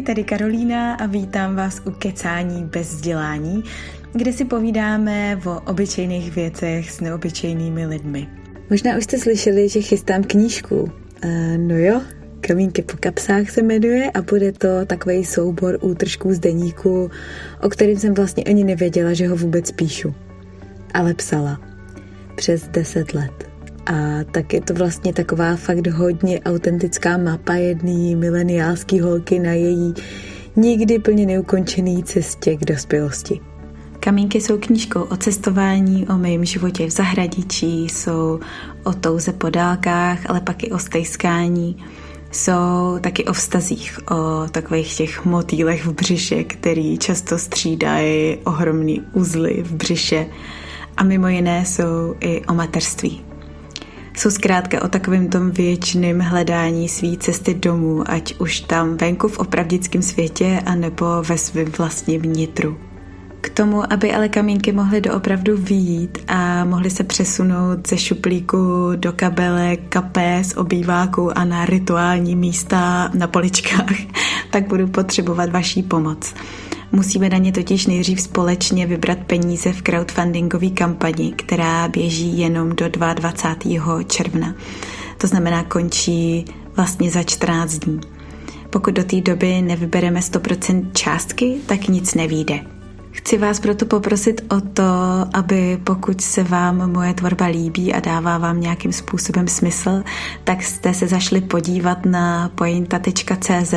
tady Karolína a vítám vás u Kecání bez vzdělání, kde si povídáme o obyčejných věcech s neobyčejnými lidmi. Možná už jste slyšeli, že chystám knížku. No jo, Kamínky po kapsách se jmenuje a bude to takovej soubor útržků z deníku, o kterém jsem vlastně ani nevěděla, že ho vůbec píšu. Ale psala. Přes 10 let. A tak je to vlastně taková fakt hodně autentická mapa jedné mileniálské holky na její nikdy plně neukončený cestě k dospělosti. Kamínky jsou knížkou o cestování, o mém životě v zahraničí, jsou o touze po dálkách, ale pak i o stejskání. Jsou taky o vztazích, o takových těch motýlech v břiše, který často střídají ohromný uzly v břiše. A mimo jiné jsou i o mateřství. Jsou zkrátka o takovém tom věčném hledání své cesty domů, ať už tam venku v opravdickém světě, anebo ve svém vlastním vnitru. K tomu, aby ale kamínky mohly doopravdu vyjít a mohly se přesunout ze šuplíku do kabelek, kapes, obýváků a na rituální místa na poličkách, tak budu potřebovat vaší pomoc. Musíme na ně totiž nejdřív společně vybrat peníze v crowdfundingové kampani, která běží jenom do 22. června. To znamená, končí vlastně za 14 dní. Pokud do té doby nevybereme 100% částky, tak nic nevyjde. Chci vás proto poprosit o to, aby pokud se vám moje tvorba líbí a dává vám nějakým způsobem smysl, tak jste se zašli podívat na pointa.cz,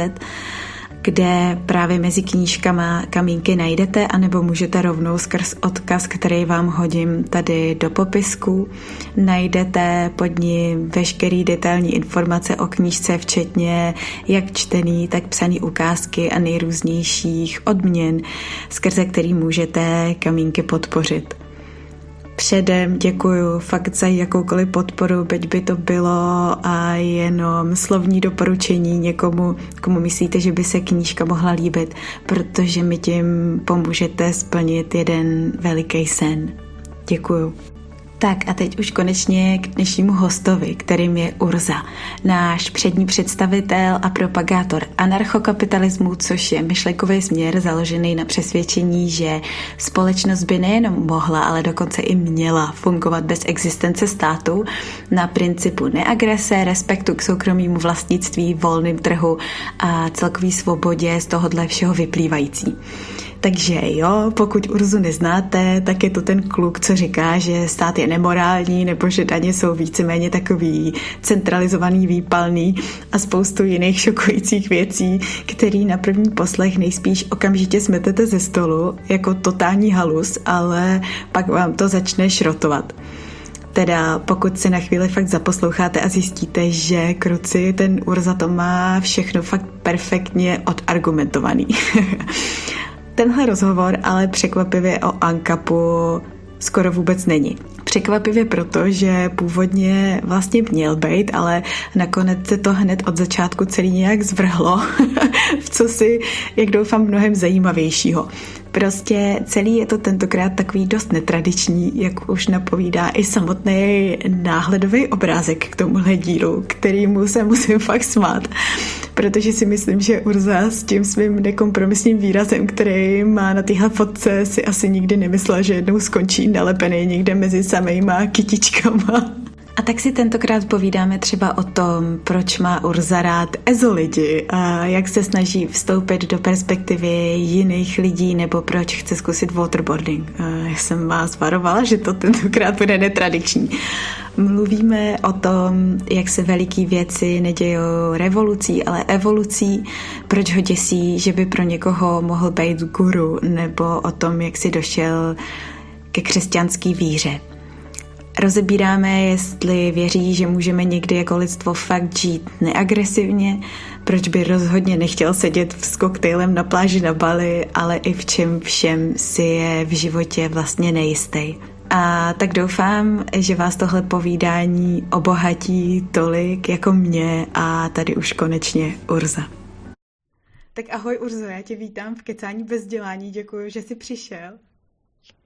kde právě mezi knížkama kamínky najdete, anebo můžete rovnou skrz odkaz, který vám hodím tady do popisku. Najdete pod ním veškerý detailní informace o knížce, včetně jak čtený, tak psaný ukázky a nejrůznějších odměn, skrze který můžete kamínky podpořit. Předem děkuju fakt za jakoukoliv podporu, byť by to bylo a jenom slovní doporučení někomu, komu myslíte, že by se knížka mohla líbit, protože mi tím pomůžete splnit jeden veliký sen. Děkuju. Tak a teď už konečně k dnešnímu hostovi, kterým je Urza, náš přední představitel a propagátor anarchokapitalismu, což je myšlenkový směr založený na přesvědčení, že společnost by nejenom mohla, ale dokonce i měla fungovat bez existence státu na principu neagrese, respektu k soukromému vlastnictví, volným trhu a celkový svobodě z tohohle všeho vyplývající. Takže jo, pokud Urzu neznáte, tak je to ten kluk, co říká, že stát je nemorální, nebo že daně jsou víceméně takový centralizovaný, výpalný a spoustu jiných šokujících věcí, který na první poslech nejspíš okamžitě smetete ze stolu jako totální halus, ale pak vám to začne šrotovat. Teda pokud si na chvíli fakt zaposloucháte a zjistíte, že kruci, ten Urza to má všechno fakt perfektně odargumentovaný. Tenhle rozhovor ale překvapivě o ANCAPu skoro vůbec není. Překvapivě proto, že původně vlastně měl být, ale nakonec se to hned od začátku celý nějak zvrhlo v cosi, jak doufám, mnohem zajímavějšího. Prostě celý je to tentokrát takový dost netradiční, jak už napovídá i samotný náhledový obrázek k tomuhle dílu, kterýmu se musím fakt smát, protože si myslím, že Urza s tím svým nekompromisním výrazem, který má na téhle fotce, si asi nikdy nemyslela, že jednou skončí nalepený někde mezi samejma kytičkama. A tak si tentokrát povídáme třeba o tom, proč má Urza rád EZO lidi a jak se snaží vstoupit do perspektivy jiných lidí nebo proč chce zkusit waterboarding. Já jsem vás varovala, že to tentokrát bude netradiční. Mluvíme o tom, jak se veliký věci nedějou revolucí, ale evolucí, proč ho děsí, že by pro někoho mohl být guru, nebo o tom, jak si došel ke křesťanský víře. Rozebíráme, jestli věří, že můžeme někdy jako lidstvo fakt žít neagresivně, proč by rozhodně nechtěl sedět s koktejlem na pláži na Bali, ale i v čem všem si je v životě vlastně nejistý. A tak doufám, že vás tohle povídání obohatí tolik jako mě a tady už konečně Urza. Tak ahoj Urzo, já tě vítám v Kecání bez vzdělání, děkuji, že jsi přišel.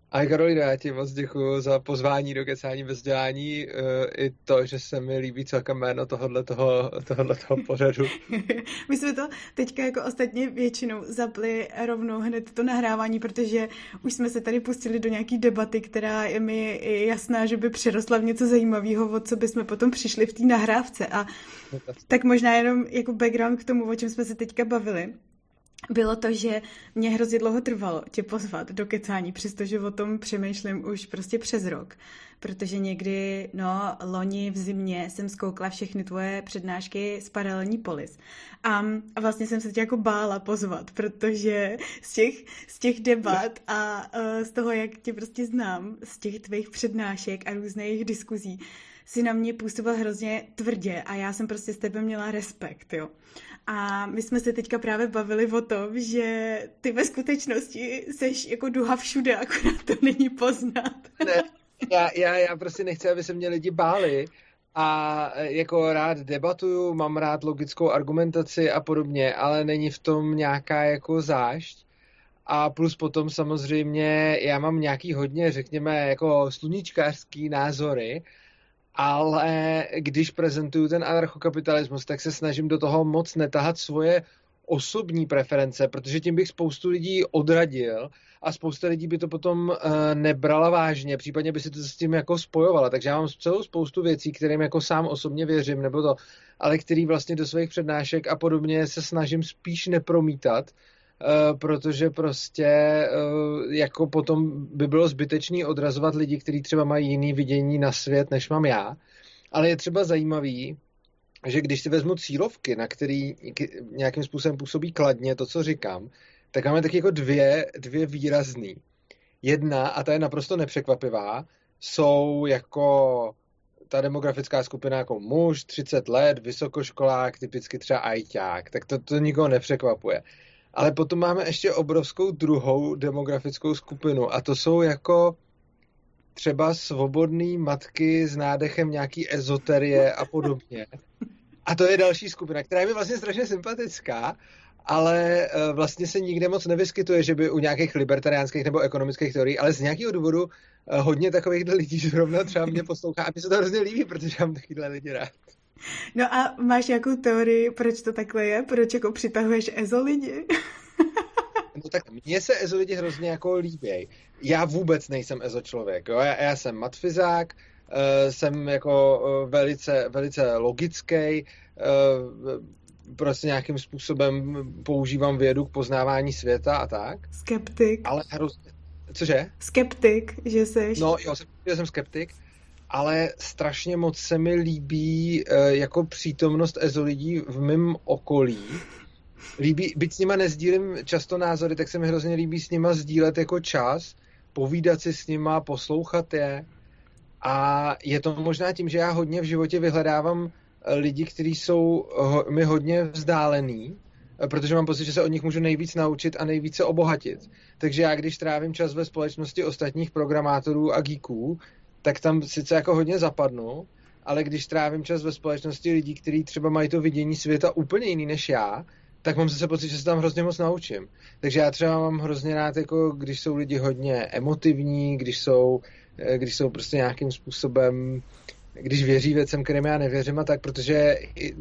A Karolina, já ti moc děkuju za pozvání do Kecání bez dělání, i to, že se mi líbí celkem jméno tohoto pořadu. My jsme to teďka jako ostatně většinou zapli rovnou hned to nahrávání, protože už jsme se tady pustili do nějaký debaty, která je mi jasná, že by přerostla v něco zajímavého, o co bychom potom přišli v té nahrávce. A tak možná jenom jako background k tomu, o čem jsme se teďka bavili. Bylo to, že mě hrozně dlouho trvalo tě pozvat do kecání, přestože o tom přemýšlím už prostě přes rok. Protože někdy, loni v zimě jsem zkoukla všechny tvoje přednášky z Paralelní polis. A vlastně jsem se tě jako bála pozvat, protože z těch debat a z toho, jak tě prostě znám, z těch tvých přednášek a různých diskuzí, si na mě působil hrozně tvrdě a já jsem prostě s tebe měla respekt, jo. A my jsme se teďka právě bavili o tom, že ty ve skutečnosti seš jako duha všude, akorát to není poznat. Ne, já prostě nechci, aby se mě lidi báli a jako rád debatuju, mám rád logickou argumentaci a podobně, ale není v tom nějaká jako zášť. A plus potom samozřejmě já mám nějaký hodně, řekněme, jako sluníčkářský názory, ale když prezentuju ten anarchokapitalismus, tak se snažím do toho moc netahat svoje osobní preference, protože tím bych spoustu lidí odradil a spousta lidí by to potom nebrala vážně, případně by si to s tím jako spojovala. Takže já mám celou spoustu věcí, kterým jako sám osobně věřím, nebo to, ale který vlastně do svých přednášek a podobně se snažím spíš nepromítat, protože prostě jako potom by bylo zbytečný odrazovat lidi, kteří třeba mají jiný vidění na svět, než mám já. Ale je třeba zajímavý, že když si vezmu cílovky, na který nějakým způsobem působí kladně to, co říkám, tak máme taky jako dvě výrazný. Jedna, a ta je naprosto nepřekvapivá, jsou jako ta demografická skupina jako muž, 30 let, vysokoškolák, typicky třeba ajťák, tak to nikoho nepřekvapuje. Ale potom máme ještě obrovskou druhou demografickou skupinu a to jsou jako třeba svobodný matky s nádechem nějaký ezoterie a podobně. A to je další skupina, která je mi vlastně strašně sympatická, ale vlastně se nikde moc nevyskytuje, že by u nějakých libertariánských nebo ekonomických teorií, ale z nějakého důvodu hodně takových lidí zrovna třeba mě poslouchá a mi se to hrozně líbí, protože mám takovýhle lidi rád. No a máš nějakou teorii, proč to takhle je? Proč jako přitahuješ ezo lidi? No tak mně se ezo lidi hrozně jako líběj. Já vůbec nejsem ezo člověk. Jo? Já jsem matfyzák, jsem jako velice logický, prostě nějakým způsobem používám vědu k poznávání světa a tak. Skeptik. Ale cože? Skeptik, že seš. No jo, jsem skeptik, ale strašně moc se mi líbí jako přítomnost ezo lidí v mém okolí. Byť s nima nezdílím často názory, tak se mi hrozně líbí s nima sdílet jako čas, povídat si s nima, poslouchat je. A je to možná tím, že já hodně v životě vyhledávám lidi, kteří jsou mi hodně vzdálený, protože mám pocit, že se od nich můžu nejvíc naučit a nejvíce se obohatit. Takže já, když trávím čas ve společnosti ostatních programátorů a geeků, tak tam sice jako hodně zapadnu, ale když trávím čas ve společnosti lidí, kteří třeba mají to vidění světa úplně jiný než já, tak mám zase pocit, že se tam hrozně moc naučím. Takže já třeba mám hrozně rád, jako když jsou lidi hodně emotivní, když jsou prostě nějakým způsobem, když věří věcem, kterým já nevěřím a tak, protože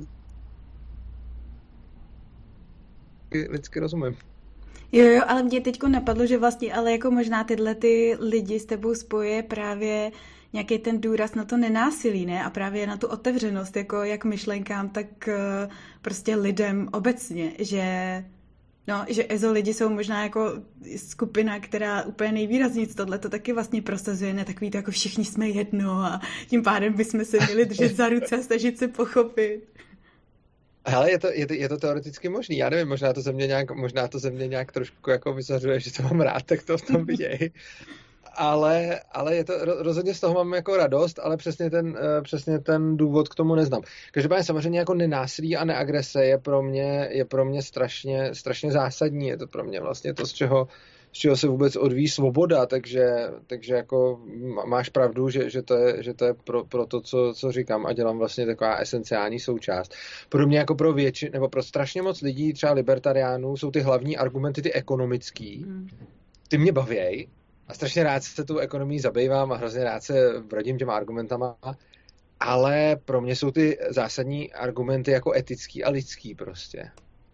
lidsky rozumím. Jo, ale mě teďko napadlo, že vlastně ale jako možná tyhle ty lidi s tebou spojuje právě nějaký ten důraz na to nenásilí, ne? A právě na tu otevřenost, jako jak myšlenkám, tak prostě lidem obecně, že ezo lidi jsou možná jako skupina, která úplně nejvýrazněji tohle to taky vlastně prosazuje, ne takový to jako všichni jsme jedno a tím pádem bychom se měli držet za ruce a snažit se pochopit. Hele, je to teoreticky možný. Já nevím, možná to ze mě nějak trošku jako vyzařuje, že to mám rád, tak to v tom viděj. Ale je to, rozhodně z toho mám jako radost, ale přesně ten důvod k tomu neznám. Každopádně samozřejmě jako nenásilí a neagrese je pro mě strašně zásadní. Je to pro mě vlastně to, z čeho se vůbec odvíjí svoboda, takže jako máš pravdu, že to je pro to, co říkám a dělám vlastně taková esenciální součást. Pro mě jako pro většinu, nebo pro strašně moc lidí, třeba libertariánů, jsou ty hlavní argumenty ty ekonomický. Ty mě bavěj, a strašně rád se tou ekonomií zabývám a hrozně rád se brodím těma argumentama, ale pro mě jsou ty zásadní argumenty jako etický a lidský prostě.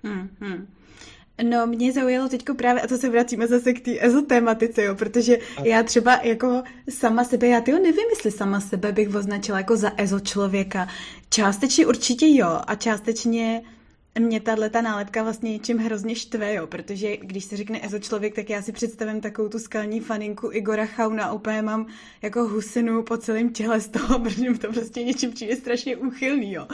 No, mě zaujalo teďko právě, a to se vracíme zase k té ezotématice, jo, protože já třeba jako sama sebe, já nevím, jestli sama sebe bych označila jako za ezo člověka. Částečně určitě jo, a částečně mě tato nálepka vlastně něčím hrozně štve, jo, protože když se řekne ezo člověk, tak já si představím takovou tu skalní faninku Igora Chauna, úplně mám jako husinu po celém těle z toho, protože mi to prostě něčím přijde strašně úchylný, jo.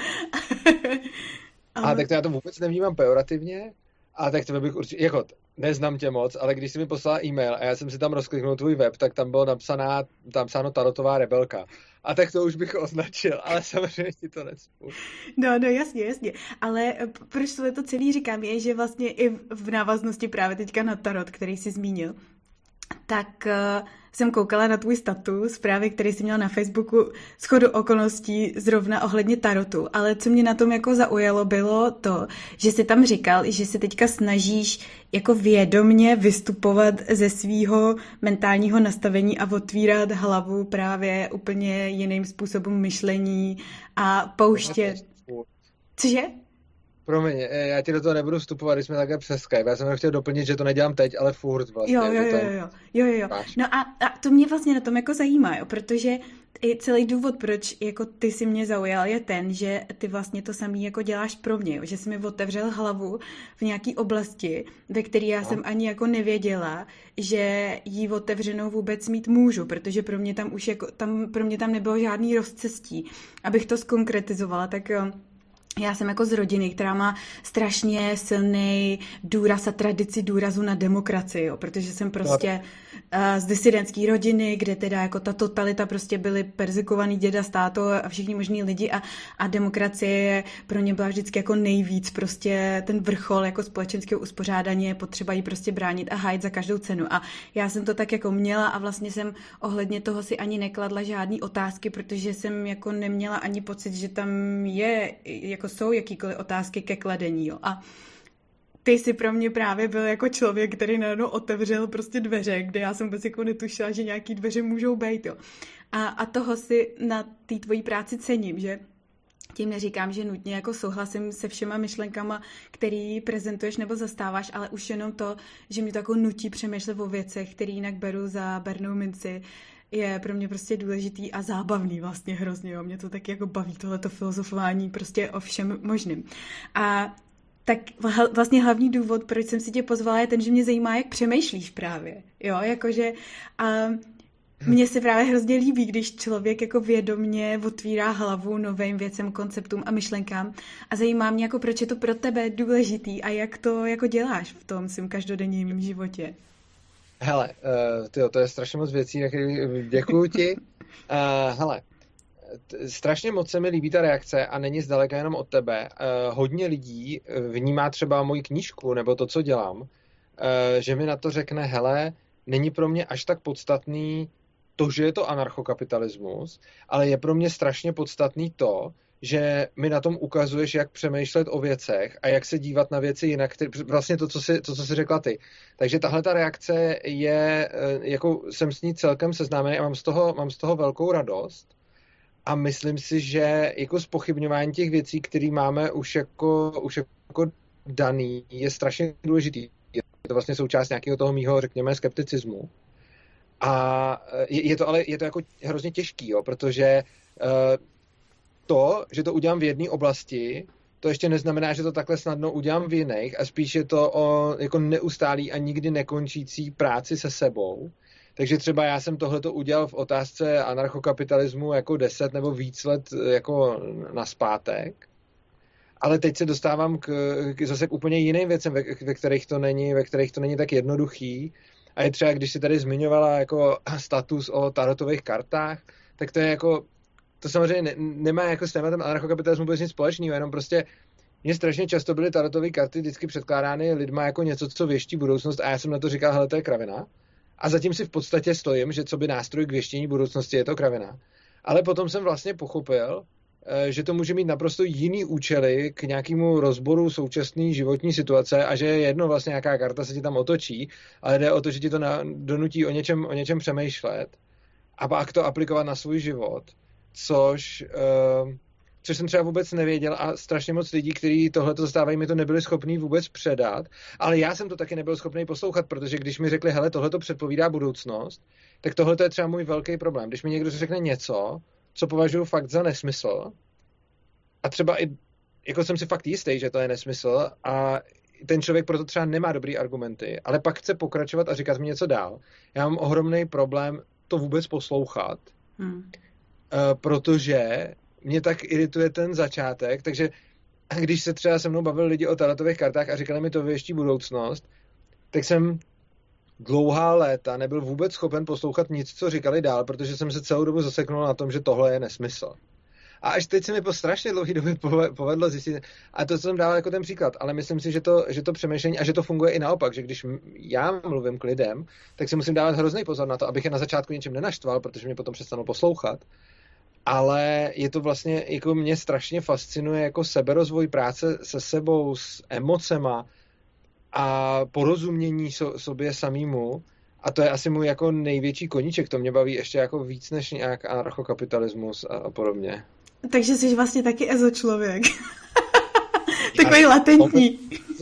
A tak to já to vůbec nevnímám pejorativně, a tak tebe bych určitě, jako neznám tě moc, ale když jsi mi poslala e-mail a já jsem si tam rozkliknul tvůj web, tak tam bylo napsáno tarotová rebelka. A tak to už bych označil, ale samozřejmě ti to necpu. No jasně. Ale proč to celý říkám, je, že vlastně i v návaznosti právě teďka na tarot, který jsi zmínil, tak jsem koukala na tvůj status, právě který jsi měla na Facebooku, shodou okolností zrovna ohledně tarotu, ale co mě na tom jako zaujalo, bylo to, že jsi tam říkal, že se teďka snažíš jako vědomně vystupovat ze svýho mentálního nastavení a otvírat hlavu právě úplně jiným způsobem myšlení a pouštět. Cože? Promiň, já ti do toho nebudu vstupovat, když jsme takhle přes Skype. Já jsem chtěl doplnit, že to nedělám teď, ale furt vlastně. Jo. No a to mě vlastně na tom jako zajímá, jo, protože i celý důvod, proč jako ty si mě zaujal, je ten, že ty vlastně to samý jako děláš pro mě, jo, že jsi mi otevřel hlavu v nějaký oblasti, ve které já jsem ani jako nevěděla, že jí otevřenou vůbec mít můžu, protože pro mě tam už jako, pro mě tam nebylo žádný rozcestí. Abych to zkonkretizovala, tak já jsem jako z rodiny, která má strašně silný důraz a tradici důrazu na demokracii, jo, protože jsem prostě z disidentské rodiny, kde teda jako ta totalita prostě byly perzekovaný děda, státo a všichni možní lidi a demokracie pro ně byla vždycky jako nejvíc prostě ten vrchol jako společenského uspořádání, je potřeba jí prostě bránit a hájit za každou cenu. A já jsem to tak jako měla a vlastně jsem ohledně toho si ani nekladla žádný otázky, protože jsem jako neměla ani pocit, že tam je jako jsou jakýkoliv otázky ke kladení, jo. A ty jsi pro mě právě byl jako člověk, který najednou otevřel prostě dveře, kde já jsem vůbec jako netušila, že nějaký dveře můžou být, jo. A toho si na té tvojí práci cením, že tím neříkám, že nutně jako souhlasím se všema myšlenkama, který prezentuješ nebo zastáváš, ale už jenom to, že mi to jako nutí přemýšlet o věcech, který jinak beru za bernou minci, je pro mě prostě důležitý a zábavný vlastně hrozně, jo. Mě to tak jako baví tohleto filozofování prostě o všem možným. A tak vlastně hlavní důvod, proč jsem si tě pozvala, je ten, že mě zajímá, jak přemýšlíš právě, jo, jakože a mně se právě hrozně líbí, když člověk jako vědomně otvírá hlavu novým věcem, konceptům a myšlenkám a zajímá mě, jako proč je to pro tebe důležitý a jak to jako děláš v tom svým každodenním životě. Hele, to je strašně moc věcí, děkuju ti. Hele, strašně moc se mi líbí ta reakce a není zdaleka jenom od tebe. Hodně lidí vnímá třeba moji knížku nebo to, co dělám, že mi na to řekne, hele, není pro mě až tak podstatný to, že je to anarchokapitalismus, ale je pro mě strašně podstatný to, že mi na tom ukazuješ, jak přemýšlet o věcech a jak se dívat na věci jinak, vlastně to, co jsi řekla ty. Takže tahle ta reakce je, jako jsem s ní celkem seznámený a mám z toho velkou radost a myslím si, že jako zpochybňování těch věcí, které máme už jako daný, je strašně důležitý. Je to vlastně součást nějakého toho mýho, řekněme, skepticismu. A je to jako hrozně těžký, jo, protože to, že to udělám v jedné oblasti, to ještě neznamená, že to takhle snadno udělám v jiných a spíš je to o jako neustálý a nikdy nekončící práci se sebou. Takže třeba já jsem tohleto udělal v otázce anarchokapitalismu jako 10 nebo víc let jako naspátek. Ale teď se dostávám zase k úplně jiným věcem, ve kterých to není tak jednoduchý. A je třeba, když si tady zmiňovala jako status o tarotových kartách, tak to je jako, to samozřejmě nemá jako s tématem anarchokapitalismu vůbec nic společného, jenom prostě mně strašně často byly tarotové karty vždycky předkládány lidma jako něco, co věští budoucnost a já jsem na to říkal, hele, to je kravina. A zatím si v podstatě stojím, že co by nástroj k věštění budoucnosti je to kravina. Ale potom jsem vlastně pochopil, že to může mít naprosto jiný účely k nějakému rozboru současné životní situace a že je jedno vlastně, nějaká karta se ti tam otočí, ale jde o to, že ti to donutí o něčem přemýšlet a pak to aplikovat na svůj život, což jsem třeba vůbec nevěděl a strašně moc lidí, kteří tohle zastávají, mi to nebyli schopní vůbec předat, ale já jsem to taky nebyl schopný poslouchat, protože když mi řekli, hele, tohle to předpovídá budoucnost, tak tohle je třeba můj velký problém. Když mi někdo řekne něco, co považuji fakt za nesmysl, a třeba i jako jsem si fakt jistý, že to je nesmysl a ten člověk proto třeba nemá dobrý argumenty, ale pak chce pokračovat a říkat mi něco dál. Já mám ohromný problém to vůbec poslouchat, protože mě tak irituje ten začátek, takže když se třeba se mnou bavili lidi o tarotových kartách a říkali mi to věští budoucnost, tak jsem dlouhá léta nebyl vůbec schopen poslouchat nic, co říkali dál, protože jsem se celou dobu zaseknul na tom, že tohle je nesmysl. A až teď se mi po strašně dlouhé době povedlo zjistit, a to jsem dával jako ten příklad, ale myslím si, že to přemýšlení a že to funguje i naopak, že když já mluvím k lidem, tak si musím dávat hrozný pozor na to, abych je na začátku něčem nenaštval, protože mě potom přestanou poslouchat. Ale je to vlastně, jako mě strašně fascinuje jako seberozvoj práce se sebou, s emocema a porozumění sobě samýmu. A to je asi můj jako největší koníček. To mě baví ještě jako víc než nějak anarchokapitalismus a podobně. Takže jsi vlastně taky ezo člověk. Takový latentní.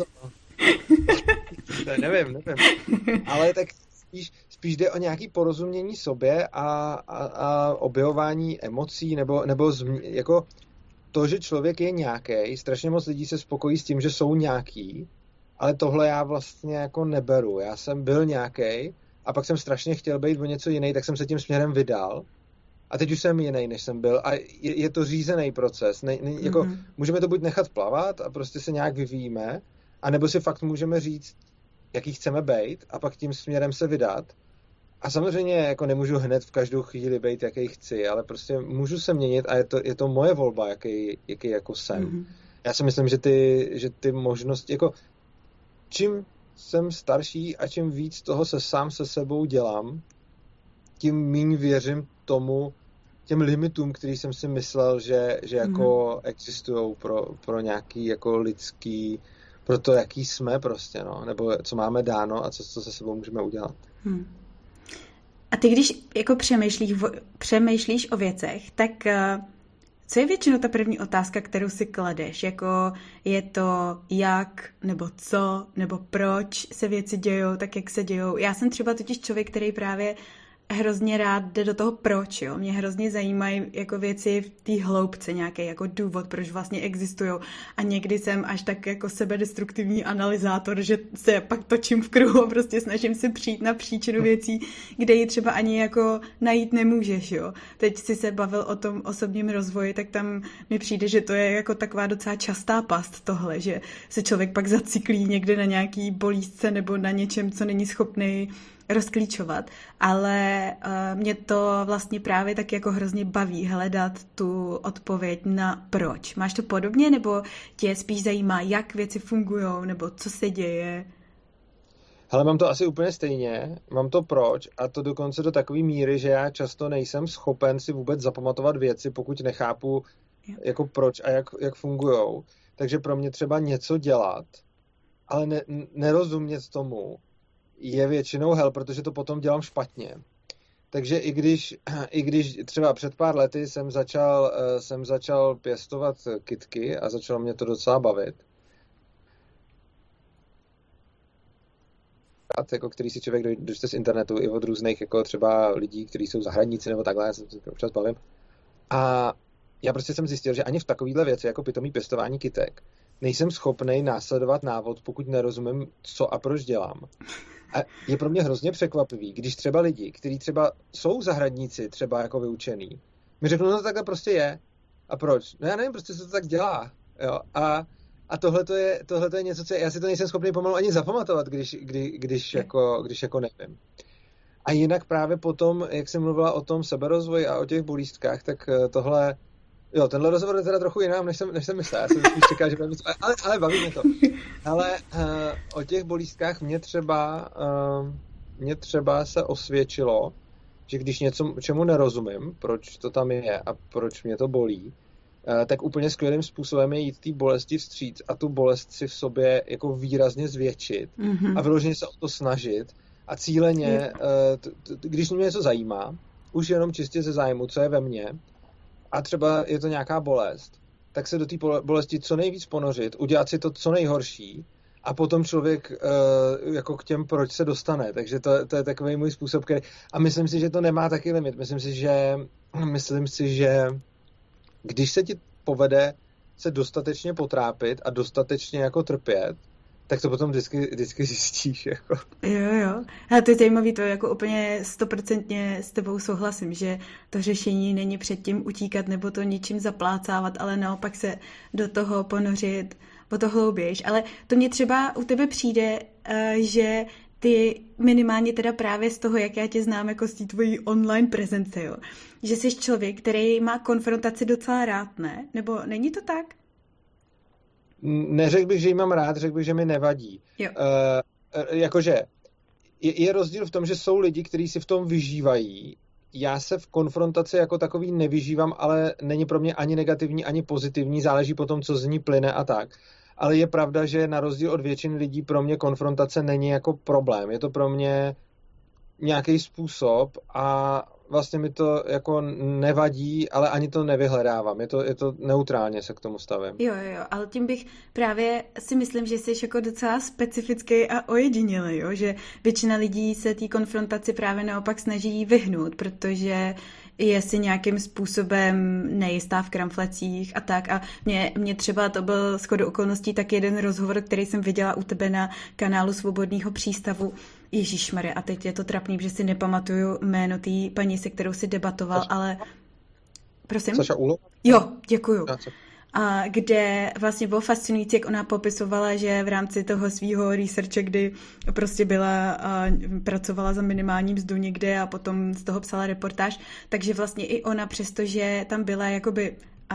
Nevím. Ale tak spíš jde o nějaké porozumění sobě a objevování emocí, nebo jako to, že člověk je nějaký. Strašně moc lidí se spokojí s tím, že jsou nějaký, ale tohle já vlastně jako neberu. Já jsem byl nějaký a pak jsem strašně chtěl být o něco jiný, tak jsem se tím směrem vydal. A teď už jsem jiný, než jsem byl. A je to řízený proces. Jako, můžeme to buď nechat plavat a prostě se nějak vyvíjíme, anebo si fakt můžeme říct, jaký chceme být a pak tím směrem se vydat. A samozřejmě jako nemůžu hned v každou chvíli být, jaký chci, ale prostě můžu se měnit a je to moje volba, jaký jako jsem. Já si myslím, že ty možnosti, jako čím jsem starší a čím víc toho sám se sebou dělám, tím míň věřím těm limitům, který jsem si myslel, že jako existujou pro nějaký jako lidský, pro to, jaký jsme prostě, no, nebo co máme dáno a co se sebou můžeme udělat. A ty, když jako přemýšlíš o věcech, tak co je většinou ta první otázka, kterou si kladeš? Jako je to jak, nebo co, nebo proč se věci dějou tak, jak se dějou? Já jsem třeba totiž člověk, který právě hrozně rád jde do toho proč, jo. Mě hrozně zajímají jako věci v té hloubce, nějaký jako důvod, proč vlastně existují. A někdy jsem až tak jako sebedestruktivní analyzátor, že se pak točím v kruhu a prostě snažím se přijít na příčinu věcí, kde ji třeba ani jako najít nemůžeš, jo. Teď si se bavil o tom osobním rozvoji, tak tam mi přijde, že to je jako taková docela častá past tohle, že se člověk pak zacyklí někde na nějaký bolízce nebo na něčem, co není schopný rozklíčovat, ale mě to vlastně právě tak jako hrozně baví hledat tu odpověď na proč. Máš to podobně, nebo tě spíš zajímá, jak věci fungujou, nebo co se děje? Hele, mám to asi úplně stejně, mám to proč a to dokonce do takové míry, že já často nejsem schopen si vůbec zapamatovat věci, pokud nechápu jako proč a jak fungujou. Takže pro mě třeba něco dělat, ale nerozumět tomu, je většinou protože to potom dělám špatně. Takže i když třeba před pár lety jsem začal pěstovat kytky a začalo mě to docela bavit, jako který si člověk dočte z internetu i od různých jako třeba lidí, kteří jsou zahradníci nebo takhle, já se občas bavím. A já prostě jsem zjistil, že ani v takovýhle věci, jako pitomý pěstování kytek, nejsem schopnej následovat návod, pokud nerozumím, co a proč dělám. A je pro mě hrozně překvapivý, když třeba lidi, kteří třeba jsou zahradníci, třeba jako vyučený, mi řeknou, no to takhle prostě je. A proč? No já nevím, prostě se to tak dělá. Jo? A tohle je něco, co já si to nejsem schopný pomalu ani zapamatovat, když jako nevím. A jinak právě potom, jak jsem mluvila o tom seberozvoji a o těch bolístkách, tak tohle, jo, tenhle rozhovor je teda trochu jinám, než jsem myslel. Já jsem spíš čekal, že bude něco, ale baví mě to. Ale o těch bolístkách mě třeba se osvědčilo, že když čemu nerozumím, proč to tam je a proč mě to bolí, tak úplně skvělým způsobem je jít té bolesti vstříc a tu bolest si v sobě jako výrazně zvětšit a vyloženě se o to snažit a cíleně, když mě něco zajímá, už jenom čistě ze zájmu, co je ve mně, a třeba je to nějaká bolest, tak se do té bolesti co nejvíc ponořit, udělat si to co nejhorší a potom člověk jako k těm proč se dostane. Takže to je takový můj způsob, který... A myslím si, že to nemá taky limit. Myslím si, že když se ti povede se dostatečně potrápit a dostatečně jako trpět, tak to potom vždycky zjistíš. Jako. Jo. A to je zajímavý, to jako úplně 100% s tebou souhlasím, že to řešení není předtím utíkat nebo to ničím zaplácávat, ale naopak se do toho ponořit, o to hloubějš. Ale to mě třeba u tebe přijde, že ty minimálně teda právě z toho, jak já tě znám jako z té tvojí online prezence, jo, že jsi člověk, který má konfrontaci docela rád, ne? Nebo není to tak? Neřekl bych, že ji mám rád, řekl bych, že mi nevadí. Jakože je rozdíl v tom, že jsou lidi, kteří si v tom vyžívají. Já se v konfrontaci jako takový nevyžívám, ale není pro mě ani negativní, ani pozitivní, záleží po tom, co z ní plyne a tak. Ale je pravda, že na rozdíl od většiny lidí pro mě konfrontace není jako problém. Je to pro mě nějaký způsob a vlastně mi to jako nevadí, ale ani to nevyhledávám. Je to neutrálně se k tomu stavím. Jo, ale tím bych právě si myslím, že jsi jako docela specifický a ojedinělý, jo? Že většina lidí se té konfrontaci právě naopak snaží vyhnout, protože je si nějakým způsobem nejistá v kramflecích a tak. A mě třeba to byl shodou okolností tak jeden rozhovor, který jsem viděla u tebe na kanálu Svobodného přístavu. Ježišmarja, a teď je to trapný, že si nepamatuju jméno té paní, se kterou si debatoval, ale... Prosím? Saša Úlova? Jo, děkuju. A kde vlastně bylo fascinující, jak ona popisovala, že v rámci toho svýho researche, kdy prostě pracovala za minimální mzdu někde a potom z toho psala reportáž, takže vlastně i ona, přestože tam byla jakoby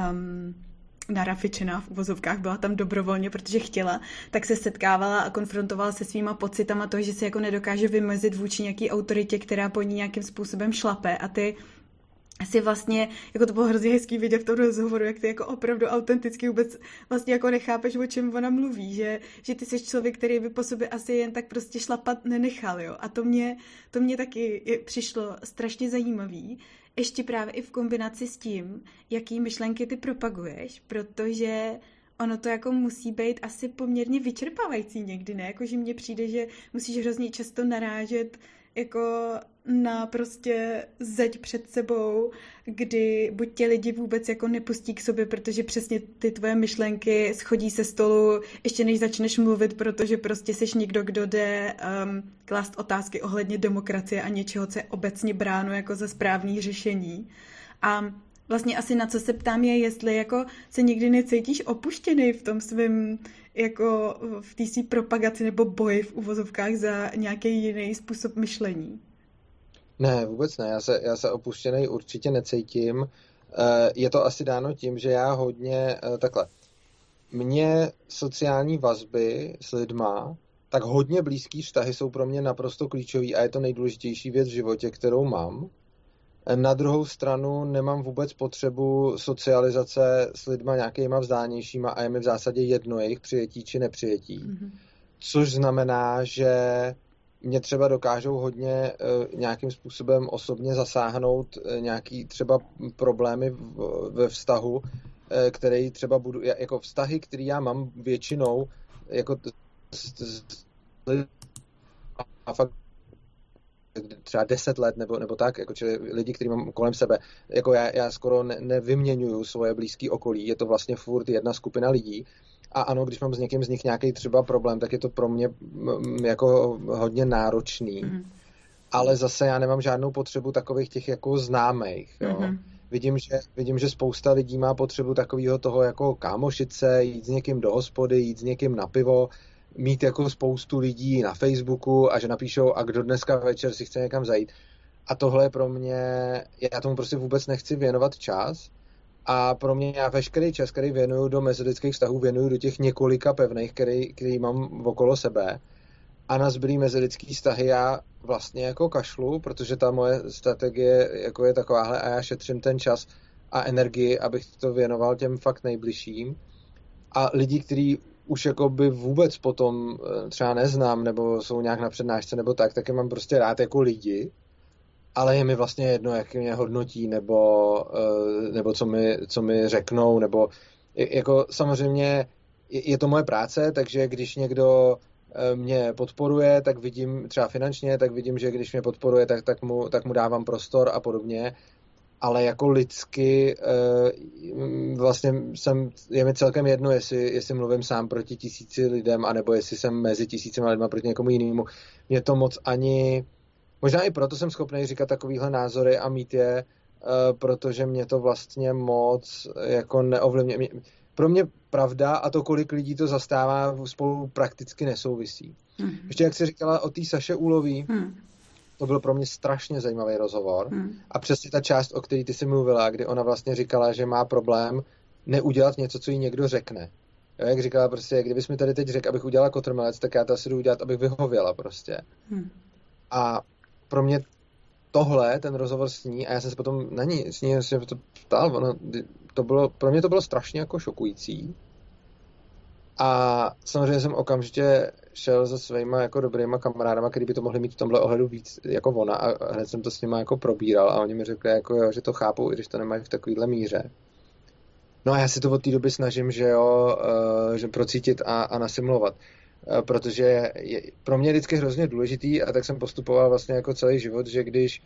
narafičená v uvozovkách, byla tam dobrovolně, protože chtěla, tak se setkávala a konfrontovala se svýma pocitama toho, že se jako nedokáže vymezit vůči nějaký autoritě, která po ní nějakým způsobem šlape a ty si vlastně, jako to bylo hrozně hezký vidět v tom rozhovoru, jak ty jako opravdu autenticky vůbec vlastně jako nechápeš, o čem ona mluví, že ty jsi člověk, který by po sobě asi jen tak prostě šlapat nenechal, jo. A to mě taky přišlo strašně zajímavý, ještě právě i v kombinaci s tím, jaký myšlenky ty propaguješ, protože ono to jako musí být asi poměrně vyčerpávající někdy, ne? Jakože mně přijde, že musíš hrozně často narážet jako na prostě zeď před sebou, kdy buď tě lidi vůbec jako nepustí k sobě, protože přesně ty tvoje myšlenky schodí se stolu, ještě než začneš mluvit, protože prostě jsi někdo, kdo jde klást otázky ohledně demokracie a něčeho, co je obecně bráno jako za správný řešení. A vlastně asi na co se ptám je, jestli jako se někdy necítíš opuštěný v tom svém jako v té svý propagaci nebo boji v uvozovkách za nějaký jiný způsob myšlení. Ne, vůbec ne. Já se opuštěnej určitě necítím. Je to asi dáno tím, že já hodně takhle. Mně sociální vazby s lidma, tak hodně blízký vztahy jsou pro mě naprosto klíčový a je to nejdůležitější věc v životě, kterou mám. Na druhou stranu nemám vůbec potřebu socializace s lidma nějakýma vzdálenějšíma a je mi v zásadě jedno jejich přijetí či nepřijetí. Mm-hmm. Což znamená, že mě třeba dokážou hodně nějakým způsobem osobně zasáhnout nějaký třeba problémy ve vztahu, který třeba budu, jako vztahy, který já mám většinou jako a fakt třeba 10 let nebo tak, jako čili lidi, kteří mám kolem sebe, jako já skoro nevyměňuju svoje blízké okolí, je to vlastně furt jedna skupina lidí a ano, když mám s někým z nich nějaký třeba problém, tak je to pro mě jako hodně náročný, ale zase já nemám žádnou potřebu takových těch jako známých, jo. Vidím, že spousta lidí má potřebu takového toho jako kámošit se, jít s někým do hospody, jít s někým na pivo, mít jako spoustu lidí na Facebooku a že napíšou, a kdo dneska večer si chce někam zajít. A tohle je pro mě, já tomu prostě vůbec nechci věnovat čas a pro mě já veškerý čas, který věnuju do mezilidských vztahů, věnuju do těch několika pevných, který mám okolo sebe a na zbylý mezilidský vztahy já vlastně jako kašlu, protože ta moje strategie jako je takováhle a já šetřím ten čas a energii, abych to věnoval těm fakt nejbližším. A lidi, kteří už jako by vůbec potom třeba neznám, nebo jsou nějak na přednášce, nebo tak je mám prostě rád jako lidi, ale je mi vlastně jedno, jak mě hodnotí, nebo co mi řeknou, nebo jako samozřejmě je to moje práce, takže když někdo mě podporuje, tak vidím třeba finančně, tak vidím, že když mě podporuje, tak mu dávám prostor a podobně, ale jako lidsky vlastně je mi celkem jedno, jestli mluvím sám proti 1000 lidem, anebo jestli jsem mezi 1000 lidma proti někomu jinému. Mě to moc ani... Možná i proto jsem schopný říkat takovýhle názory a mít je, protože mě to vlastně moc jako neovlivňuje. Pro mě pravda a to, kolik lidí to zastává, spolu prakticky nesouvisí. Ještě jak jsi říkala o té Saše Úlový, to byl pro mě strašně zajímavý rozhovor. A přesně ta část, o které ty jsi mluvila, kdy ona vlastně říkala, že má problém neudělat něco, co jí někdo řekne. Jo, jak říkala prostě, kdybys mi tady teď řekl, abych udělala kotrmelec, tak já to asi jdu udělat, abych vyhověla prostě. A pro mě ten rozhovor s ní, a já jsem se potom s ní to ptal, pro mě to bylo strašně jako šokující. A samozřejmě jsem okamžitě šel se svýma jako dobrýma kamarádama, který by to mohli mít v tomhle ohledu víc jako ona, a hned jsem to s nima jako probíral a oni mi řekli, jako jo, že to chápou, i když to nemají v takovýhle míře. No a já si to od té doby snažím, že procítit a nasimulovat. Protože je pro mě vždycky hrozně důležitý, a tak jsem postupoval vlastně jako celý život, že když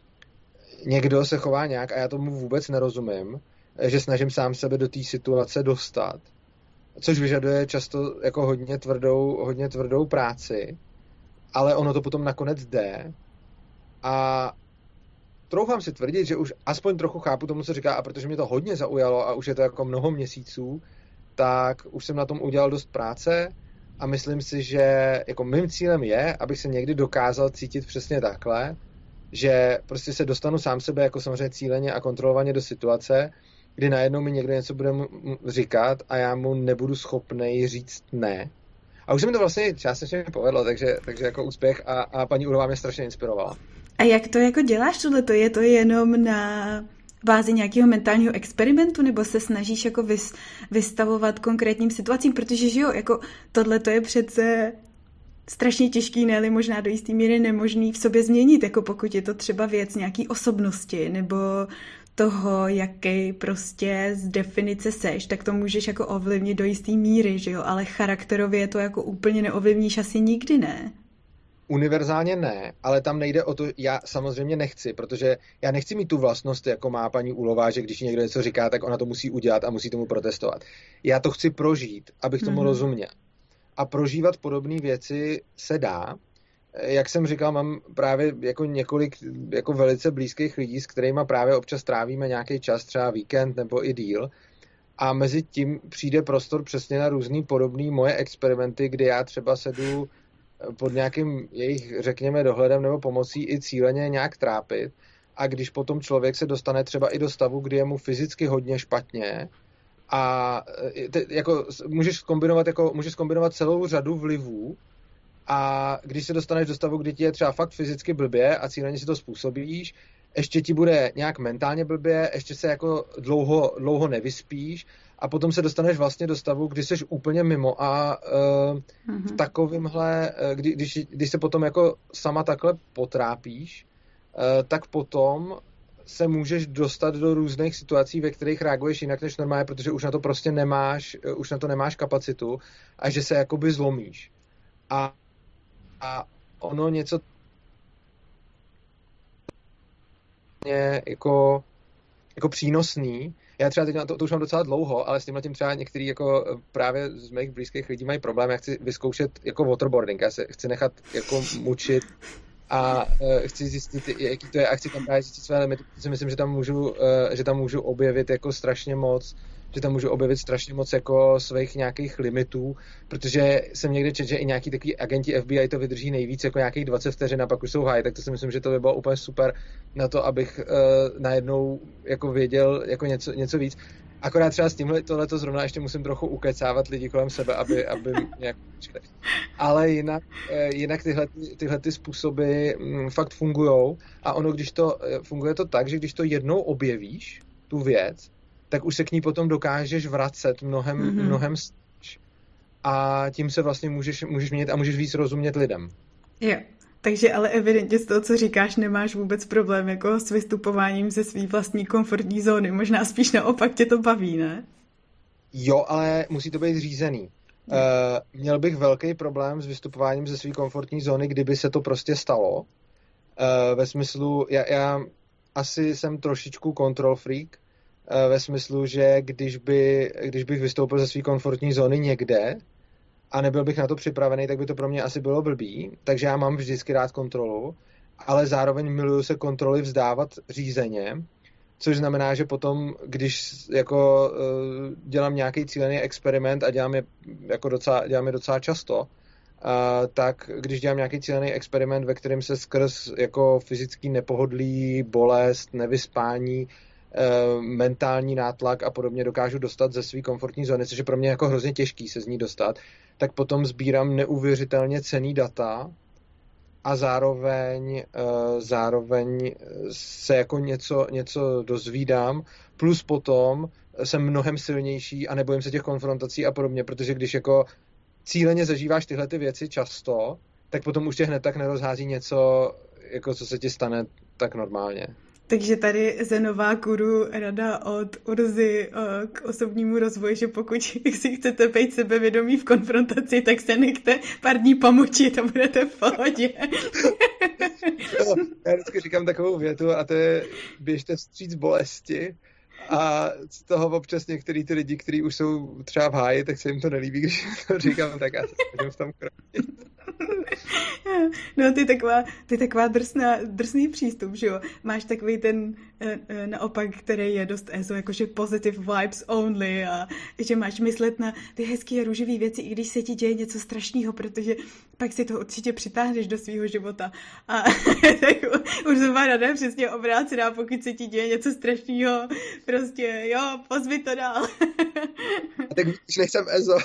někdo se chová nějak a já tomu vůbec nerozumím, že snažím sám sebe do té situace dostat, což vyžaduje často jako hodně tvrdou práci, ale ono to potom nakonec jde a troufám si tvrdit, že už aspoň trochu chápu tomu, co říká, a protože mě to hodně zaujalo a už je to jako mnoho měsíců, tak už jsem na tom udělal dost práce a myslím si, že jako mým cílem je, abych se někdy dokázal cítit přesně takhle, že prostě se dostanu sám sebe jako samozřejmě cíleně a kontrolovaně do situace, kdy najednou mi někdo něco bude říkat a já mu nebudu schopnej říct ne. A už se mi to vlastně částečně povedlo, takže jako úspěch a paní Úlová mě strašně inspirovala. A jak to jako děláš tohleto? Je to jenom na bázi nějakého mentálního experimentu, nebo se snažíš jako vystavovat konkrétním situacím? Protože že jo, jako tohleto je přece strašně těžký, ne-li možná do jistý míry nemožný v sobě změnit, jako pokud je to třeba věc nějaký osobnosti, nebo toho, jaký prostě z definice seš, tak to můžeš jako ovlivnit do jistý míry, že jo, ale charakterově to jako úplně neovlivníš asi nikdy, ne? Univerzálně ne, ale tam nejde o to, já samozřejmě nechci, protože já nechci mít tu vlastnost, jako má paní Úlová, že když někdo něco říká, tak ona to musí udělat a musí tomu protestovat. Já to chci prožít, abych tomu rozuměl. A prožívat podobné věci se dá. Jak jsem říkal, mám právě jako několik jako velice blízkých lidí, s kterými právě občas trávíme nějaký čas, třeba víkend nebo i díl. A mezi tím přijde prostor přesně na různý podobný moje experimenty, kdy já třeba sedu pod nějakým jejich, řekněme, dohledem nebo pomocí i cíleně nějak trápit. A když potom člověk se dostane třeba i do stavu, kdy je mu fyzicky hodně špatně, a jako můžeš zkombinovat celou řadu vlivů, a když se dostaneš do stavu, kdy ti je třeba fakt fyzicky blbě a cíleně si to způsobíš, ještě ti bude nějak mentálně blbě, ještě se jako dlouho nevyspíš a potom se dostaneš vlastně do stavu, kdy jsi úplně mimo a v takovýmhle, když se potom jako sama takhle potrápíš, tak potom se můžeš dostat do různých situací, ve kterých reaguješ jinak než normálně, protože už na to prostě nemáš kapacitu a že se jakoby zlomíš. A ono něco jako přínosný. Já třeba teď to už mám docela dlouho, ale s tímhletím třeba některý jako právě z mých blízkých lidí mají problém. Já chci vyzkoušet jako waterboarding. Já se chci nechat jako mučit a chci zjistit, jaký to je a chci tam právě zjistit své limity. Myslím, že tam můžu objevit jako strašně moc, jako svých nějakých limitů, protože jsem někde četl, že i nějaký takový agenti FBI to vydrží nejvíc jako nějakých 20 vteřin a pak už jsou high, tak to si myslím, že to by bylo úplně super na to, abych najednou jako věděl jako něco víc. Akorát třeba s tímhle tohleto zrovna ještě musím trochu ukecávat lidi kolem sebe, aby nějak počkali. Ale jinak tyhle ty způsoby fakt fungujou a ono, když to funguje to tak, že když to jednou objevíš, tu věc, tak už se k ní potom dokážeš vracet mnohem a tím se vlastně můžeš měnit a můžeš víc rozumět lidem. Jo, takže ale evidentně z toho, co říkáš, nemáš vůbec problém jako s vystupováním ze své vlastní komfortní zóny. Možná spíš naopak tě to baví, ne? Jo, ale musí to být řízený. Měl bych velký problém s vystupováním ze své komfortní zóny, kdyby se to prostě stalo. Ve smyslu, já asi jsem trošičku control freak, ve smyslu, že když bych vystoupil ze své komfortní zóny někde a nebyl bych na to připravený, tak by to pro mě asi bylo blbý. Takže já mám vždycky rád kontrolu, ale zároveň miluju se kontroly vzdávat řízeně, což znamená, že potom, když jako dělám nějaký cílený experiment a dělám je docela často, tak když dělám nějaký cílený experiment, ve kterém se skrz jako fyzický nepohodlí, bolest, nevyspání, mentální nátlak a podobně dokážu dostat ze své komfortní zóny, což je pro mě jako hrozně těžký se z ní dostat, tak potom sbírám neuvěřitelně cenný data a zároveň se jako něco dozvídám, plus potom jsem mnohem silnější a nebojím se těch konfrontací a podobně, protože když jako cíleně zažíváš tyhle ty věci často, tak potom už tě hned tak nerozhází něco, jako co se ti stane tak normálně. Takže tady zenová guru rada od Urzy k osobnímu rozvoji, že pokud si chcete být sebevědomí v konfrontaci, tak se nechte pár dní pomočit a budete v pohodě. Já vždycky říkám takovou větu a to je běžte vstříc bolesti a z toho občas některý ty lidi, kteří už jsou třeba v háji, tak se jim to nelíbí, když to říkám, tak já se snažím v tom krotit. No, ty taková drsný přístup, že jo? Máš takový ten naopak, který je dost jakože positive vibes only a že máš myslet na ty hezké a růžové věci, i když se ti děje něco strašného, protože pak si to určitě přitáhneš do svého života. A tak Urzová rada je přesně obrácená, pokud se ti děje něco strašného, prostě jo, pozvi to dál. A tak víš, nejsem Ezo.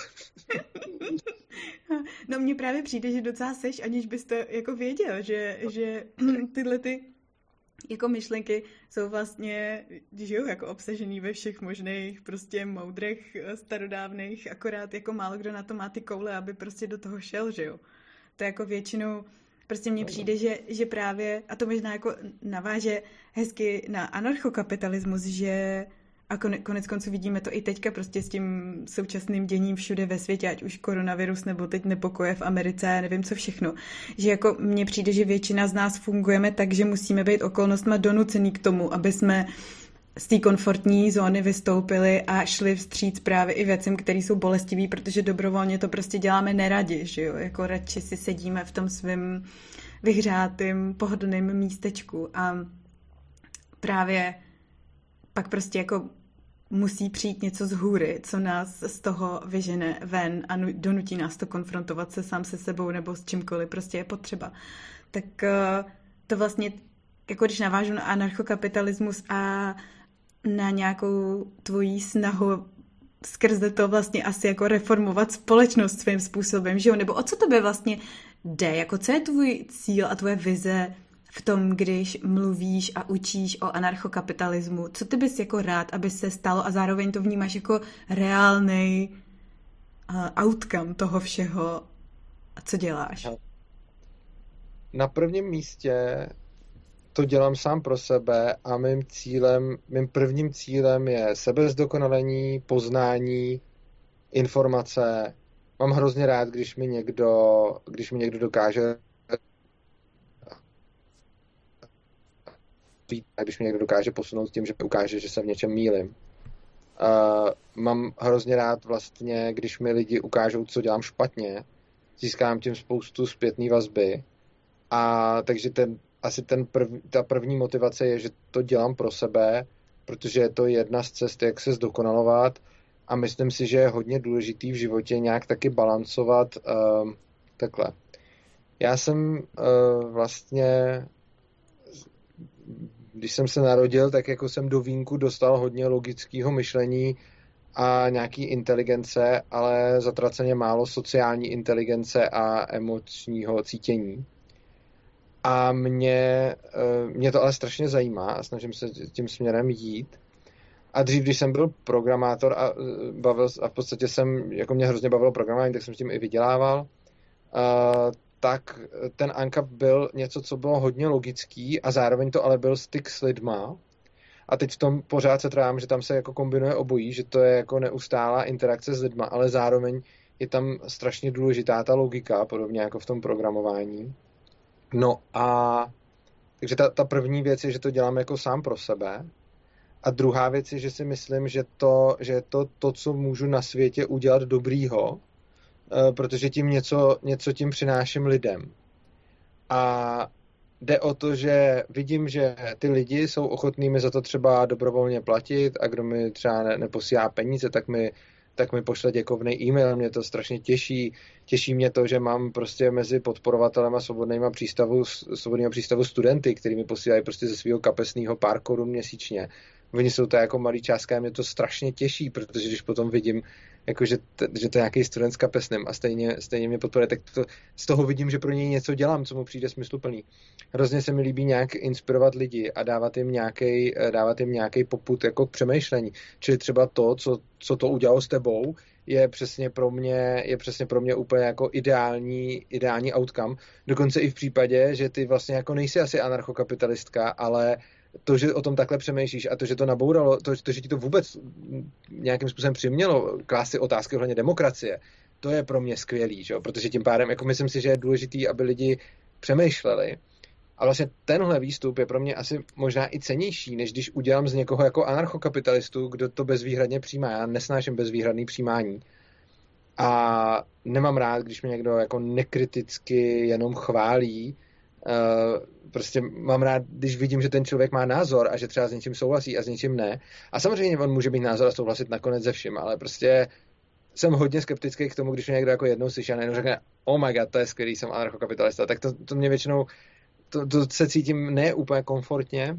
No mně právě přijde, že docela seš, aniž bys to jako věděl, že tyhle ty jako myšlenky jsou vlastně, že jo, jako obsažený ve všech možných prostě moudrech starodávných, akorát jako málo kdo na to má ty koule, aby prostě do toho šel, že jo. To jako většinou prostě mně přijde, že právě, a to možná jako naváže hezky na anarchokapitalismus, že a konec konců vidíme to i teďka prostě s tím současným děním všude ve světě, ať už koronavirus nebo teď nepokoje v Americe, nevím co všechno. Že jako mně přijde, že většina z nás fungujeme tak, že musíme být okolnostma donucený k tomu, aby jsme z té komfortní zóny vystoupili a šli vstříc právě i věcem, které jsou bolestivý, protože dobrovolně to prostě děláme neradi, že jo? Jako radši si sedíme v tom svém vyhřátém, pohodlném místečku a právě pak prostě jako musí přijít něco z hůry, co nás z toho vyžene ven a donutí nás to konfrontovat se sám se sebou nebo s čímkoliv prostě je potřeba. Tak to vlastně, jako když navážu na anarchokapitalismus a na nějakou tvojí snahu skrze to vlastně asi jako reformovat společnost svým způsobem, že jo? Nebo o co tobě vlastně jde? Jako co je tvůj cíl a tvoje vize v tom, když mluvíš a učíš o anarchokapitalismu? Co ty bys jako rád, aby se stalo a zároveň to vnímáš jako reálnej outcome toho všeho a co děláš? Na prvním místě to dělám sám pro sebe a mým prvním cílem je sebezdokonalení, poznání, informace. Mám hrozně rád, když mi někdo dokáže a když mě někdo dokáže posunout tím, že mi ukáže, že se v něčem mýlim. Mám hrozně rád vlastně, když mi lidi ukážou, co dělám špatně, získám tím spoustu zpětné vazby a takže ta první motivace je, že to dělám pro sebe, protože je to jedna z cest, jak se zdokonalovat a myslím si, že je hodně důležitý v životě nějak taky balancovat takhle. Já jsem vlastně když jsem se narodil, tak jako jsem do vínku dostal hodně logického myšlení a nějaký inteligence, ale zatraceně málo sociální inteligence a emočního cítění. A mě to ale strašně zajímá a snažím se tím směrem jít. A dřív, když jsem byl programátor a v podstatě jako mě hrozně bavilo programování, tak jsem s tím i vydělával, tak ten ANCAP byl něco, co bylo hodně logický a zároveň to ale byl styk s lidma. A teď v tom pořád se trvám, že tam se jako kombinuje obojí, že to je jako neustálá interakce s lidma, ale zároveň je tam strašně důležitá ta logika, podobně jako v tom programování. No a takže ta první věc je, že to dělám jako sám pro sebe. A druhá věc je, že si myslím, že je to, co můžu na světě udělat dobrýho, protože tím něco tím přináším lidem. A jde o to, že vidím, že ty lidi jsou ochotní mi za to třeba dobrovolně platit a kdo mi třeba neposílá peníze, tak mi pošle děkovný e-mail, mě to strašně těší. Těší mě to, že mám prostě mezi podporovatelema svobodného přístavu studenty, kteří mi posílají prostě ze svého kapesného pár korun měsíčně. Oni jsou to jako malý částka a mě to strašně těší, protože když potom vidím, jako že to je nějaký student s kapesným a stejně mě podporuje, tak z toho vidím, že pro něj něco dělám, co mu přijde smysluplný. Hrozně se mi líbí nějak inspirovat lidi a dávat jim nějaký popud jako k přemýšlení. Čili třeba to, co to udělalo s tebou, je přesně pro mě úplně jako ideální outcome. Dokonce i v případě, že ty vlastně jako nejsi asi anarchokapitalistka, ale to, že o tom takhle přemýšlíš a to, že to nabouralo, to, že ti to vůbec nějakým způsobem přimělo klást si otázky ohledně demokracie, to je pro mě skvělý, že? Protože tím pádem, jako myslím si, že je důležitý, aby lidi přemýšleli. A vlastně tenhle výstup je pro mě asi možná i cennější, než když udělám z někoho jako anarchokapitalistu, kdo to bezvýhradně přijímá. Já nesnáším bezvýhradný přijímání. A nemám rád, když mě někdo jako nekriticky jenom chválí. Prostě mám rád, když vidím, že ten člověk má názor a že třeba s něčím souhlasí a s něčím ne. A samozřejmě on může mít názor a souhlasit nakonec se vším, ale prostě jsem hodně skeptický k tomu, když mě někdo jako jednou slyší a najednou řekne, oh my god, to je skvělý, jsem anarchokapitalista, tak to mě většinou, to se cítím ne úplně komfortně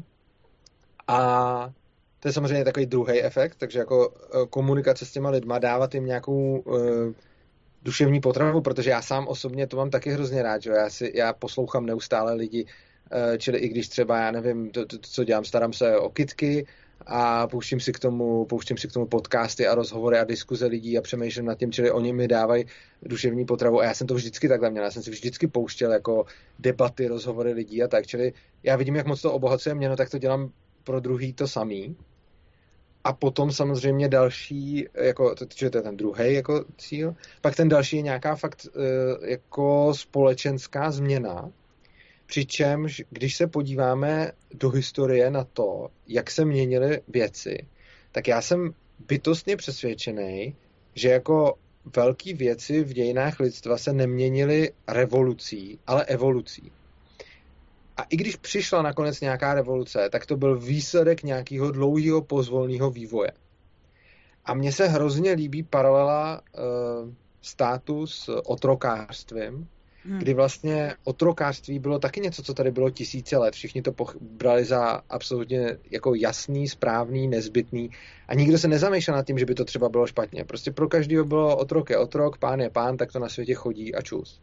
a to je samozřejmě takový druhý efekt, takže jako komunikace s těma lidma, dávat jim nějakou duševní potravu, protože já sám osobně to mám taky hrozně rád, že já poslouchám neustále lidi, čili i když třeba, já nevím, co dělám, starám se o kytky a pouštím si k tomu podcasty a rozhovory a diskuze lidí a přemýšlím nad tím, čili oni mi dávají duševní potravu a já jsem to vždycky takhle měl, já jsem si vždycky pouštěl jako debaty, rozhovory lidí a tak, čili já vidím, jak moc to obohacuje mě, no tak to dělám pro druhý to samý. A potom samozřejmě další, jako, to je ten druhý jako cíl, pak ten další je nějaká fakt jako společenská změna, přičemž když se podíváme do historie na to, jak se měnily věci, tak já jsem bytostně přesvědčený, že jako velké věci v dějinách lidstva se neměnily revolucí, ale evolucí. A i když přišla nakonec nějaká revoluce, tak to byl výsledek nějakého dlouhého pozvolného vývoje. A mně se hrozně líbí paralela státu s otrokářstvím, kdy vlastně otrokářství bylo taky něco, co tady bylo tisíce let. Všichni to brali za absolutně jako jasný, správný, nezbytný a nikdo se nezamýšlel nad tím, že by to třeba bylo špatně. Prostě pro každého bylo otrok je otrok, pán je pán, tak to na světě chodí a čus.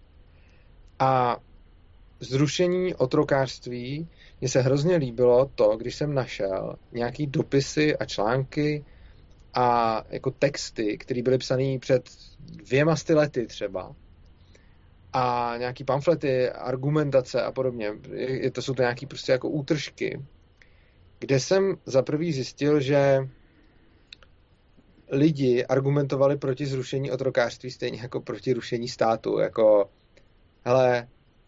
A zrušení otrokářství mně se hrozně líbilo to, když jsem našel nějaký dopisy a články a jako texty, které byly psané před 200 lety třeba a nějaký pamflety, argumentace a podobně. To jsou to nějaký prostě jako útržky, kde jsem za prvý zjistil, že lidi argumentovali proti zrušení otrokářství stejně jako proti rušení státu. Jako, hele,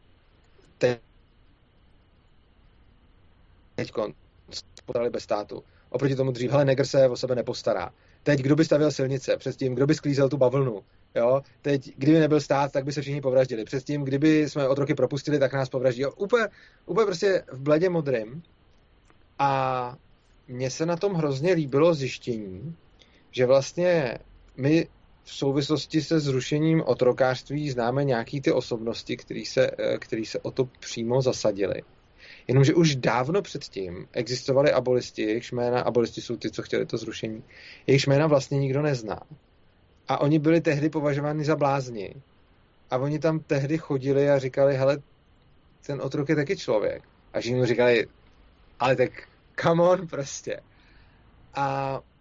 teďkon postarali bez státu. Oproti tomu dřív, hele, negr se o sebe nepostará. Teď, kdo by stavěl silnice? Předtím, kdo by sklízel tu bavlnu? Jo? Teď, kdyby nebyl stát, tak by se všichni povraždili. Předtím, kdyby jsme otroky propustili, tak nás povraždí. Jo? Úplně prostě v bledě modrým. A mně se na tom hrozně líbilo zjištění, že vlastně my v souvislosti se zrušením otrokářství známe nějaký ty osobnosti, který se o to přímo zasadili. Jenomže už dávno předtím existovali abolisti, jejichž jména, abolisti jsou ty, co chtěli to zrušení, jejichž jména vlastně nikdo nezná. A oni byli tehdy považováni za blázni. A oni tam tehdy chodili a říkali, hele, ten otrok je taky člověk. A že jim říkali, ale tak come on prostě. A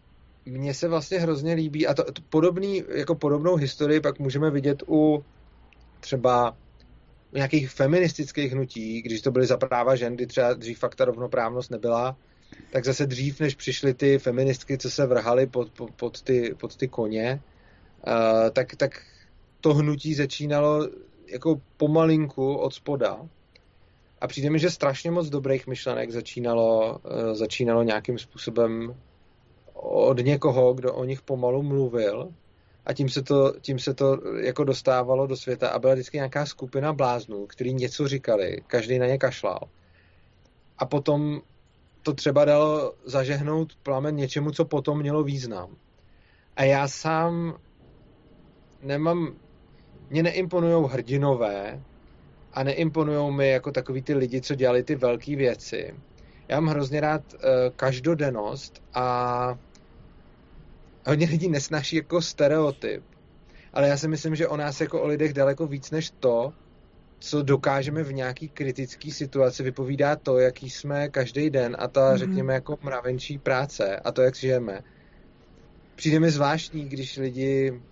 mně se vlastně hrozně líbí, a to podobnou historii pak můžeme vidět u třeba nějakých feministických hnutí, když to byly za práva žen, kdy třeba dřív fakt ta rovnoprávnost nebyla, tak zase dřív, než přišly ty feministky, co se vrhaly pod ty koně, tak to hnutí začínalo jako pomalinku od spoda. A přijde mi, že strašně moc dobrých myšlenek začínalo nějakým způsobem od někoho, kdo o nich pomalu mluvil, a tím se to jako dostávalo do světa a byla vždycky nějaká skupina bláznů, kteří něco říkali, každý na ně kašlal. A potom to třeba dalo zažehnout plamen něčemu, co potom mělo význam. A já sám mě neimponujou hrdinové a neimponujou mi jako takový ty lidi, co dělali ty velké věci. Já mám hrozně rád každodennost a hodně lidí nesnáší jako stereotyp. Ale já si myslím, že o nás jako o lidech daleko víc než to, co dokážeme v nějaký kritický situaci, vypovídá to, jaký jsme každý den a ta, řekněme, jako mravenčí práce a to, jak žijeme. Přijde mi zvláštní, když lidi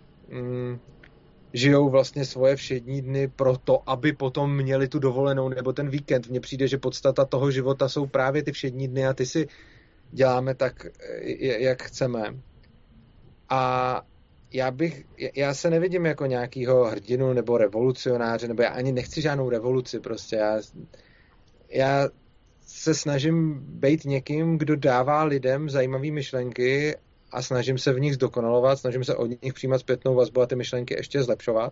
žijou vlastně svoje všední dny proto, aby potom měli tu dovolenou nebo ten víkend. Mně přijde, že podstata toho života jsou právě ty všední dny a ty si děláme tak, jak chceme. A já se nevidím jako nějakýho hrdinu nebo revolucionáře, nebo já ani nechci žádnou revoluci prostě. Já se snažím být někým, kdo dává lidem zajímavé myšlenky a snažím se v nich zdokonalovat, snažím se od nich přijímat zpětnou vazbu a ty myšlenky ještě zlepšovat.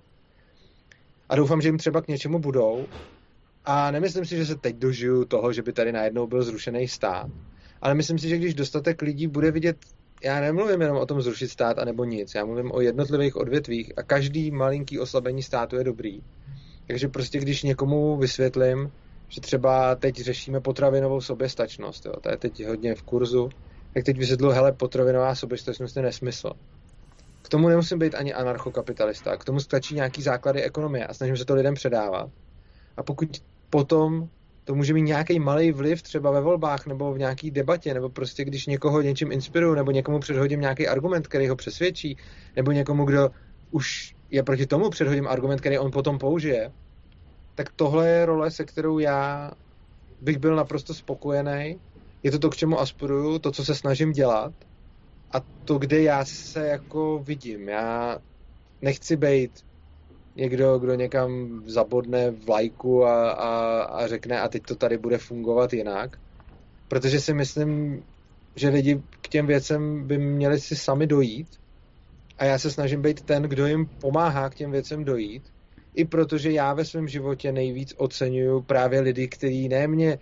A doufám, že jim třeba k něčemu budou. A nemyslím si, že se teď dožiju toho, že by tady najednou byl zrušený stát. Ale myslím si, že když dostatek lidí bude vidět, já nemluvím jenom o tom zrušit stát anebo nic, já mluvím o jednotlivých odvětvích a každý malinký oslabení státu je dobrý. Takže prostě když někomu vysvětlím, že třeba teď řešíme potravinovou soběstačnost, jo, to je teď hodně v kurzu, tak teď vysvětlu, hele, potravinová soběstačnost je nesmysl. K tomu nemusím být ani anarchokapitalista, k tomu stačí nějaký základy ekonomie a snažím se to lidem předávat. A pokud potom to může mít nějaký malý vliv třeba ve volbách nebo v nějaký debatě, nebo prostě když někoho něčím inspiruju, nebo někomu předhodím nějaký argument, který ho přesvědčí, nebo někomu, kdo už je proti tomu, předhodím argument, který on potom použije, tak tohle je role, se kterou já bych byl naprosto spokojený. Je to, k čemu aspiruju, to, co se snažím dělat a to, kde já se jako vidím. Já nechci být někdo, kdo někam zabodne vlajku a řekne a teď to tady bude fungovat jinak. Protože si myslím, že lidi k těm věcem by měli si sami dojít a já se snažím být ten, kdo jim pomáhá k těm věcem dojít. I protože já ve svém životě nejvíc oceňuju právě lidi, kteří ne mě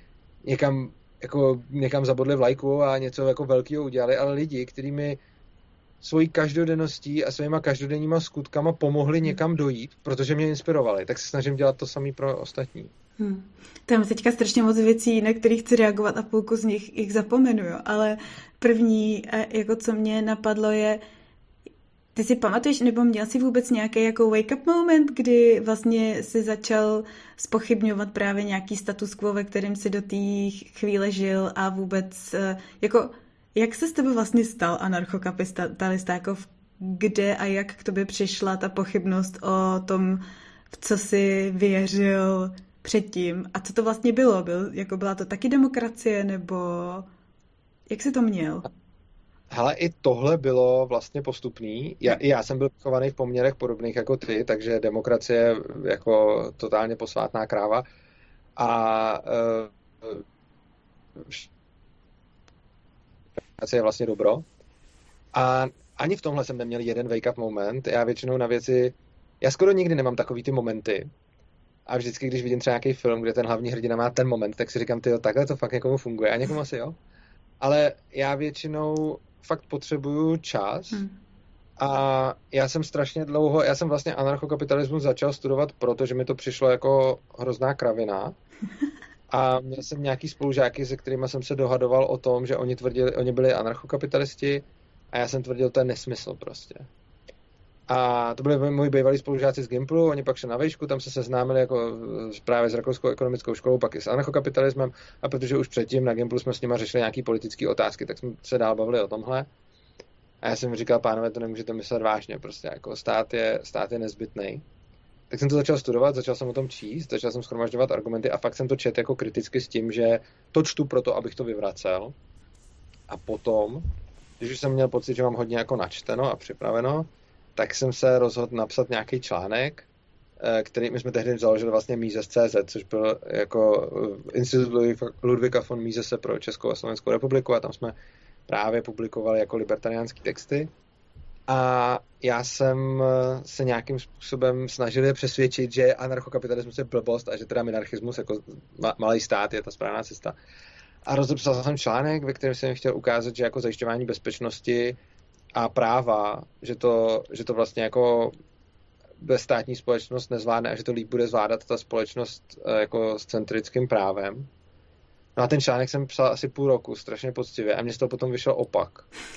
někam zabodli vlajku a něco jako velkého udělali, ale lidi, kteří mi svojí každodenností a svýma každodenníma skutkama pomohli někam dojít, protože mě inspirovali. Tak se snažím dělat to samý pro ostatní. Tam teďka strašně moc věcí, na kterých chci reagovat a půlku z nich jich zapomenu, ale první, jako co mě napadlo je, ty si pamatuješ, nebo měl jsi vůbec nějaký jako wake-up moment, kdy vlastně si začal zpochybňovat právě nějaký status quo, ve kterém si do té chvíle žil a vůbec jako jak se z tebe vlastně stal anarchokapitalista, jako kde a jak k tobě přišla ta pochybnost o tom, v co jsi věřil předtím a co to vlastně bylo? Byla to taky demokracie, nebo jak jsi to měl? Hele, i tohle bylo vlastně postupný. Já jsem byl vychovaný v poměrech podobných jako ty, takže demokracie jako totálně posvátná kráva. A je vlastně dobro. A ani v tomhle jsem neměl jeden wake-up moment. Já většinou na věci... Já skoro nikdy nemám takový ty momenty. A vždycky, když vidím třeba nějaký film, kde ten hlavní hrdina má ten moment, tak si říkám, tyjo, takhle to fakt někomu funguje. A někomu asi jo. Ale já většinou fakt potřebuju čas a já jsem vlastně anarchokapitalismus začal studovat, protože mi to přišlo jako hrozná kravina a měl jsem nějaký spolužáky, se kterými jsem se dohadoval o tom, že oni byli anarchokapitalisti a já jsem tvrdil, to je nesmysl prostě. A to byli moji bývalí spolužáci z Gimplu, oni pak šli na vejšku, tam se seznámili jako právě s rakouskou ekonomickou školou, pak i s anarchokapitalismem a protože už předtím na Gimplu jsme s nima řešili nějaký politické otázky, tak jsme se dál bavili o tomhle. A já jsem mi říkal, pánové, to nemůžete myslet vážně, prostě jako stát je nezbytný. Tak jsem to začal studovat, začal jsem o tom číst, začal jsem shromažďovat argumenty a fakt jsem to četl jako kriticky s tím, že to čtu proto, abych to vyvracel. A potom, když už jsem měl pocit, že mám hodně jako načteno a připraveno, tak jsem se rozhodl napsat nějaký článek, který my jsme tehdy založili vlastně Mises.cz, což byl jako Institut Ludvíka von Misese pro Českou a Slovenskou republiku a tam jsme právě publikovali jako libertariánský texty. A já jsem se nějakým způsobem snažil je přesvědčit, že anarchokapitalismus je blbost a že teda minarchismus jako malý stát je ta správná cesta. A rozepsal jsem článek, ve kterém jsem chtěl ukázat, že jako zajišťování bezpečnosti a práva, že to vlastně jako bezstátní společnost nezvládne a že to líp bude zvládat ta společnost jako s centrickým právem. No a ten článek jsem psal asi půl roku, strašně poctivě a mně z toho potom vyšel opak.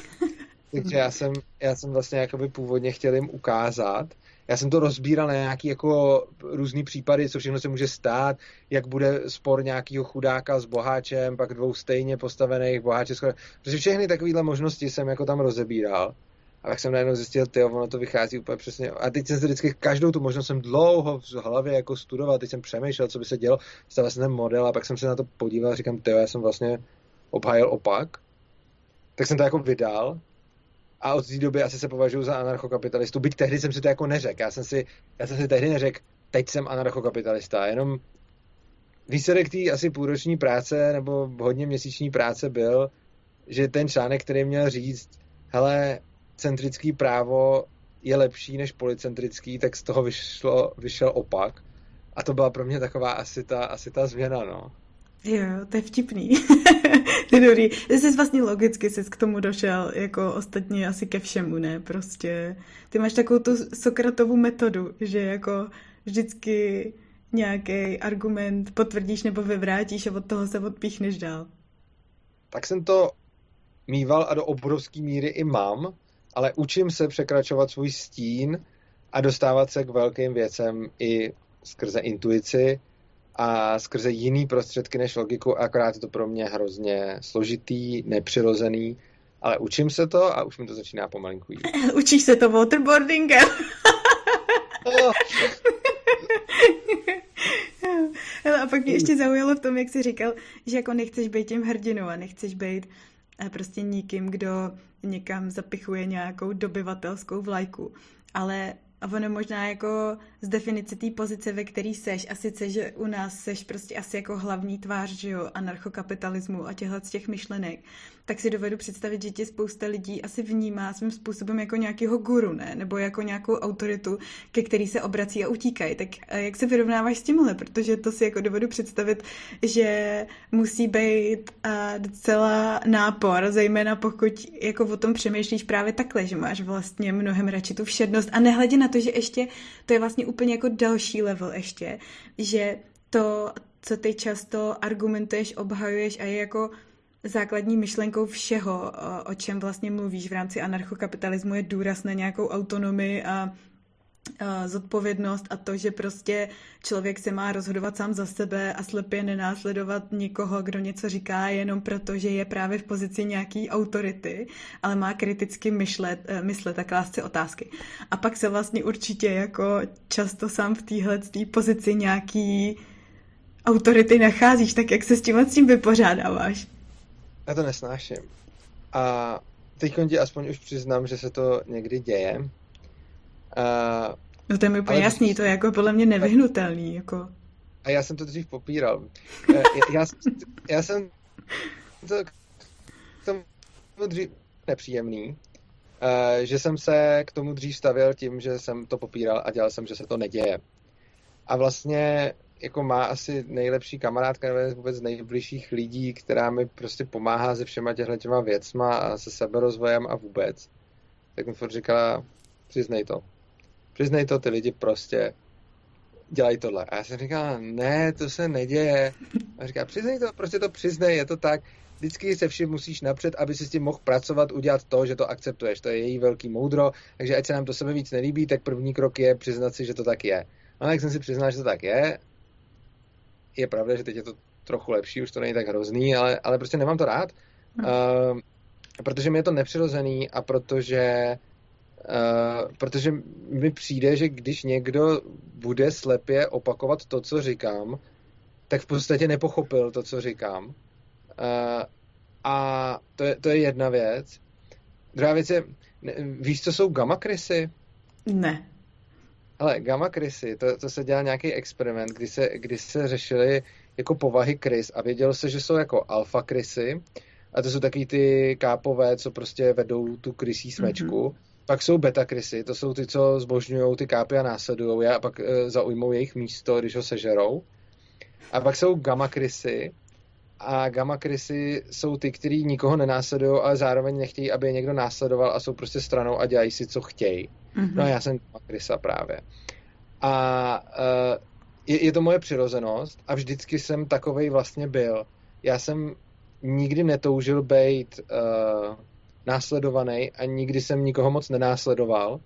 Takže já jsem vlastně jakoby původně chtěl jim ukázat. Já jsem to rozbíral na nějaký jako různý případy, co všechno se může stát, jak bude spor nějakého chudáka s boháčem, pak dvou stejně postavených boháče. Protože všechny takovéhle možnosti jsem jako tam rozebíral. A tak jsem najednou zjistil, ono to vychází úplně přesně. A teď jsem si vždycky každou tu možnost jsem dlouho v hlavě jako studoval, teď jsem přemýšlel, co by se dělo, stavil jsem ten model a pak jsem se na to podíval a říkám, já jsem vlastně obhájil opak. Tak jsem to jako vydal. A od té doby asi se považuji za anarchokapitalistu, byť tehdy jsem si to jako neřekl. Já jsem si tehdy neřekl, teď jsem anarchokapitalista, jenom výsledek té asi půlroční práce nebo hodně měsíční práce byl, že ten článek, který měl říct, hele, centrický právo je lepší než policentrický, tak z toho vyšel opak. A to byla pro mě taková asi ta změna, no. Jo, to je vtipný. To je dobrý. Jsi vlastně logicky jsi k tomu došel, jako ostatní asi ke všemu, ne? Prostě ty máš takovou tu Sokratovu metodu, že jako vždycky nějaký argument potvrdíš nebo vyvrátíš a od toho se odpíchneš dál. Tak jsem to mýval a do obrovské míry i mám, ale učím se překračovat svůj stín a dostávat se k velkým věcem i skrze intuici a skrze jiný prostředky než logiku, akorát je to pro mě hrozně složitý, nepřirozený, ale učím se to a už mi to začíná pomalinku jít. Učíš se to waterboardingem? No. Hele, a pak mě ještě zaujalo v tom, jak jsi říkal, že jako nechceš být tím hrdinou a nechceš být prostě nikým, kdo někam zapichuje nějakou dobyvatelskou vlajku, ale a ono možná jako z definice té pozice, ve který seš, a sice, že u nás seš prostě asi jako hlavní tvář, že jo, anarchokapitalismu a těch myšlenek, tak si dovedu představit, že tě spousta lidí asi vnímá svým způsobem jako nějakého guru, ne? Nebo jako nějakou autoritu, ke který se obrací a utíkají. Tak jak se vyrovnáváš s tímhle? Protože to si jako dovedu představit, že musí být docela nápor, zejména pokud jako o tom přemýšlíš právě takhle, že máš vlastně mnohem radši tu všednost a nehledě na to, že ještě to je vlastně úplně jako další level ještě, že to, co ty často argumentuješ, obhajuješ a je jako základní myšlenkou všeho, o čem vlastně mluvíš v rámci anarchokapitalismu, je důraz na nějakou autonomii a zodpovědnost a to, že prostě člověk se má rozhodovat sám za sebe a slepě nenásledovat nikoho, kdo něco říká jenom proto, že je právě v pozici nějaký autority, ale má kriticky myslet a klást si otázky. A pak se vlastně určitě jako často sám v téhle pozici nějaký autority nacházíš, tak jak se s tím vypořádáváš? Já to nesnáším. A teď ti aspoň už přiznám, že se to někdy děje. No to je mi úplně jasný, to je jako podle mě nevyhnutelný. Jako. A já jsem to dřív popíral. Já jsem to k tomu dřív nepříjemný, že jsem se k tomu dřív stavěl tím, že jsem to popíral a dělal jsem, že se to neděje. A vlastně jako má asi nejlepší kamarádka nebo vůbec z nejbližších lidí, která mi prostě pomáhá se všema těma věcma a se seberozvojem a vůbec. Tak mi furt říkala, přiznej to, ty lidi prostě dělají tohle. A já jsem říkal, ne, to se neděje. A říká, přiznej to, prostě to přiznej, je to tak. Vždycky se vším musíš napřed, aby si s tím mohl pracovat, udělat to, že to akceptuješ. To je její velký moudro, takže ať se nám to sebe víc nelíbí, tak první krok je přiznat si, že to tak je. A jak jsem si přiznal, že to tak je pravda, že teď je to trochu lepší, už to není tak hrozný, ale prostě nemám to rád. protože mi je to nepřirozený a protože mi přijde, že když někdo bude slepě opakovat to, co říkám, tak v podstatě nepochopil to, co říkám. A to je jedna věc. Druhá věc je, víš, co jsou gamma krysy? Ne. Ale gamma krysy, to se dělal nějaký experiment, kdy se řešily jako povahy krys a vědělo se, že jsou jako alfa krysy a to jsou taky ty kápové, co prostě vedou tu krysí smečku. Pak jsou beta krysy, to jsou ty, co zbožňují ty kápy a následují je a pak zaujmou jejich místo, když ho sežerou. A pak jsou gamma krysy a gamma krysy jsou ty, kteří nikoho nenásledují, ale zároveň nechtějí, aby je někdo následoval a jsou prostě stranou a dělají si, co chtějí. No a já jsem gamma krysa právě. A je to moje přirozenost a vždycky jsem takovej vlastně byl. Já jsem nikdy netoužil být následovaný a nikdy jsem nikoho moc nenásledoval.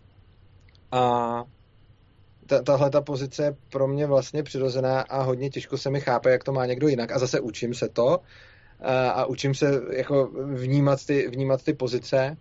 A tahle ta pozice je pro mě vlastně přirozená a hodně těžko se mi chápe, jak to má někdo jinak. A zase učím se to a učím se jako vnímat ty pozice,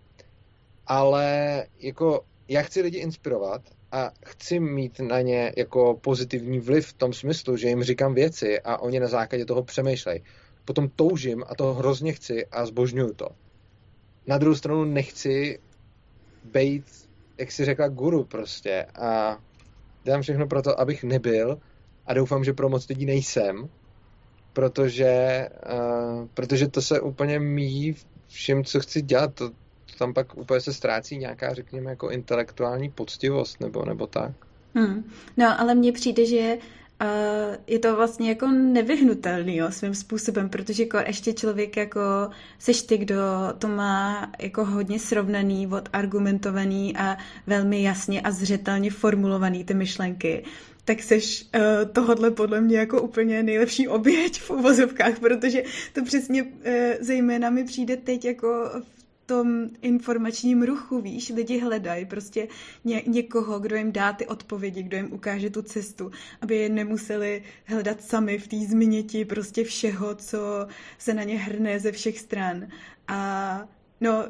ale jako já chci lidi inspirovat a chci mít na ně jako pozitivní vliv v tom smyslu, že jim říkám věci a oni na základě toho přemýšlejí. Potom toužím a to hrozně chci a zbožňuju to. Na druhou stranu nechci být, jak si řekla, guru prostě a dělám všechno pro to, abych nebyl a doufám, že pro moc lidí nejsem, protože to se úplně míjí všem, co chci dělat. To tam pak úplně se ztrácí nějaká, řekněme, jako intelektuální poctivost nebo tak. No, ale mně přijde, že je to vlastně jako nevyhnutelný, jo, svým způsobem, protože jako ještě člověk jako seš ty, kdo to má jako hodně srovnaný, odargumentovaný a velmi jasně a zřetelně formulovaný ty myšlenky, tak seš tohodle podle mě jako úplně nejlepší oběť v uvozovkách, protože to přesně zejména mi přijde teď jako tom informačním ruchu, víš, lidi hledají prostě někoho, kdo jim dá ty odpovědi, kdo jim ukáže tu cestu, aby je nemuseli hledat sami v té změti prostě všeho, co se na ně hrne ze všech stran. A no,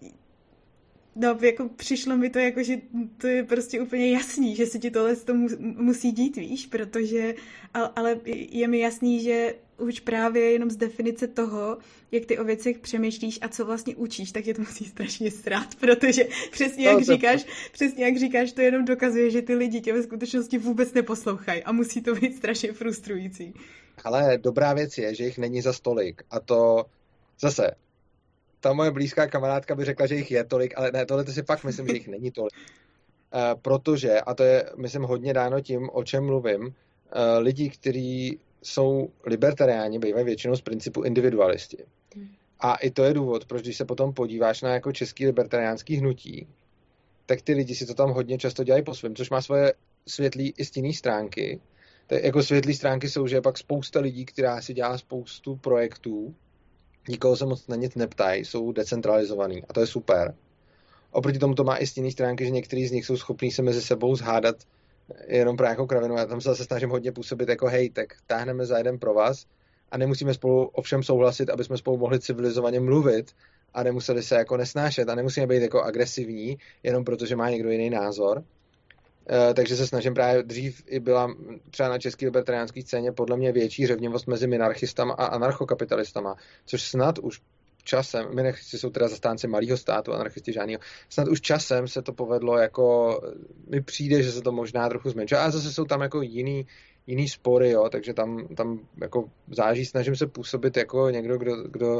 jako přišlo mi to jako, že to je prostě úplně jasný, že se ti tohle musí dít, víš, protože, ale je mi jasný, že už právě jenom z definice toho, jak ty o věcech přemýšlíš a co vlastně učíš, tak tě to musí strašně srát, protože přesně jak říkáš, to jenom dokazuje, že ty lidi tě ve skutečnosti vůbec neposlouchají a musí to být strašně frustrující. Ale dobrá věc je, že jich není za tolik a to zase ta moje blízká kamarádka by řekla, že jich je tolik, ale ne, tohle to si fakt myslím, že jich není tolik. Protože, a to je, myslím, hodně dáno tím, o čem mluvím, lidi, kteří jsou libertariáni, bývají většinou z principu individualisti. A i to je důvod, proč když se potom podíváš na jako český libertariánský hnutí, tak ty lidi si to tam hodně často dělají po svém, což má svoje světlý i stinný stránky. Jako světlý stránky jsou, že je pak spousta lidí, která si dělá spoustu projektů, nikoho se moc na nic neptají, jsou decentralizovaný a to je super. Oproti tomu to má i stinný stránky, že některý z nich jsou schopní se mezi sebou zhádat jenom pro nějakou kravinu. Já tam se zase snažím hodně působit jako hej, tak táhneme za jeden provaz a nemusíme spolu ovšem souhlasit, aby jsme spolu mohli civilizovaně mluvit a nemuseli se jako nesnášet a nemusíme být jako agresivní, jenom protože má někdo jiný názor. Takže se snažím právě dřív i byla třeba na české libertariánské scéně podle mě větší řevnivost mezi minarchistama a anarchokapitalistama, což snad už časem, minarchisti jsou teda zastánci malého státu, anarchisti žádnýho, snad už časem se to povedlo jako, mi přijde, že se to možná trochu zmenšilo, a zase jsou tam jako jiný spory, jo, takže tam jako záží, snažím se působit jako někdo, kdo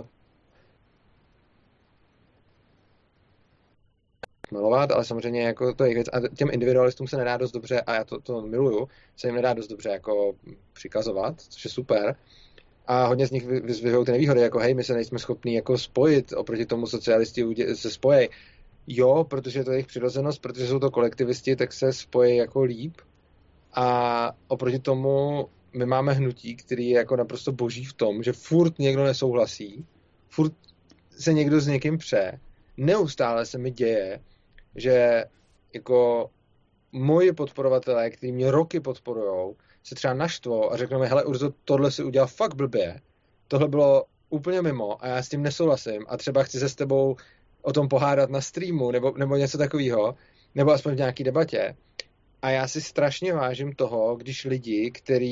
milovat, ale samozřejmě jako to je věc. A těm individualistům se nedá dost dobře, a já to miluju, se jim nedá dost dobře jako přikazovat, což je super. A hodně z nich vyzvihují ty nevýhody, jako hej, my se nejsme schopní jako spojit, oproti tomu socialisti se spojí. Jo, protože to je jejich přirozenost, protože jsou to kolektivisti, tak se spojí jako líp. A oproti tomu my máme hnutí, který je jako naprosto boží v tom, že furt někdo nesouhlasí, furt se někdo s někým pře. Neustále se mi děje, že jako moji podporovatelé, kteří mě roky podporujou, se třeba naštvou a řeknou mi, hele Urzo, tohle si udělal fakt blbě, tohle bylo úplně mimo a já s tím nesouhlasím a třeba chci se s tebou o tom pohádat na streamu nebo něco takového, nebo aspoň v nějaký debatě. A já si strašně vážím toho, když lidi,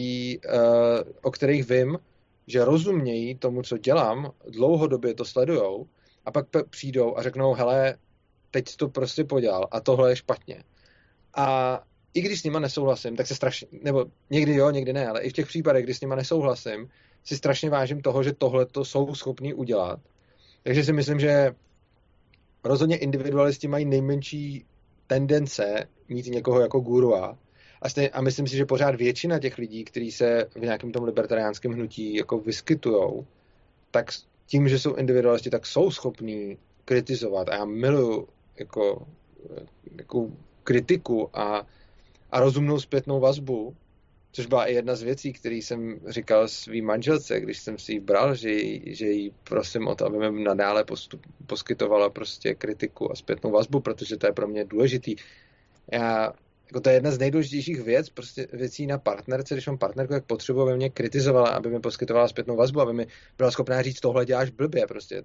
o kterých vím, že rozumějí tomu, co dělám, dlouhodobě to sledujou a pak přijdou a řeknou, hele, teď jsi to prostě podělal a tohle je špatně. A i když s nima nesouhlasím, tak se strašně, nebo někdy jo, někdy ne, ale i v těch případech, kdy s nima nesouhlasím, si strašně vážím toho, že tohle to jsou schopní udělat. Takže si myslím, že rozhodně individualisti mají nejmenší tendence mít někoho jako gurua. A myslím si, že pořád většina těch lidí, kteří se v nějakém tom libertariánském hnutí jako vyskytujou, tak tím, že jsou individualisti, tak jsou schopní kritizovat. A já miluju jako kritiku a rozumnou zpětnou vazbu, což byla i jedna z věcí, které jsem říkal svý manželce, když jsem si ji bral, že jí prosím o to, aby mi nadále poskytovala prostě kritiku a zpětnou vazbu, protože to je pro mě důležitý. To je jedna z nejdůležitějších věcí na partnerce, když mám partnerku, jak potřebuji, aby mě kritizovala, aby mi poskytovala zpětnou vazbu, aby mi byla schopná říct, tohle děláš blbě, prostě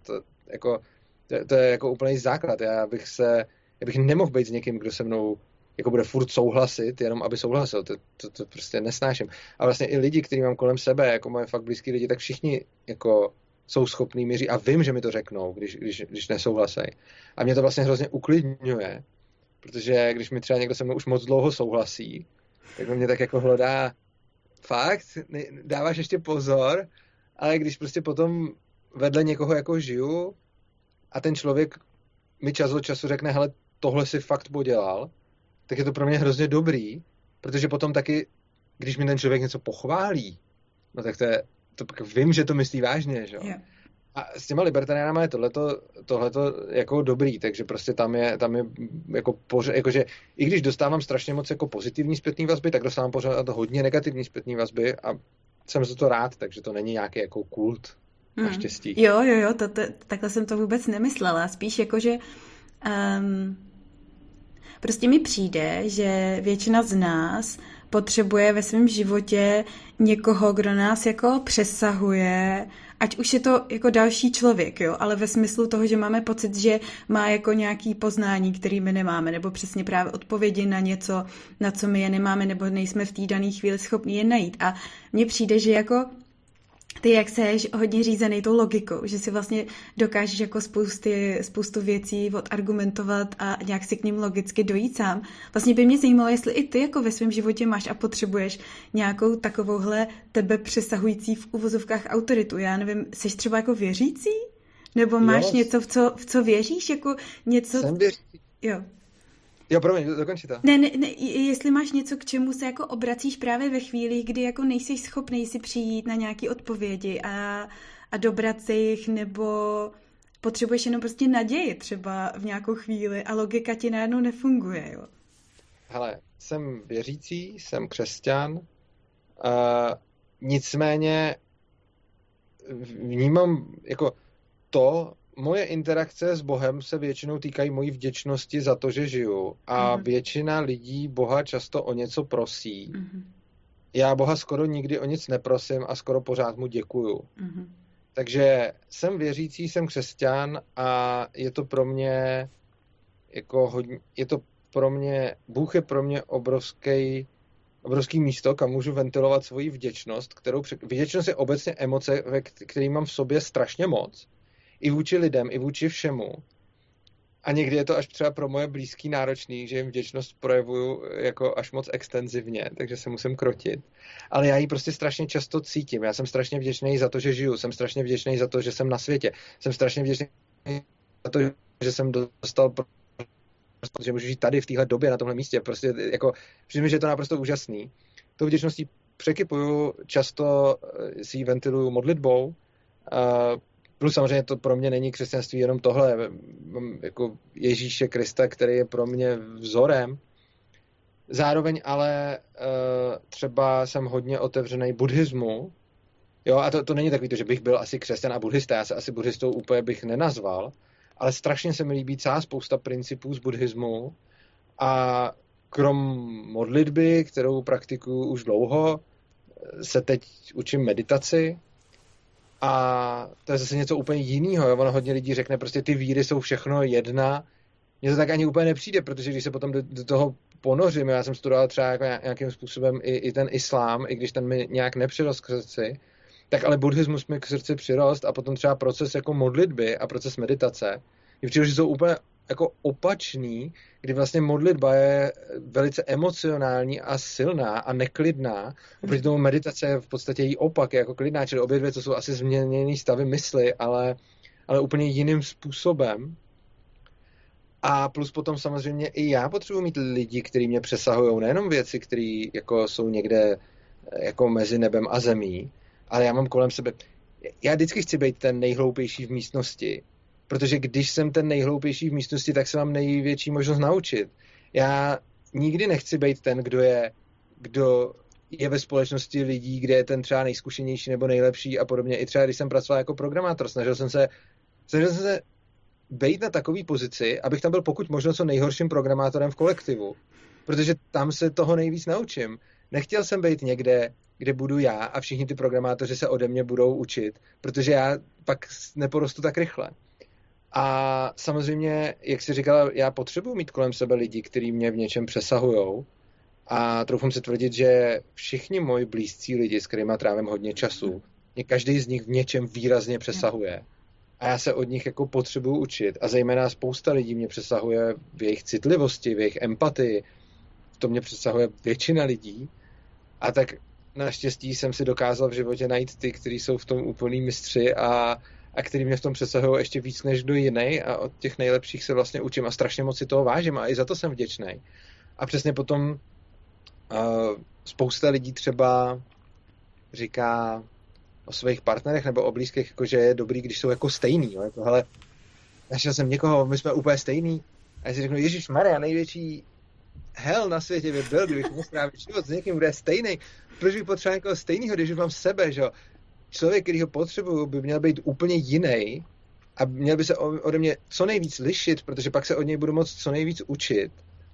to je jako úplný základ. Já bych nemohl být s někým, kdo se mnou jako bude furt souhlasit, jenom aby souhlasil. To prostě nesnáším. A vlastně i lidi, kteří mám kolem sebe, jako moje fakt blízký lidi, tak všichni jako jsou schopní mi říct a vím, že mi to řeknou, když nesouhlasejí. A mě to vlastně hrozně uklidňuje, protože když mi třeba někdo se mnou už moc dlouho souhlasí, tak mě tak jako hlodá fakt, dáváš ještě pozor, ale když prostě potom vedle někoho jako žiju a ten člověk mi čas od času řekne, hele, tohle si fakt podělal, tak je to pro mě hrozně dobrý, protože potom taky, když mi ten člověk něco pochválí, no tak to vím, že to myslí vážně, že jo. Yeah. A s těma libertariánama je tohleto jako dobrý, takže prostě tam je jakože i když dostávám strašně moc jako pozitivní zpětný vazby, tak dostávám pořád hodně negativní zpětný vazby a jsem za to rád, takže to není nějaký jako kult naštěstí. Jo, takhle jsem to vůbec nemyslela, spíš jakože prostě mi přijde, že většina z nás potřebuje ve svém životě někoho, kdo nás jako přesahuje, ať už je to jako další člověk, jo, ale ve smyslu toho, že máme pocit, že má jako nějaký poznání, který my nemáme, nebo přesně právě odpovědi na něco, na co my je nemáme, nebo nejsme v té dané chvíli schopni je najít. A mně přijde, že jako ty, jak seš hodně řízený tou logikou, že si vlastně dokážeš jako spoustu věcí odargumentovat a nějak si k ním logicky dojít sám. Vlastně by mě zajímalo, jestli i ty jako ve svém životě máš a potřebuješ nějakou takovouhle tebe přesahující v uvozovkách autoritu. Já nevím, seš třeba jako věřící? Nebo máš něco, v co věříš? Jako něco... Jsem věřící. Jo. Jo, promiň, dokončí to. Ne, jestli máš něco, k čemu se jako obracíš právě ve chvíli, kdy jako nejsi schopný si přijít na nějaké odpovědi a dobrat se jich, nebo potřebuješ jenom prostě naději třeba v nějakou chvíli a logika ti najednou nefunguje, jo? Hele, jsem věřící, jsem křesťan, nicméně vnímám jako moje interakce s Bohem se většinou týkají mojí vděčnosti za to, že žiju. A většina lidí Boha často o něco prosí. Já Boha skoro nikdy o nic neprosím a skoro pořád mu děkuju. Takže jsem věřící, jsem křesťan a je to pro mě jako Bůh je pro mě obrovský místo, kam můžu ventilovat svoji vděčnost, vděčnost je obecně emoce, který mám v sobě strašně moc. I vůči lidem, i vůči všemu. A někdy je to až třeba pro moje blízký náročný, že jim vděčnost projevuju jako až moc extenzivně, takže se musím krotit. Ale já ji prostě strašně často cítím. Já jsem strašně vděčný za to, že žiju. Jsem strašně vděčný za to, že jsem na světě. Jsem strašně vděčný za to, že jsem dostal že můžu žít tady v téhle době, na tomhle místě. Prostě jako, přijde, že je to naprosto úžasný. Tou vděčností překypuju, často si ji ventiluju modlitbou. Plus samozřejmě to pro mě není křesťanství jenom tohle. Mám jako Ježíše Krista, který je pro mě vzorem. Zároveň ale třeba jsem hodně otevřený buddhismu. Jo, a to není takový to, že bych byl asi křesťan a buddhista. Já se asi buddhistou úplně bych nenazval. Ale strašně se mi líbí celá spousta principů z buddhismu. A krom modlitby, kterou praktikuju už dlouho, se teď učím meditaci. A to je zase něco úplně jiného. Ono hodně lidí řekne, prostě ty víry jsou všechno jedna. Mně to tak ani úplně nepřijde, protože když se potom do toho ponořím, já jsem studoval třeba jako nějakým způsobem i ten islám, i když ten mi nějak nepřirost k srdci, tak ale buddhismus mi k srdci přirost a potom třeba proces jako modlitby a proces meditace. Mně přijde, že jsou úplně jako opačný, kdy vlastně modlitba je velice emocionální a silná a neklidná. Oproti tomu meditace je v podstatě její opak, je jako klidná, čili obě dvě to jsou asi změněné stavy mysli, ale úplně jiným způsobem. A plus potom samozřejmě i já potřebuji mít lidi, kteří mě přesahují, nejenom věci, které jako jsou někde jako mezi nebem a zemí, ale já mám kolem sebe, já vždycky chci být ten nejhloupější v místnosti, protože když jsem ten nejhloupější v místnosti, tak se mám největší možnost naučit. Já nikdy nechci být ten, kdo je ve společnosti lidí, kde je ten třeba nejzkušenější nebo nejlepší a podobně. I třeba, když jsem pracoval jako programátor, snažil jsem se být na takové pozici, abych tam byl pokud možno co nejhorším programátorem v kolektivu. Protože tam se toho nejvíc naučím. Nechtěl jsem být někde, kde budu já a všichni ty programátoři se ode mě budou učit, protože já pak neporostu tak rychle. A samozřejmě, jak jsi říkala, já potřebuji mít kolem sebe lidi, kteří mě v něčem přesahujou. A troufám se tvrdit, že všichni moji blízcí lidi, s kterými trávím hodně času, mě každý z nich v něčem výrazně přesahuje. A já se od nich jako potřebuju učit. A zejména spousta lidí mě přesahuje v jejich citlivosti, v jejich empatii. To mě přesahuje většina lidí. A tak naštěstí jsem si dokázal v životě najít ty, kteří jsou v tom úplný mistři a který mě v tom přesahují ještě víc než do jiných. A od těch nejlepších se vlastně učím a strašně moc si toho vážím. A i za to jsem vděčný. A přesně potom spousta lidí třeba říká o svých partnerech nebo o blízkých, jako že je dobrý, když jsou jako stejný. Jo? Jako, hele, našel jsem někoho, my jsme úplně stejný. A já si řeknu, Ježišmarja, největší hell na světě by byl, kdybych mohl strávit život s někým, kdo je stejný. Proč bych potřeboval někoho stejného, když už mám sebe, že jo? Člověk, který ho potřebuju, by měl být úplně jiný a měl by se ode mě co nejvíc lišit, protože pak se od něj budu moct co nejvíc učit.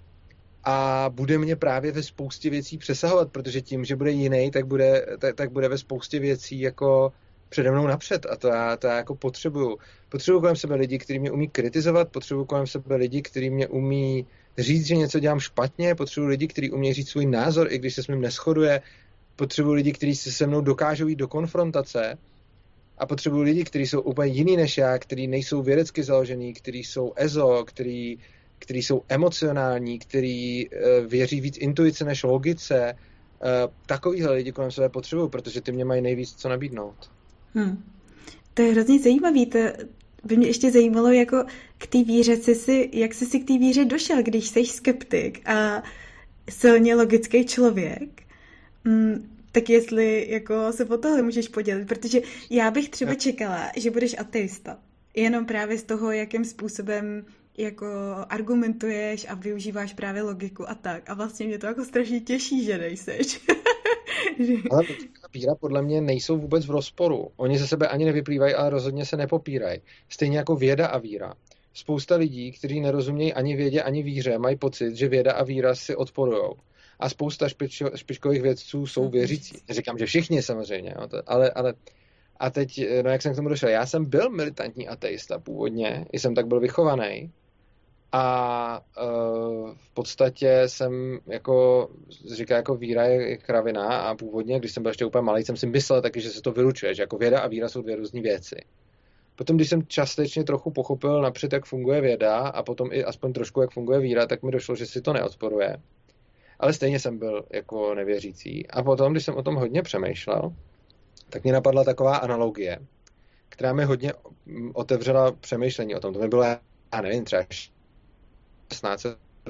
A bude mě právě ve spoustě věcí přesahovat, protože tím, že bude jiný, tak bude ve spoustě věcí jako přede mnou napřed a to já jako potřebuju. Potřebuju kolem sebe lidi, kteří mě umí kritizovat, potřebuju kolem sebe lidi, kteří mě umí říct, že něco dělám špatně, potřebuju lidi, kteří umí říct svůj názor, i když se s mým neshoduje, potřebuju lidi, kteří se mnou dokážou jít do konfrontace a potřebuju lidi, kteří jsou úplně jiný než já, kteří nejsou vědecky založený, kteří jsou EZO, kteří jsou emocionální, kteří věří víc intuice než logice. Takovýhle lidi kolem sebe potřebuju, protože ty mě mají nejvíc co nabídnout. To je hrozně zajímavý. To by mě ještě zajímalo, jako k té víře, jak jsi si k té víře došel, když jsi skeptik a silně logický člověk. Tak jestli jako se o tohle můžeš podělit, protože já bych třeba čekala, že budeš ateista. Jenom právě z toho, jakým způsobem jako argumentuješ a využíváš právě logiku a tak. A vlastně mě to jako strašně těší, že nejseš. Ale víra podle mě nejsou vůbec v rozporu. Oni ze sebe ani nevyplývají, ale rozhodně se nepopírají. Stejně jako věda a víra. Spousta lidí, kteří nerozumějí ani vědě, ani víře, mají pocit, že věda a víra si odporujou. A spousta špičkových vědců jsou věřící. Říkám, že všichni samozřejmě, ale a teď, no jak jsem k tomu došel, já jsem byl militantní ateista původně, jsem tak byl vychovaný a v podstatě jsem říká, jako víra je kravina a původně, když jsem byl ještě úplně malý, jsem si myslel taky, že se to vylučuje, že jako věda a víra jsou dvě různé věci. Potom, když jsem částečně trochu pochopil napřed, jak funguje věda a potom i aspoň trošku, jak funguje víra, tak mi došlo, že si to neodporuje. Ale stejně jsem byl jako nevěřící. A potom, když jsem o tom hodně přemýšlel, tak mě napadla taková analogie, která mi hodně otevřela přemýšlení o tom. To mi bylo, já nevím, třeba 16.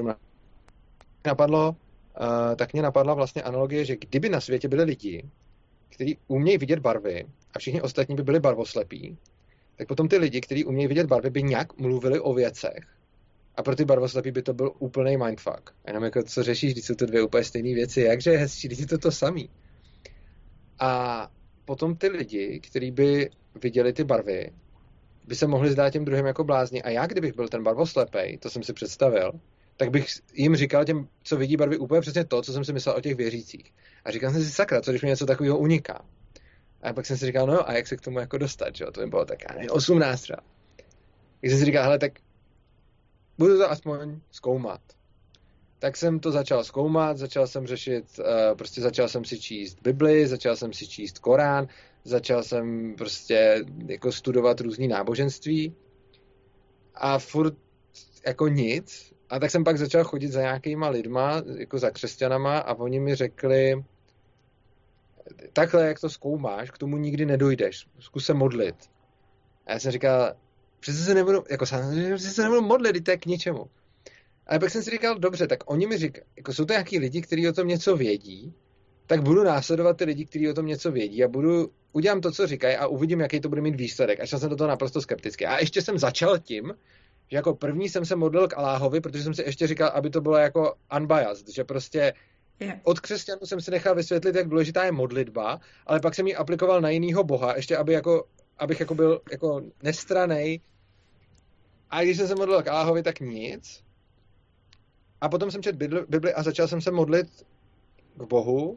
Tak mě napadla vlastně analogie, že kdyby na světě byli lidi, kteří umějí vidět barvy a všichni ostatní by byli barvoslepí, tak potom ty lidi, kteří umějí vidět barvy, by nějak mluvili o věcech. A pro ty barvoslepí by to byl úplný mindfuck. Jenom jako co řešíš, když jsou to dvě úplně stejné věci, jakže je hezčí, když je to samý. A potom ty lidi, kteří by viděli ty barvy, by se mohli zdát těm druhým jako blázni. A já, kdybych byl ten barvoslepej, to jsem si představil, tak bych jim říkal těm, co vidí barvy, úplně přesně to, co jsem si myslel o těch věřících. A říkal jsem si, sakra, co když mi něco takového uniká. A pak jsem si říkal, no a jak se k tomu jako dostat, že jo? To mi bylo tak, já nevím, 18 třeba. Tak jsem si říkal, hele, tak budu to aspoň zkoumat. Tak jsem to začal zkoumat, začal jsem řešit, prostě začal jsem si číst Bibli, začal jsem si číst Korán, začal jsem prostě jako studovat různý náboženství a furt jako nic. A tak jsem pak začal chodit za nějakýma lidma, jako za křesťanama a oni mi řekli, takhle, jak to zkoumáš, k tomu nikdy nedojdeš. Zkus se modlit. A já jsem říkal, přece se nebudu modlit, to je k ničemu. Ale pak jsem si říkal, dobře, tak oni mi říkají, jako jsou to nějaký lidi, kteří o tom něco vědí, tak budu následovat ty lidi, kteří o tom něco vědí a udělám to, co říkají a uvidím, jaký to bude mít výsledek. A šel jsem do toho naprosto skepticky. A ještě jsem začal tím, že jako první jsem se modlil k Alláhovi, protože jsem si ještě říkal, aby to bylo jako unbiased, že prostě od křesťanů jsem si nechal vysvětlit, jak důležitá je modlitba, ale pak jsem ji aplikoval na jinýho boha, ještě abych jako byl jako nestrannej. A když jsem se modlil k Alláhovi, tak nic. A potom jsem četl Bibli a začal jsem se modlit k Bohu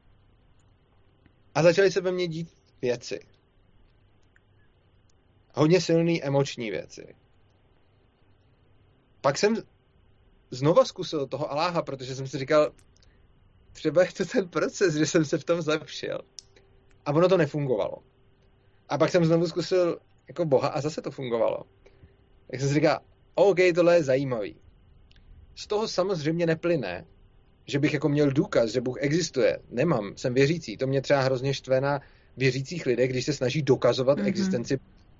a začaly se ve mně dít věci. Hodně silný emoční věci. Pak jsem znova zkusil toho Alláha, protože jsem si říkal, třeba je to ten proces, že jsem se v tom zlepšil. A ono to nefungovalo. A pak jsem znovu zkusil jako Boha a zase to fungovalo. Tak jsem si říkal, OK, tohle je zajímavý. Z toho samozřejmě neplyne, že bych jako měl důkaz, že Bůh existuje. Nemám, jsem věřící. To mě třeba hrozně štve na věřících lidech, když se snaží dokazovat existenci.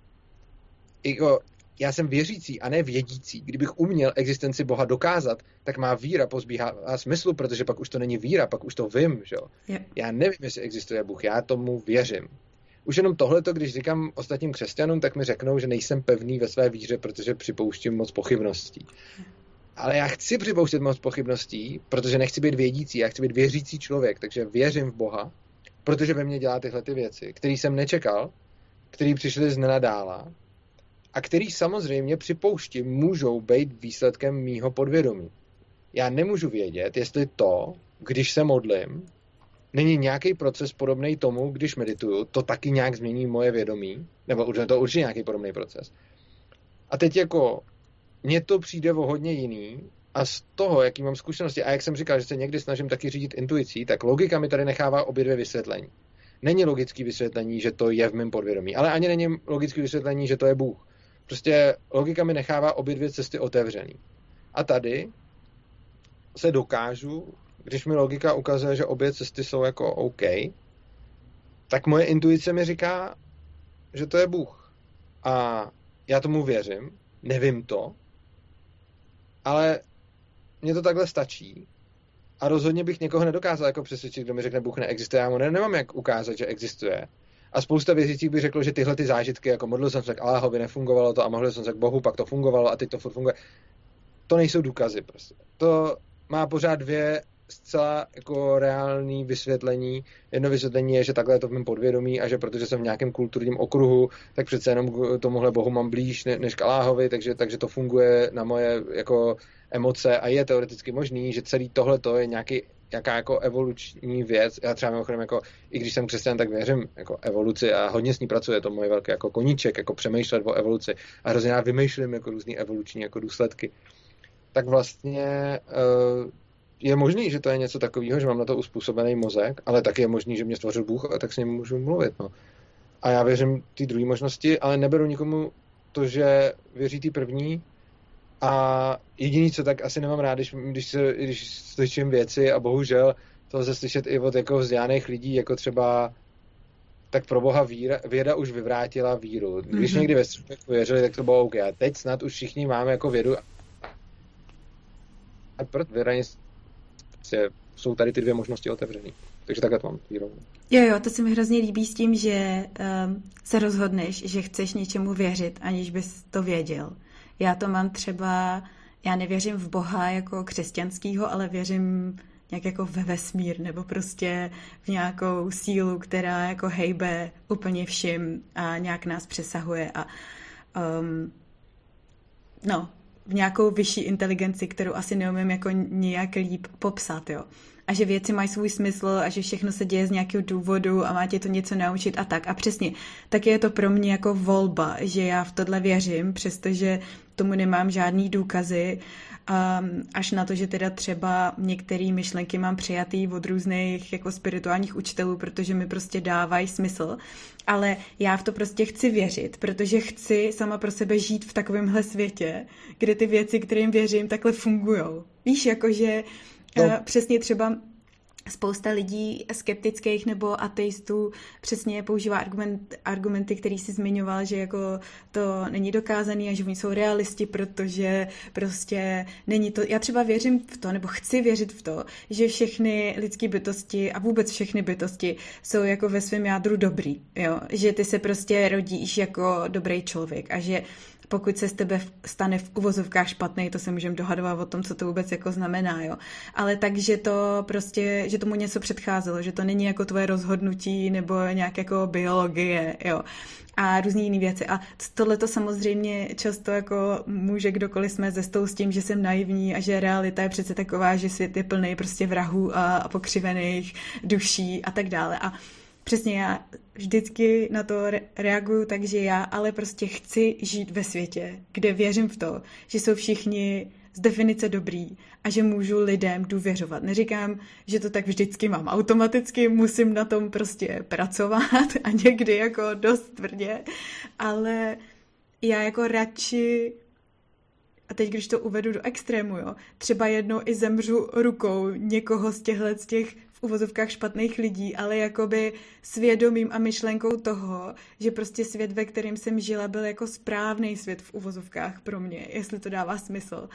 Jako, já jsem věřící a ne vědící. Kdybych uměl existenci Boha dokázat, tak má víra pozbývá smyslu, protože pak už to není víra, pak už to vím. Že? Já nevím, jestli existuje Bůh, já tomu věřím. Už jenom tohleto, když říkám ostatním křesťanům, tak mi řeknou, že nejsem pevný ve své víře, protože připouštím moc pochybností. Ale já chci připouštět moc pochybností, protože nechci být vědící, já chci být věřící člověk, takže věřím v Boha, protože ve mně dělá tyhle ty věci, které jsem nečekal, které přišly z nenadála a který samozřejmě připouštím můžou být výsledkem mýho podvědomí. Já nemůžu vědět, jestli to, když se modlím, není nějaký proces podobný tomu, když medituju, to taky nějak změní moje vědomí, nebo to určitě nějaký podobný proces. A teď jako mně to přijde o hodně jiný a z toho, jaký mám zkušenosti a jak jsem říkal, že se někdy snažím taky řídit intuicí, tak logika mi tady nechává obě dvě vysvětlení. Není logické vysvětlení, že to je v mém podvědomí, ale ani není logické vysvětlení, že to je Bůh. Prostě logika mi nechává obě dvě cesty otevřený. A tady se dokážu, když mi logika ukazuje, že obě cesty jsou jako OK, tak moje intuice mi říká, že to je Bůh. A já tomu věřím, nevím to, ale mně to takhle stačí a rozhodně bych někoho nedokázal jako přesvědčit, kdo mi řekne, Bůh neexistuje, já mu nemám jak ukázat, že existuje. A spousta věřících by řeklo, že tyhle ty zážitky, jako modlil jsem se k Alláhovi, nefungovalo to a modlil jsem se k Bohu, pak to fungovalo a teď to furt funguje. To nejsou důkazy prostě. To má pořád dvě zcela jako reální vysvětlení. Jedno vysvětlení je, že takhle je to v mém podvědomí a že protože jsem v nějakém kulturním okruhu, tak přece jenom tomuhle Bohu mám blíž než k Alláhovi, takže to funguje na moje jako emoce a je teoreticky možný, že celý tohleto je nějaká jako evoluční věc. Já třeba mimochodem jako, i když jsem křesťan, tak věřím jako evoluci a hodně s ní pracuje, to moje velké jako koníček, jako přemýšlet o evoluci a hrozně já vymýšlím jako různý evoluční jako důsledky. Tak vlastně je možný, že to je něco takového, že mám na to uspůsobený mozek, ale taky je možný, že mě stvořil Bůh a tak s ním můžu mluvit. No. A já věřím té druhé možnosti, ale neberu nikomu to, že věří té první a jediný, co tak asi nemám rád, když slyším věci a bohužel to lze slyšet i od jako vzdělaných lidí, jako třeba tak pro Boha věda už vyvrátila víru. Když někdy ve středověku věřili, tak to bylo OK. A teď snad už všichni máme jako vědu a proto jsou tady ty dvě možnosti otevřené. Takže takhle to mám výrovnu. Jo, to se mi hrozně líbí s tím, že se rozhodneš, že chceš něčemu věřit, aniž bys to věděl. Já to mám třeba, já nevěřím v Boha jako křesťanskýho, ale věřím nějak jako ve vesmír, nebo prostě v nějakou sílu, která jako hejbe úplně všim a nějak nás přesahuje a v nějakou vyšší inteligenci, kterou asi neumím jako nějak líp popsat, jo. a že věci mají svůj smysl a že všechno se děje z nějakého důvodu a má tě to něco naučit a tak. A přesně, tak je to pro mě jako volba, že já v tohle věřím, přestože tomu nemám žádný důkazy, až na to, že teda třeba některé myšlenky mám přijatý od různých jako spirituálních učitelů, protože mi prostě dávají smysl, ale já v to prostě chci věřit, protože chci sama pro sebe žít v takovémhle světě, kde ty věci, kterým věřím, takhle fungujou. Víš, jakože přesně třeba spousta lidí skeptických nebo ateistů přesně používá argumenty, který si zmiňoval, že jako to není dokázaný a že oni jsou realisti, protože prostě není to... Já třeba věřím v to, nebo chci věřit v to, že všechny lidské bytosti a vůbec všechny bytosti jsou jako ve svém jádru dobrý, jo? Že ty se prostě rodíš jako dobrý člověk a že pokud se z tebe stane v uvozovkách špatný, to se můžeme dohadovat o tom, co to vůbec jako znamená, jo. Ale takže to prostě, že tomu něco předcházelo, že to není jako tvoje rozhodnutí nebo nějak jako biologie, jo. A různý jiný věci. A tohle to samozřejmě často jako může kdokoliv smést ze stolu s tím, že jsem naivní a že realita je přece taková, že svět je plný prostě vrahů a pokřivených duší a tak dále. A přesně já vždycky na to reaguju, takže já ale prostě chci žít ve světě, kde věřím v to, že jsou všichni z definice dobrý a že můžu lidem důvěřovat. Neříkám, že to tak vždycky mám. Automaticky musím na tom prostě pracovat a někdy jako dost tvrdě, ale já jako radši, a teď když to uvedu do extrému, jo, třeba jednou i zemřu rukou někoho z těch v uvozovkách špatných lidí, ale jakoby svědomím a myšlenkou toho, že prostě svět, ve kterém jsem žila, byl jako správný svět v uvozovkách pro mě, jestli to dává smysl.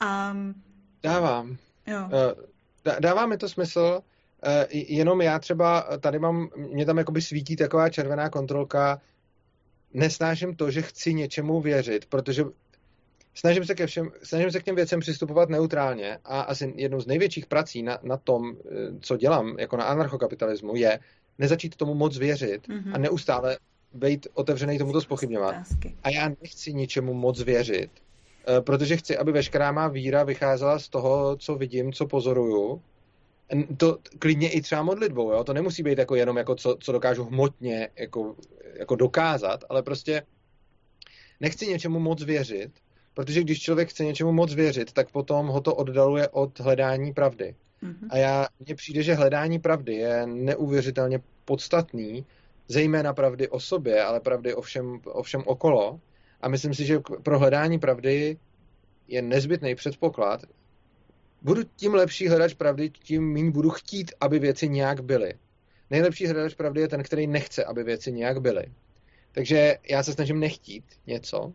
Dávám. Jo. Dává mi to smysl, jenom já třeba tady mě tam jakoby svítí taková červená kontrolka, nesnáším to, že chci něčemu věřit, protože snažím se k těm věcem přistupovat neutrálně a asi jednou z největších prací na tom, co dělám jako na anarchokapitalismu, je nezačít tomu moc věřit a neustále být otevřený tomuto zpochybňovat. A já nechci ničemu moc věřit, protože chci, aby veškerá má víra vycházela z toho, co vidím, co pozoruju. To klidně i třeba modlitbou, jo? To nemusí být jako jenom jako co dokážu hmotně jako dokázat, ale prostě nechci něčemu moc věřit, protože když člověk chce něčemu moc věřit, tak potom ho to oddaluje od hledání pravdy. A mně přijde, že hledání pravdy je neuvěřitelně podstatný, zejména pravdy o sobě, ale pravdy o všem okolo. A myslím si, že pro hledání pravdy je nezbytný předpoklad. Budu tím lepší hledač pravdy, tím méně budu chtít, aby věci nějak byly. Nejlepší hledač pravdy je ten, který nechce, aby věci nějak byly. Takže já se snažím nechtít něco.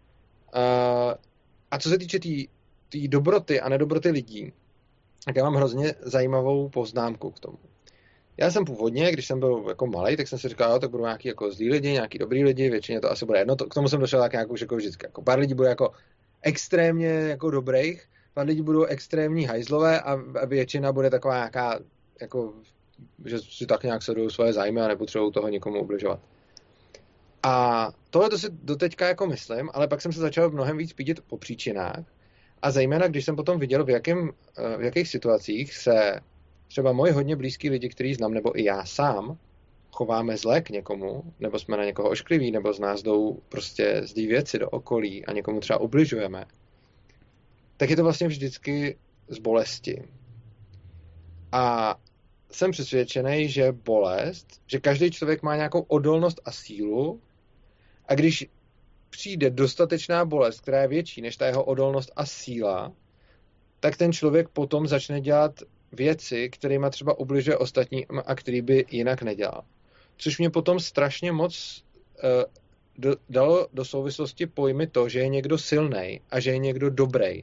A co se týče té dobroty a nedobroty lidí, tak já mám hrozně zajímavou poznámku k tomu. Já jsem původně, když jsem byl jako malej, tak jsem si říkal, tak budou nějaký jako zlí lidi, nějaký dobrý lidi, většině to asi bude jedno. K tomu jsem došel tak nějak jako vždycky. Jako pár lidí bude jako extrémně jako dobrých, pár lidí budou extrémní hajzlové a většina bude taková nějaká, jako, že si tak nějak sledují svoje zájmy a nepotřebují toho nikomu ubližovat. A tohle to si doteďka jako myslím, ale pak jsem se začal mnohem víc pídit po příčinách a zejména, když jsem potom viděl, v jakých situacích se třeba moji hodně blízký lidi, který znám, nebo i já sám, chováme zle k někomu, nebo jsme na někoho oškliví, nebo z nás jdou prostě zlý věci do okolí a někomu třeba ubližujeme, tak je to vlastně vždycky z bolesti. A jsem přesvědčený, že bolest, že každý člověk má nějakou odolnost a sílu a když přijde dostatečná bolest, která je větší než ta jeho odolnost a síla, tak ten člověk potom začne dělat věci, kterýma třeba ubližuje ostatním a který by jinak nedělal. Což mě potom strašně moc dalo do souvislosti pojmy to, že je někdo silnej a že je někdo dobrý.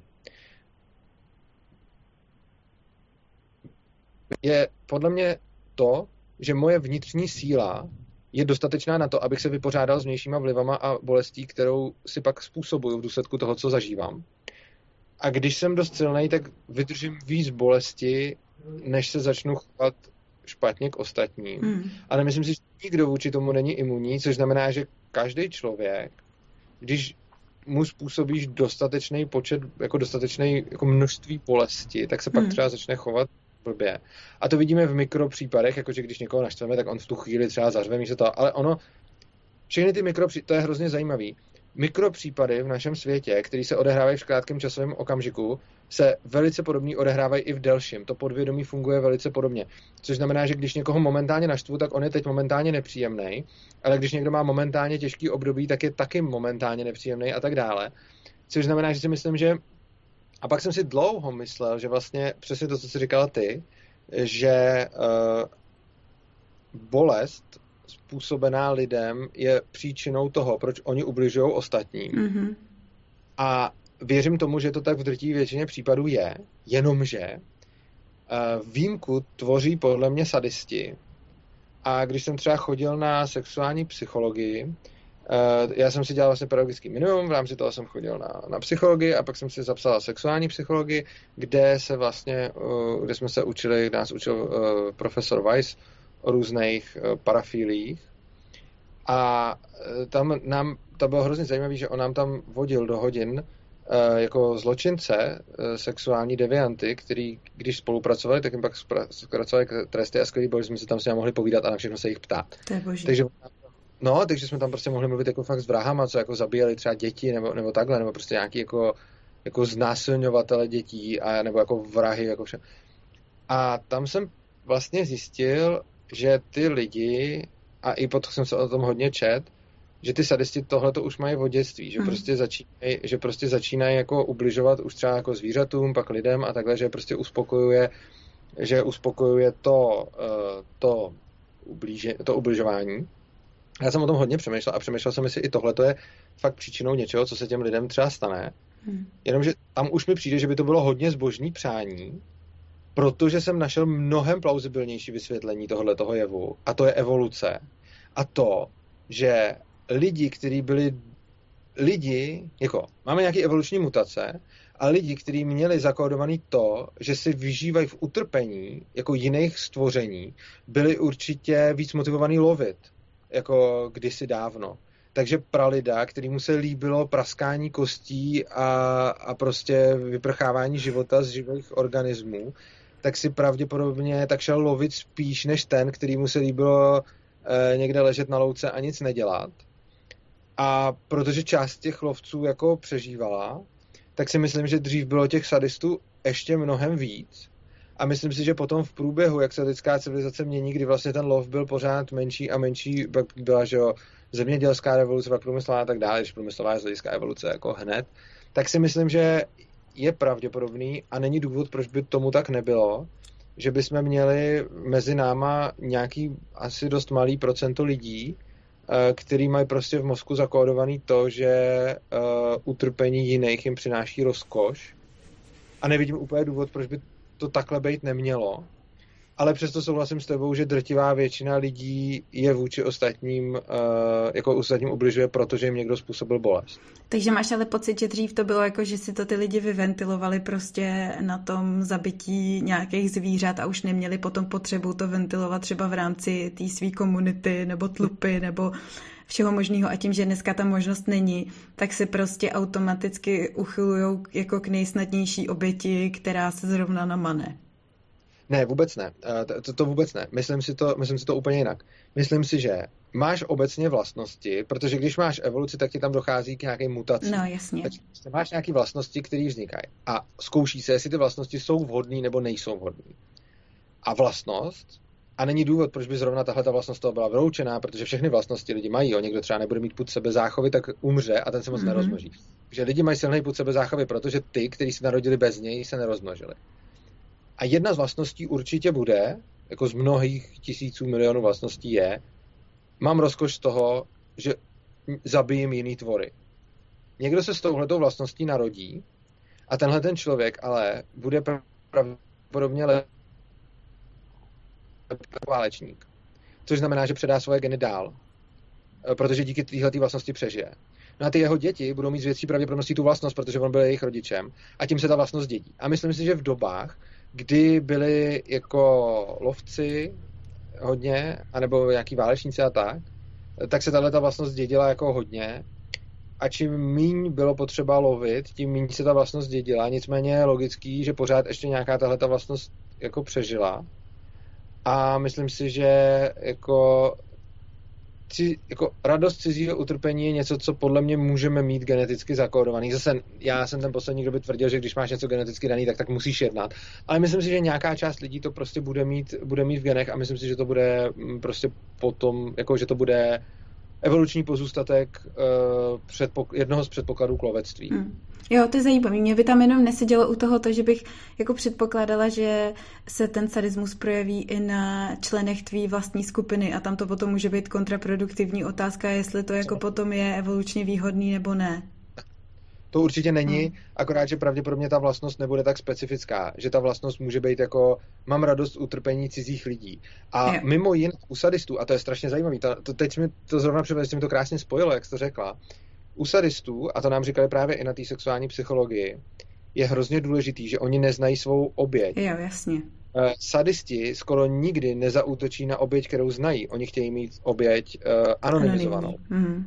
Je podle mě to, že moje vnitřní síla je dostatečná na to, abych se vypořádal s vnějšíma vlivama a bolestí, kterou si pak způsobuju v důsledku toho, co zažívám. A když jsem dost silnej, tak vydržím víc bolesti, než se začnu chovat špatně k ostatním. Ale myslím si, že nikdo vůči tomu není imunní, což znamená, že každý člověk, když mu způsobíš dostatečný počet, jako dostatečný jako množství bolesti, tak se pak třeba začne chovat blbě. A to vidíme v mikropřípadech, jakože když někoho naštveme, tak on v tu chvíli třeba zařve, místo toho, ale ono, všechny ty to je hrozně zajímavý. Mikropřípady v našem světě, které se odehrávají v krátkém časovém okamžiku, se velice podobně odehrávají i v delším. To podvědomí funguje velice podobně. Což znamená, že když někoho momentálně naštvu, tak on je teď momentálně nepříjemný, ale když někdo má momentálně těžký období, tak je taky momentálně nepříjemný a tak dále. Což znamená, že si myslím, že a pak jsem si dlouho myslel, že vlastně přesně to, co jsi říkala ty, že bolest způsobená lidem je příčinou toho, proč oni ubližují ostatním. Mm-hmm. A věřím tomu, že to tak v drtivé většině případů je, jenomže výjimku tvoří podle mě sadisti. A když jsem třeba chodil na sexuální psychologii, já jsem si dělal vlastně pedagogický minimum, v rámci toho jsem chodil na psychologii a pak jsem si zapsal sexuální psychologii, kde jsme se učili, nás učil profesor Weiss o různých parafíliích. A to bylo hrozně zajímavé, že on nám tam vodil do hodin jako zločince, sexuální devianty, který, když spolupracovali, tak jim pak zkracovali tresty a skvělý bylo, že jsme se tam s nimi mohli povídat a na všechno se jich ptát. To je boží. Takže jsme tam prostě mohli mluvit jako fakt s vrahama, co jako zabíjeli třeba děti nebo takhle, nebo prostě nějaký jako znásilňovatele dětí a nebo jako vrahy, jako vše. A tam jsem vlastně zjistil, že ty lidi, a i potom jsem se o tom hodně čet, že ty sadisti tohleto už mají od dětství, že prostě začínají jako ubližovat už třeba jako zvířatům, pak lidem a takhle, že prostě uspokojuje to ubližování. Já jsem o tom hodně přemýšlel a přemýšlel jsem, jestli i tohleto je fakt příčinou něčeho, co se těm lidem třeba stane. Jenomže tam už mi přijde, že by to bylo hodně zbožný přání, protože jsem našel mnohem plauzibilnější vysvětlení tohoto jevu, a to je evoluce. A to, že máme nějaké evoluční mutace a lidi, kteří měli zakódovaný to, že si vyžívají v utrpení jako jiných stvoření, byli určitě víc motivovaní lovit, jako kdysi dávno. Takže pralida, kterýmu se líbilo praskání kostí a prostě vyprchávání života z živých organismů, tak si pravděpodobně tak šel lovit spíš než ten, kterýmu se líbilo někde ležet na louce a nic nedělat. A protože část těch lovců jako přežívala, tak si myslím, že dřív bylo těch sadistů ještě mnohem víc. A myslím si, že potom v průběhu, jak se lidská civilizace mění, kdy vlastně ten lov byl pořád menší a menší, pak byla, že jo, zemědělská revoluce, pak průmyslová a tak dále, když průmyslová je z hlediska evoluce jako hned, tak si myslím, že je pravděpodobný a není důvod, proč by tomu tak nebylo, že bychom měli mezi náma nějaký asi dost malý procento lidí, který mají prostě v mozku zakódovaný to, že utrpení jiných jim přináší rozkoš. A nevidím úplně důvod, proč by to takhle být nemělo. Ale přesto souhlasím s tebou, že drtivá většina lidí je vůči ostatním, jako ostatním ubližuje, protože jim někdo způsobil bolest. Takže máš ale pocit, že dřív to bylo jako, že si to ty lidi vyventilovali prostě na tom zabití nějakých zvířat a už neměli potom potřebu to ventilovat třeba v rámci té své komunity nebo tlupy nebo všeho možného a tím, že dneska ta možnost není, tak se prostě automaticky uchylujou jako k nejsnadnější oběti, která se zrovna namane. Ne, vůbec ne. To vůbec ne. Myslím si to úplně jinak. Myslím si, že máš obecně vlastnosti, protože když máš evoluci, tak ti tam dochází k nějaké mutaci. No, jasně. Takže máš nějaké vlastnosti, které vznikají. A zkouší se, jestli ty vlastnosti jsou vhodné nebo nejsou vhodné. A vlastnost, a není důvod, proč by zrovna tahle vlastnost toho byla vyloučená, protože všechny vlastnosti lidi mají. Někdo třeba nebude mít pud sebezáchovy, tak umře a ten se moc nerozmnoží. Takže lidi mají silný pud sebezáchovy, protože ty, kteří se narodili bez něj, se nerozmnožili. A jedna z vlastností určitě bude, jako z mnohých tisíců milionů vlastností je, mám rozkoš z toho, že zabijím jiný tvory. Někdo se s touhletou vlastností narodí a tenhle ten člověk ale bude pravděpodobně válečník. Což znamená, že předá svoje geny dál, protože díky téhleté vlastnosti přežije. No a ty jeho děti budou mít z větší pravděpodobností tu vlastnost, protože on byl jejich rodičem a tím se ta vlastnost dědí. A myslím si, že v dobách, kdy byli jako lovci hodně, anebo nějaký válečníci a tak se tato vlastnost dědila jako hodně a čím míň bylo potřeba lovit, tím míň se ta vlastnost dědila. Nicméně je logický, že pořád ještě nějaká tahleta vlastnost jako přežila. A myslím si, že jako radost cizího utrpení je něco, co podle mě můžeme mít geneticky zakódovaný. Zase já jsem ten poslední, kdo by tvrdil, že když máš něco geneticky daný, tak musíš jednat. Ale myslím si, že nějaká část lidí to prostě bude mít v genech a myslím si, že to bude prostě potom, jako že to bude evoluční pozůstatek jednoho z předpokladů k lovectví. Jo, to je zajímavé. Mě by tam jenom nesedělo u toho, že bych jako předpokládala, že se ten sadismus projeví i na členech tvý vlastní skupiny a tam to potom může být kontraproduktivní otázka, jestli to jako potom je evolučně výhodný nebo ne. To určitě není, akorát, že pravděpodobně ta vlastnost nebude tak specifická, že ta vlastnost může být jako mám radost utrpení cizích lidí. A mimo jiné u sadistů, a to je strašně zajímavé, teď mi to zrovna mi to krásně spojilo, jak jsi to řekla, u sadistů, a to nám říkali právě i na té sexuální psychologii, je hrozně důležitý, že oni neznají svou oběť. Jo, jasně. Sadisti skoro nikdy nezaútočí na oběť, kterou znají. Oni chtějí mít oběť anonymizovanou.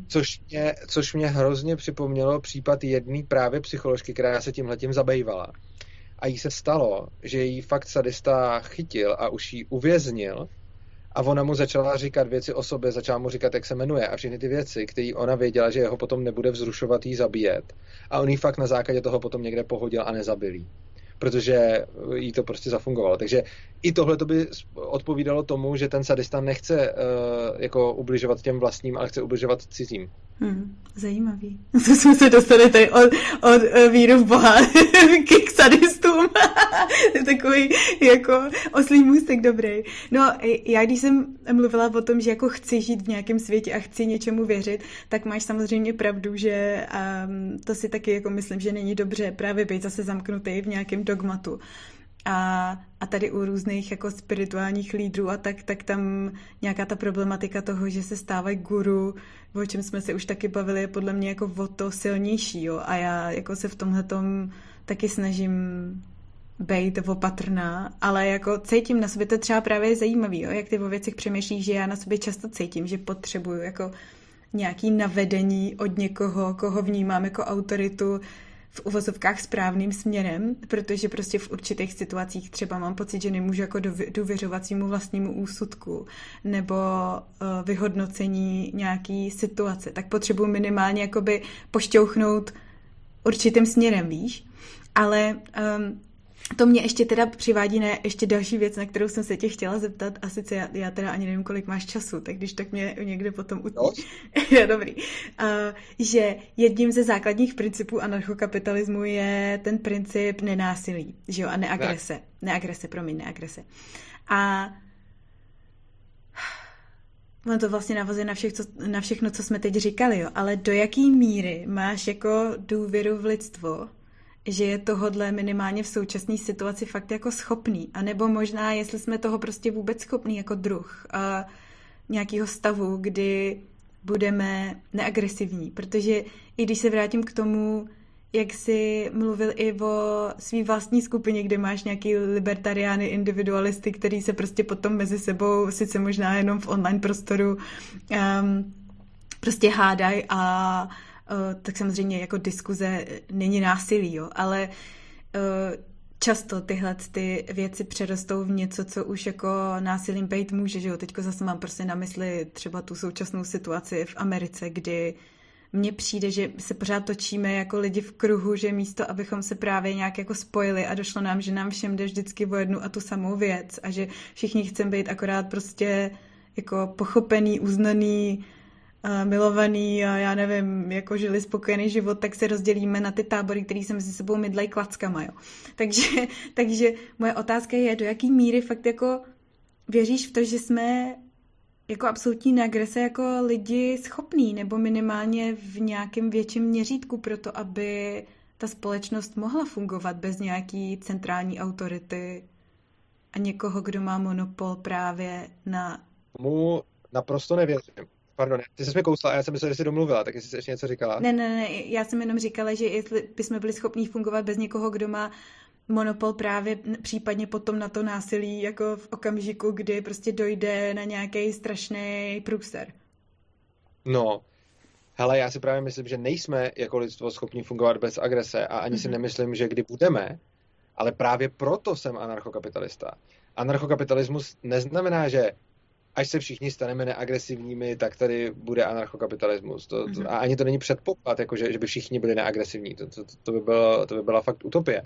Což mě hrozně připomnělo případ jedné právě psycholožky, která se tímhletím zabývala. A jí se stalo, že jí fakt sadista chytil a už jí uvěznil a ona mu začala říkat věci o sobě, začala mu říkat, jak se jmenuje a všechny ty věci, které ona věděla, že jeho potom nebude vzrušovat jí zabíjet. A on jí fakt na základě toho potom někde pohodil a nezabil jí. Protože jí to prostě zafungovalo. Takže i tohle to by odpovídalo tomu, že ten sadista nechce jako ubližovat těm vlastním, ale chce ubližovat cizím. Zajímavý. Co jsme se dostali tady od víru v Boha k sadistům. Takový jako oslý můstek dobrý. No, já když jsem mluvila o tom, že jako chci žít v nějakém světě a chci něčemu věřit, tak máš samozřejmě pravdu, že to si taky jako myslím, že není dobře právě být zase zamknutý v nějakém dogmatu. A tady u různých jako spirituálních lídrů a tak tam nějaká ta problematika toho, že se stávají guru, o čem jsme se už taky bavili, je podle mě jako o to silnější, jo. A já jako se v tomhletom taky snažím být opatrná, ale jako cítím na sobě, to třeba právě je zajímavý, jo, jak ty o věcech přemýšlíš, že já na sobě často cítím, že potřebuju jako nějaký navedení od někoho, koho vnímám jako autoritu v uvozovkách správným směrem, protože prostě v určitých situacích třeba mám pocit, že nemůžu jako důvěřovat svému vlastnímu úsudku nebo vyhodnocení nějaký situace, tak potřebuji minimálně jakoby pošťouchnout určitým směrem, víš? Ale to mě ještě teda přivádí na ještě další věc, na kterou jsem se tě chtěla zeptat, a sice já teda ani nevím, kolik máš času, tak když tak mě někde potom je dobrý. Že jedním ze základních principů anarchokapitalismu je ten princip nenásilí, že jo, a neagrese. Neagrese. A no to vlastně navazuje na všechno, co jsme teď říkali, jo, ale do jaký míry máš jako důvěru v lidstvo, že je tohodle minimálně v současné situaci fakt jako schopný, anebo možná, jestli jsme toho prostě vůbec schopný jako druh nějakého stavu, kdy budeme neagresivní, protože i když se vrátím k tomu, jak jsi mluvil i o svý vlastní skupině, kde máš nějaký libertariány, individualisty, který se prostě potom mezi sebou, sice možná jenom v online prostoru, prostě hádají a tak samozřejmě jako diskuze není násilí, jo, ale často tyhle ty věci přerostou v něco, co už jako násilím být může, že jo. Teďko zase mám prostě na mysli třeba tu současnou situaci v Americe, kdy mně přijde, že se pořád točíme jako lidi v kruhu, že místo, abychom se právě nějak jako spojili a došlo nám, že nám všem jde vždycky o jednu a tu samou věc a že všichni chceme být akorát prostě jako pochopený, uznaný, milovaný a já nevím, jako žili spokojený život, tak se rozdělíme na ty tábory, který se mezi sebou mydlají klackama, jo. Takže moje otázka je, do jaký míry fakt jako věříš v to, že jsme jako absolutní neagrese jako lidi schopní, nebo minimálně v nějakém větším měřítku pro to, aby ta společnost mohla fungovat bez nějaký centrální autority a někoho, kdo má monopol právě na... Mu naprosto nevěřím. Pardon, ty jsi mi kousla a já jsem myslel, že jsi domluvila, tak jestli jsi ještě něco říkala. Ne, já jsem jenom říkala, že jestli bychom byli schopní fungovat bez někoho, kdo má monopol právě případně potom na to násilí, jako v okamžiku, kdy prostě dojde na nějaký strašný průser. No, hele, já si právě myslím, že nejsme jako lidstvo schopní fungovat bez agrese a ani si nemyslím, že kdy budeme. Ale právě proto jsem anarchokapitalista. Anarchokapitalismus neznamená, že až se všichni staneme neagresivními, tak tady bude anarchokapitalismus. A ani to není předpoklad, jako že by všichni byli neagresivní. To by byla fakt utopie.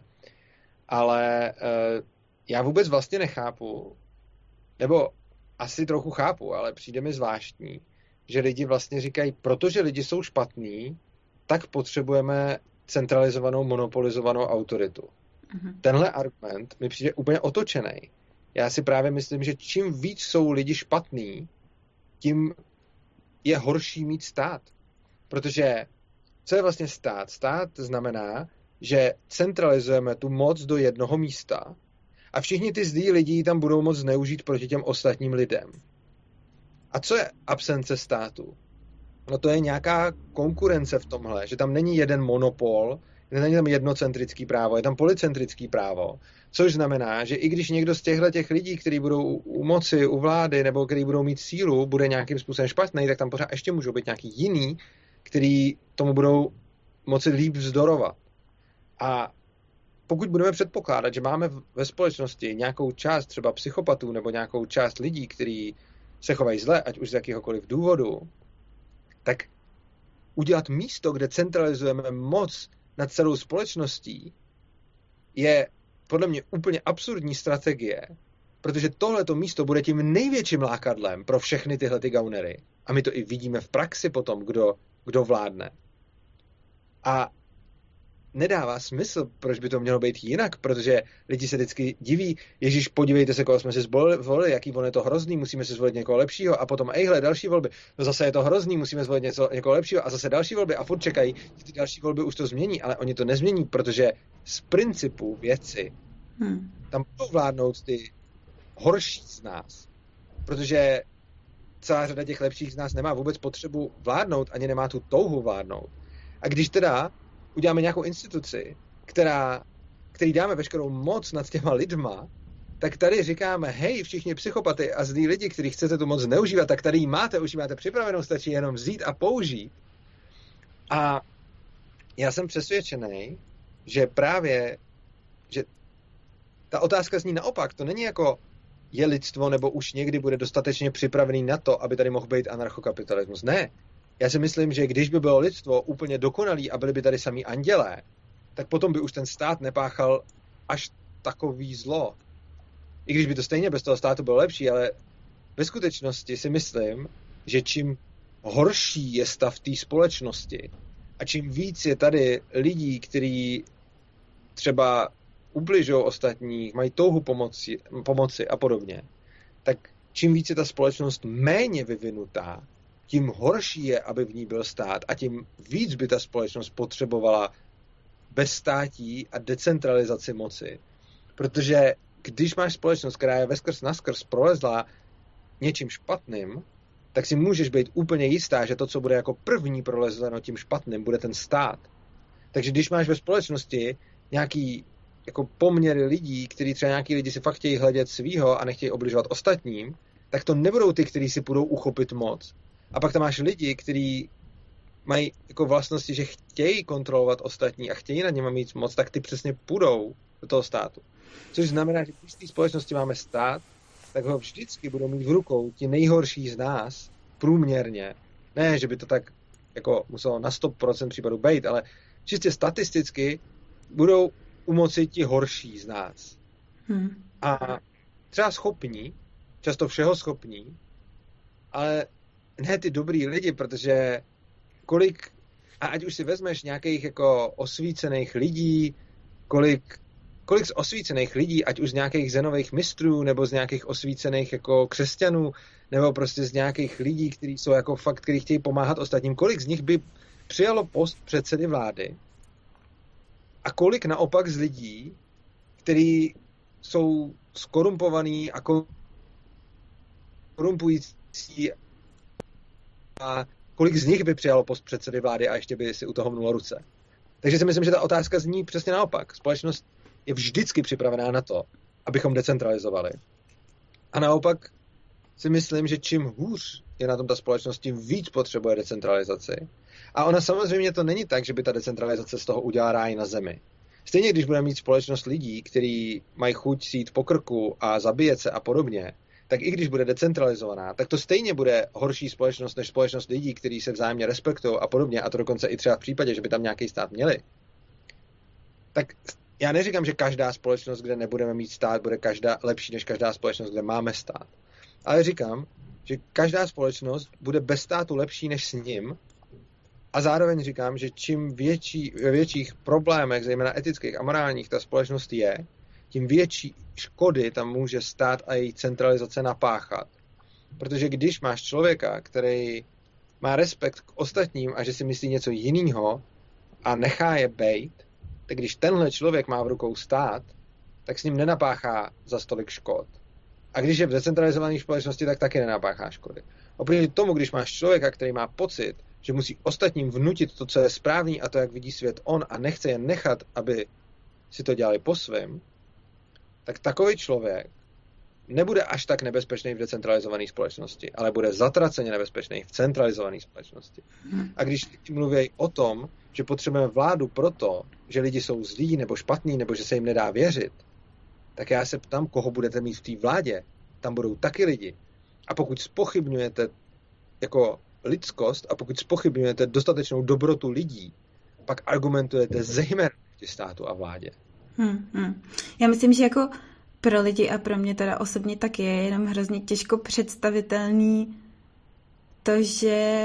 Ale já vůbec vlastně nechápu, nebo asi trochu chápu, ale přijde mi zvláštní, že lidi vlastně říkají, protože lidi jsou špatní, tak potřebujeme centralizovanou, monopolizovanou autoritu. Tenhle argument mi přijde úplně otočený. Já si právě myslím, že čím víc jsou lidi špatný, tím je horší mít stát. Protože co je vlastně stát? Stát znamená, že centralizujeme tu moc do jednoho místa a všichni ty zlí lidi tam budou moct zneužít proti těm ostatním lidem. A co je absence státu? No to je nějaká konkurence v tomhle, že tam není jeden monopol, není tam jednocentrický právo, je tam polycentrický právo, což znamená, že i když někdo z těch lidí, kteří budou u moci, u vlády, nebo kteří budou mít sílu, bude nějakým způsobem špatný, tak tam pořád ještě můžou být nějaký jiný, který tomu budou moci líp vzdorovat. A pokud budeme předpokládat, že máme ve společnosti nějakou část třeba psychopatů nebo nějakou část lidí, kteří se chovají zle, ať už z jakéhokoliv důvodu, tak udělat místo, kde centralizujeme moc nad celou společností, je podle mě úplně absurdní strategie, protože tohleto místo bude tím největším lákadlem pro všechny tyhle ty gaunery. A my to i vidíme v praxi potom, kdo vládne. A nedává smysl, proč by to mělo být jinak, protože lidi se vždycky diví, Ježíš, podívejte se, koho jsme si zvolili, jaký on je to hrozný, musíme si zvolit někoho lepšího a potom ejhle, další volby, no zase je to hrozný, musíme zvolit někoho lepšího a zase další volby a furt čekají, ty další volby už to změní, ale oni to nezmění, protože z principu věci tam budou vládnout ty horší z nás, protože celá řada těch lepších z nás nemá vůbec potřebu vládnout, ani nemá tu touhu vládnout. A když teda uděláme nějakou instituci, který dáme veškerou moc nad těma lidma, tak tady říkáme, hej, všichni psychopaty a zlí lidi, kteří chcete tu moc zneužívat, tak tady ji máte, už ji máte připravenou, stačí jenom vzít a použít. A já jsem přesvědčený, že právě, že ta otázka zní naopak, to není jako je lidstvo nebo už někdy bude dostatečně připravený na to, aby tady mohl být anarchokapitalismus. Ne. Já si myslím, že když by bylo lidstvo úplně dokonalý a byli by tady samí andělé, tak potom by už ten stát nepáchal až takový zlo. I když by to stejně bez toho státu bylo lepší, ale ve skutečnosti si myslím, že čím horší je stav té společnosti a čím víc je tady lidí, kteří třeba ubližují ostatní, mají touhu pomoci a podobně, tak čím víc je ta společnost méně vyvinutá, tím horší je, aby v ní byl stát a tím víc by ta společnost potřebovala bezstátí a decentralizaci moci. Protože když máš společnost, která je veskrz naskrz prolezlá něčím špatným, tak si můžeš být úplně jistá, že to, co bude jako první prolezeno tím špatným, bude ten stát. Takže když máš ve společnosti nějaký jako poměry lidí, kteří třeba nějaký lidi si fakt chtějí hledět svýho a nechtějí obližovat ostatním, tak to nebudou ty, kteří si budou uchopit moc. A pak tam máš lidi, kteří mají jako vlastnosti, že chtějí kontrolovat ostatní a chtějí nad nimi mít moc, tak ty přesně půjdou do toho státu. Což znamená, že když v té společnosti máme stát, tak ho vždycky budou mít v rukou ti nejhorší z nás průměrně. Ne, že by to tak jako muselo na 100% případů být, ale čistě statisticky budou u moci ti horší z nás. A třeba schopní, často všeho schopní, ale ne ty dobrý lidi, protože kolik, a ať už si vezmeš nějakých jako osvícených lidí, kolik z osvícených lidí, ať už z nějakých zenových mistrů, nebo z nějakých osvícených jako křesťanů, nebo prostě z nějakých lidí, kteří jsou jako fakt, kteří chtějí pomáhat ostatním, kolik z nich by přijalo post předsedy vlády a kolik naopak z lidí, kteří jsou skorumpovaní a korumpující a kolik z nich by přijalo post předsedy vlády a ještě by si u toho mnulo ruce. Takže si myslím, že ta otázka zní přesně naopak. Společnost je vždycky připravená na to, abychom decentralizovali. A naopak si myslím, že čím hůř je na tom ta společnost, tím víc potřebuje decentralizaci. A ona samozřejmě to není tak, že by ta decentralizace z toho udělala ráj na zemi. Stejně, když budeme mít společnost lidí, kteří mají chuť si jít po krku a zabíjet se a podobně, tak i když bude decentralizovaná, tak to stejně bude horší společnost než společnost lidí, kteří se vzájemně respektují a podobně, a to dokonce i třeba v případě, že by tam nějaký stát měli. Tak já neříkám, že každá společnost, kde nebudeme mít stát, bude lepší než každá společnost, kde máme stát. Ale říkám, že každá společnost bude bez státu lepší než s ním, a zároveň říkám, že čím ve větších problémech, zejména etických a morálních, ta společnost je, tím větší škody tam může stát a její centralizace napáchat. Protože když máš člověka, který má respekt k ostatním a že si myslí něco jiného a nechá je bejt, tak když tenhle člověk má v rukou stát, tak s ním nenapáchá za stolik škod. A když je v decentralizované společnosti, tak taky nenapáchá škody. Oproti tomu, když máš člověka, který má pocit, že musí ostatním vnutit to, co je správný a to, jak vidí svět on, a nechce je nechat, aby si to dělali po svém, tak takový člověk nebude až tak nebezpečný v decentralizované společnosti, ale bude zatraceně nebezpečný v centralizované společnosti. A když mluví o tom, že potřebujeme vládu proto, že lidi jsou zlí nebo špatní, nebo že se jim nedá věřit, tak já se ptám, koho budete mít v té vládě. Tam budou taky lidi. A pokud zpochybňujete jako lidskost a pokud zpochybňujete dostatečnou dobrotu lidí, pak argumentujete zejména proti státu a vládě. Já myslím, že jako pro lidi a pro mě teda osobně tak je jenom hrozně těžko představitelný to, že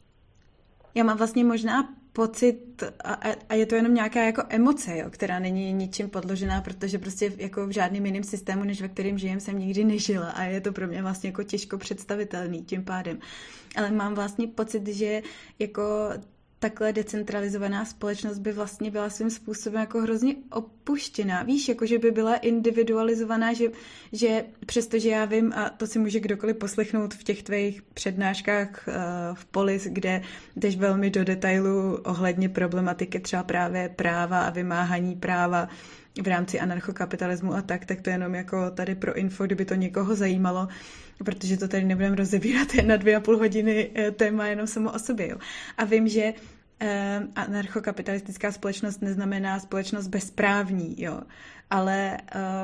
já mám vlastně možná pocit, a je to jenom nějaká jako emoce, jo, která není ničím podložená, protože prostě jako v žádném jiném systému, než ve kterém žijem, jsem nikdy nežila a je to pro mě vlastně jako těžko představitelný tím pádem. Ale mám vlastně pocit, že jako takhle decentralizovaná společnost by vlastně byla svým způsobem jako hrozně opuštěná. Víš, jako že by byla individualizovaná, že přestože já vím, a to si může kdokoliv poslechnout v těch tvých přednáškách v Polis, kde jdeš velmi do detailu ohledně problematiky třeba právě práva a vymáhání práva v rámci anarchokapitalismu a tak to jenom jako tady pro info, kdyby to někoho zajímalo, protože to tady nebudeme rozebírat na 2,5 hodiny téma jenom samo o sobě. Jo. A vím, že anarchokapitalistická společnost neznamená společnost bezprávní, jo. Ale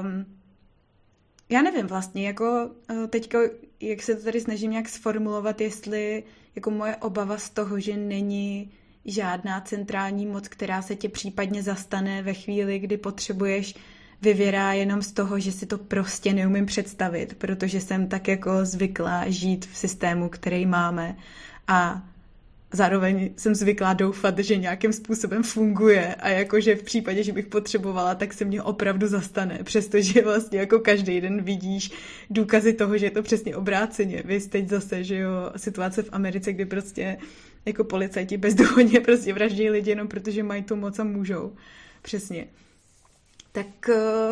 já nevím vlastně, jako teďka, jak se to tady snažím nějak sformulovat, jestli jako moje obava z toho, že není žádná centrální moc, která se tě případně zastane ve chvíli, kdy potřebuješ, vyvěrá jenom z toho, že si to prostě neumím představit, protože jsem tak jako zvyklá žít v systému, který máme, a zároveň jsem zvyklá doufat, že nějakým způsobem funguje a jakože v případě, že bych potřebovala, tak se mě opravdu zastane, přestože vlastně jako každý den vidíš důkazy toho, že je to přesně obráceně. Vy teď zase, že jo, situace v Americe, kdy prostě jako policajti bezdůvodně prostě vraždí lidi jenom protože mají tu moc a můžou. Přesně. Tak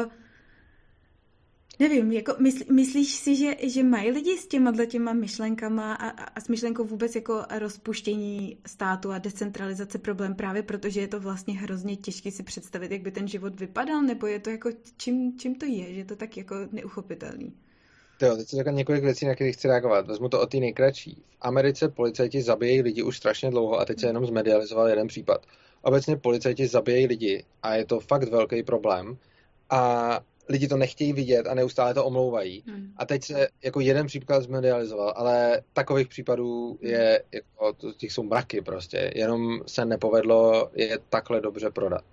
nevím, jako myslíš si, že mají lidi s těma myšlenkama a s myšlenkou vůbec jako rozpuštění státu a decentralizace problém právě protože je to vlastně hrozně těžké si představit, jak by ten život vypadal, nebo je to jako, čím to je, že je to tak jako neuchopitelný? Jo, teď jsem řekl několik věcí, na které chci reagovat. Vezmu to od té nejkratší. V Americe policajti zabíjejí lidi už strašně dlouho a teď se jenom zmedializoval jeden případ. Obecně policajti zabíjejí lidi a je to fakt velký problém a lidi to nechtějí vidět a neustále to omlouvají. A teď se jako jeden příklad zmedializoval, ale takových případů je, jako, těch jsou mraky prostě, jenom se nepovedlo je takhle dobře prodat.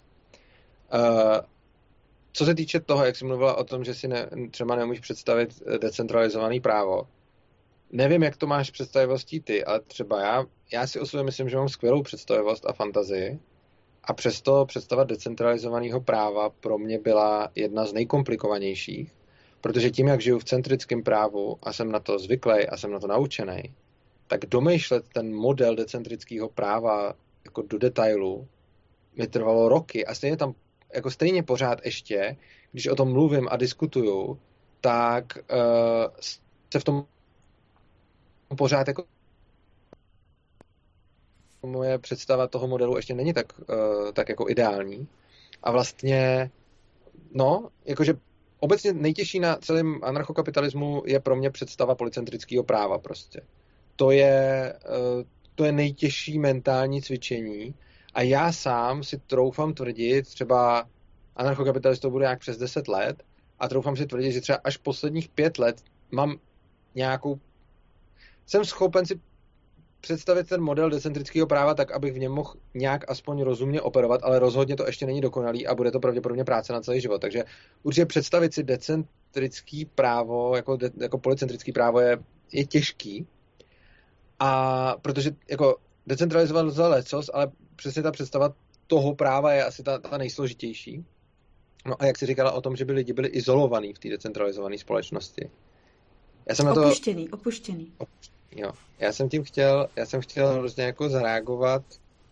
Co se týče toho, jak jsi mluvila o tom, že si třeba nemůžeš představit decentralizovaný právo, nevím, jak to máš představivostí ty, ale třeba já si osobně myslím, že mám skvělou představivost a fantazii a přesto představa decentralizovaného práva pro mě byla jedna z nejkomplikovanějších, protože tím, jak žiju v centrickém právu a jsem na to zvyklý a jsem na to naučený, tak domýšlet ten model decentrického práva jako do detailu mi trvalo roky a stejně pořád ještě, když o tom mluvím a diskutuju, tak se v tom pořád jako moje představa toho modelu ještě není tak jako ideální. A vlastně, jakože obecně nejtěžší na celém anarchokapitalismu je pro mě představa policentrického práva prostě. To je nejtěžší mentální cvičení a já sám si troufám tvrdit třeba anarchokapitalistou budu nějak přes 10 let a troufám si tvrdit, že třeba až posledních 5 let jsem schopen si představit ten model decentrického práva tak, abych v něm mohl nějak aspoň rozumně operovat, ale rozhodně to ještě není dokonalý a bude to pravděpodobně práce na celý život. Takže určitě představit si decentrický právo jako polycentrický právo je těžký. A protože jako decentralizovat lze lecos, ale přesně ta představa toho práva je asi ta nejsložitější. No a jak jsi říkala o tom, že by lidi byli izolovaní v té decentralizované společnosti. Opuštěný. Jo. Já jsem chtěl hrozně jako zareagovat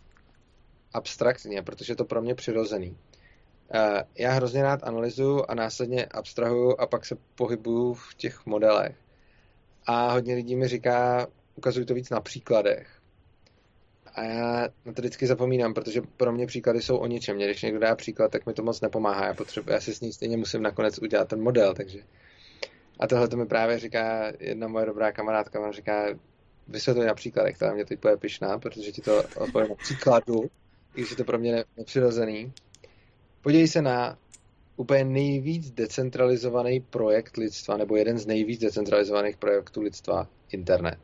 abstraktně, protože je to pro mě přirozený. Já hrozně rád analyzuju a následně abstrahuju a pak se pohybuju v těch modelech. A hodně lidí mi říká, ukazuju to víc na příkladech. A já na to vždycky zapomínám, protože pro mě příklady jsou o ničem. Když někdo dá příklad, tak mi to moc nepomáhá. Já si s ní stejně musím nakonec udělat ten model, takže. A tohle to mi právě říká jedna moje dobrá kamarádka, ona říká, vysvětluj na příkladech, která mě teď bude pyšná, protože ti to odpovím na příkladu, i když je to pro mě nepřirozený. Podívej se na úplně nejvíc decentralizovaný projekt lidstva, nebo jeden z nejvíc decentralizovaných projektů lidstva, internet.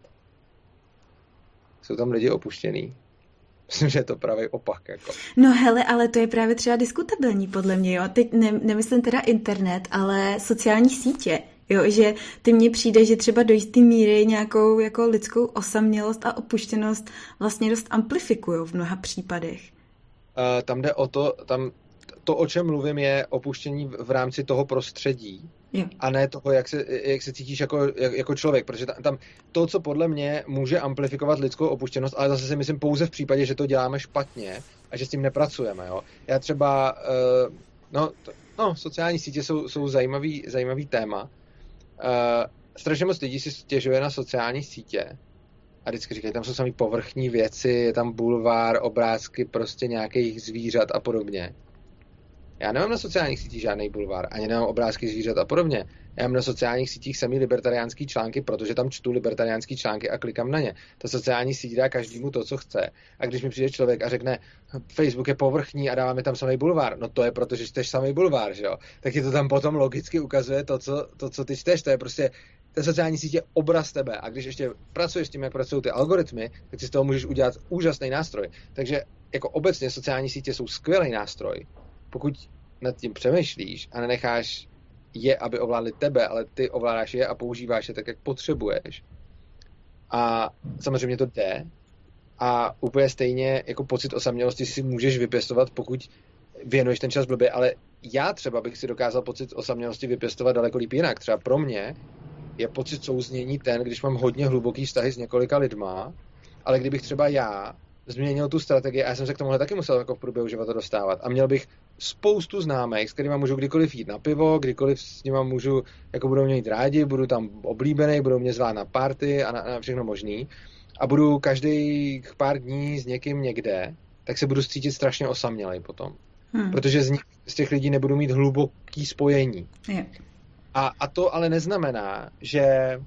Jsou tam lidi opuštěný. Myslím, že je to právě opak. Jako. No hele, ale to je právě třeba diskutabilní podle mě, jo. Teď nemyslím teda internet, ale sociální sítě. Jo, že ty mně přijde, že třeba do jisté míry nějakou jako lidskou osamělost a opuštěnost vlastně dost amplifikují v mnoha případech. Tam jde o to, o čem mluvím, je opuštění v rámci toho prostředí. Jo. A ne toho, jak se cítíš jako člověk, protože tam to, co podle mě může amplifikovat lidskou opuštěnost, ale zase si myslím pouze v případě, že to děláme špatně a že s tím nepracujeme. Jo? Já třeba, sociální sítě jsou zajímavý téma. Strašně moc lidí si stěžuje na sociální sítě a vždycky říkají, tam jsou samý povrchní věci, je tam bulvár, obrázky prostě nějakých zvířat a podobně. Já nemám na sociálních sítích žádný bulvár, ani nemám obrázky zvířat a podobně. Já mám na sociálních sítích samý libertariánský články, protože tam čtu libertariánský články a klikám na ně. Ta sociální síť dá každému to, co chce. A když mi přijde člověk a řekne, Facebook je povrchní a dává mi tam samý bulvár, no to je proto, že čteš samý bulvár, že jo? Tak ti to tam potom logicky ukazuje to, co ty čteš. To je prostě, ta sociální síť je obraz tebe. A když ještě pracuješ s tím, jak pracují ty algoritmy, tak si z toho můžeš udělat úžasný nástroj. Takže jako obecně sociální sítě jsou skvělý nástroj. Pokud nad tím přemýšlíš a nenecháš je, aby ovládli tebe, ale ty ovládáš je a používáš je tak, jak potřebuješ. A samozřejmě to jde. A úplně stejně jako pocit osamělosti si můžeš vypěstovat, pokud věnuješ ten čas blbě, ale já třeba bych si dokázal pocit osamělosti vypěstovat daleko líp jinak. Třeba pro mě je pocit souznění ten, když mám hodně hluboký vztahy s několika lidma, ale kdybych třeba já změnil tu strategii a já jsem se k tomuhle taky musel jako v průběhu života dostávat a měl bych spoustu známých, s kterýma můžu kdykoliv jít na pivo, kdykoliv s nima můžu, jako budou mě jít rádi, budu tam oblíbený, budou mě zvát na party a na všechno možný a budu každých pár dní s někým někde, tak se budu cítit strašně osamělej potom. Protože z těch lidí nebudu mít hluboký spojení. Je. A to ale neznamená, že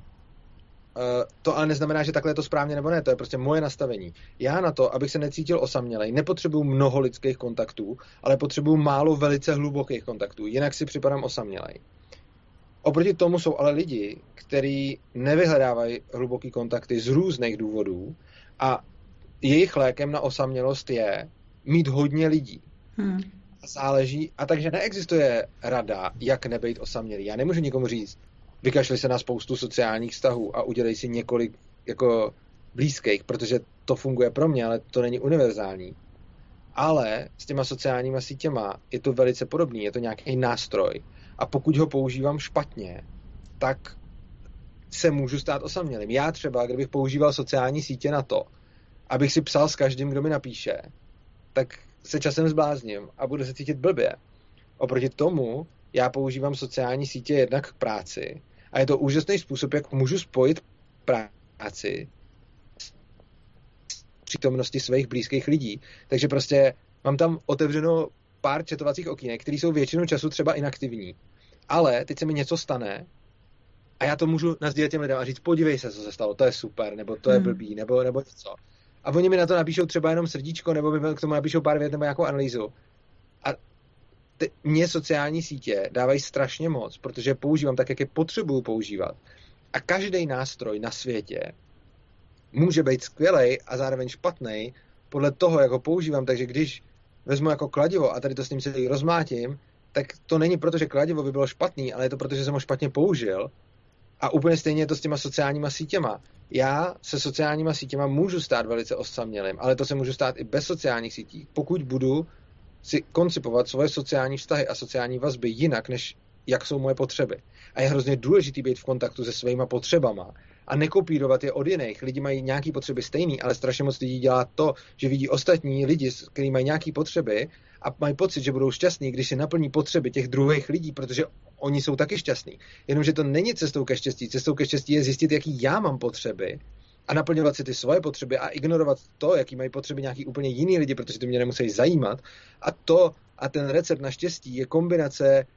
takhle je to správně nebo ne, to je prostě moje nastavení. Já na to, abych se necítil osamělej, nepotřebuju mnoho lidských kontaktů, ale potřebuju málo velice hlubokých kontaktů, jinak si připadám osamělej. Oproti tomu jsou ale lidi, kteří nevyhledávají hluboký kontakty z různých důvodů a jejich lékem na osamělost je mít hodně lidí. Záleží, a takže neexistuje rada, jak nebejt osamělý. Já nemůžu nikomu říct, vykašli se na spoustu sociálních vztahů a udělej si několik jako blízkých, protože to funguje pro mě, ale to není univerzální. Ale s těma sociálníma sítěma je to velice podobný, je to nějaký nástroj. A pokud ho používám špatně, tak se můžu stát osamělým. Já třeba, kdybych používal sociální sítě na to, abych si psal s každým, kdo mi napíše, tak se časem zblázním a budu se cítit blbě. Oproti tomu já používám sociální sítě jednak k práci a je to úžasný způsob, jak můžu spojit práci s přítomností svých blízkých lidí. Takže prostě mám tam otevřeno pár chatovacích okýnek, které jsou většinu času třeba inaktivní. Ale teď se mi něco stane a já to můžu nasdílet těm lidem a říct, podívej se, co se stalo, to je super, nebo to je blbý, nebo něco. A oni mi na to napíšou třeba jenom srdíčko, nebo mi k tomu napíšou pár vět nebo nějakou analýzu. A Mně sociální sítě dávají strašně moc, protože je používám tak, jak je potřebuju používat. A každý nástroj na světě může být skvělej a zároveň špatný podle toho, jak ho používám. Takže když vezmu jako kladivo a tady to s ním celý rozmlátím, tak to není proto, že kladivo by bylo špatný, ale je to proto, že jsem ho špatně použil. A úplně stejně je to s těma sociálníma sítěma. Já se sociálníma sítěma můžu stát velice osamělým, ale to se můžu stát i bez sociálních sítí, pokud budu si koncipovat svoje sociální vztahy a sociální vazby jinak, než jak jsou moje potřeby. A je hrozně důležitý být v kontaktu se svýma potřebama a nekopírovat je od jiných. Lidi mají nějaké potřeby stejný, ale strašně moc lidí dělá to, že vidí ostatní lidi, kteří mají nějaké potřeby a mají pocit, že budou šťastní, když si naplní potřeby těch druhých lidí, protože oni jsou taky šťastní. Jenomže to není cestou ke štěstí. Cestou ke štěstí je zjistit, jaký já mám potřeby a naplňovat si ty svoje potřeby a ignorovat to, jaký mají potřeby nějaký úplně jiný lidi, protože to mě nemusí zajímat. A ten recept na štěstí je kombinace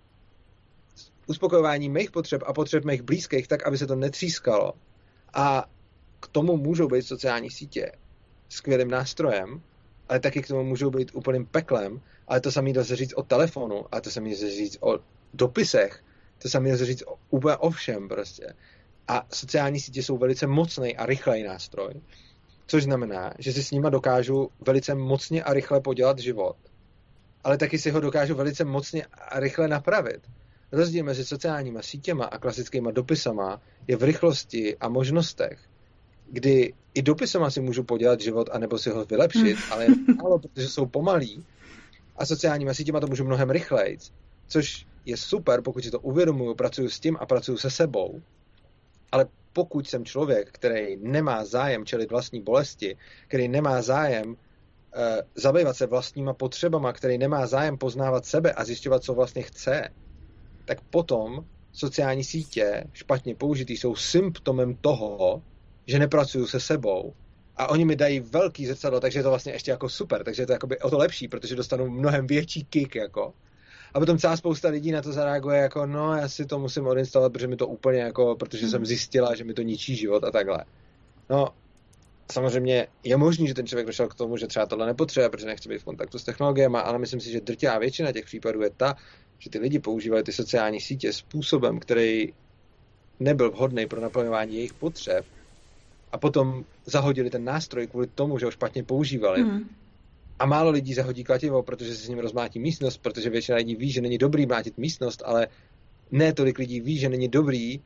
uspokojování mých potřeb a potřeb mých blízkých tak, aby se to netřískalo. A k tomu můžou být sociální sítě skvělým nástrojem, ale taky k tomu můžou být úplným peklem, ale to samé dá se říct o telefonu, a to samé dá se říct o dopisech, to samé dá se říct úplně o všem prostě. A sociální sítě jsou velice mocný a rychlej nástroj, což znamená, že si s nima dokážu velice mocně a rychle podělat život, ale taky si ho dokážu velice mocně a rychle napravit. Rozdíl mezi sociálníma sítěma a klasickýma dopisama je v rychlosti a možnostech, kdy i dopisama si můžu podělat život anebo si ho vylepšit, ale jen málo, protože jsou pomalí, a sociálníma sítěma to můžu mnohem rychlejc, což je super, pokud si to uvědomuju, pracuju s tím a pracuju se sebou, ale pokud jsem člověk, který nemá zájem čelit vlastní bolesti, který nemá zájem zabývat se vlastníma potřebama, který nemá zájem poznávat sebe a zjišťovat, co vlastně chce, tak potom sociální sítě špatně použitý jsou symptomem toho, že nepracuju se sebou a oni mi dají velký zrcadlo, takže je to vlastně ještě jako super, takže je to jakoby o to lepší, protože dostanu mnohem větší kick jako. A potom celá spousta lidí na to zareaguje jako, no já si to musím odinstalovat, protože mi to úplně jako, protože jsem zjistila, že mi to ničí život a takhle. No, samozřejmě je možný, že ten člověk došel k tomu, že třeba tohle nepotřebuje, protože nechce být v kontaktu s technologiemi, ale myslím si, že drtivá většina těch případů je ta, že ty lidi používají ty sociální sítě způsobem, který nebyl vhodný pro naplňování jejich potřeb a potom zahodili ten nástroj kvůli tomu, že ho špatně používali. A málo lidí zahodí kladivo, protože se s ním rozmlátí místnost, protože většina lidí ví, že není dobrý mlátit místnost, ale ne tolik lidí ví, že není dobrý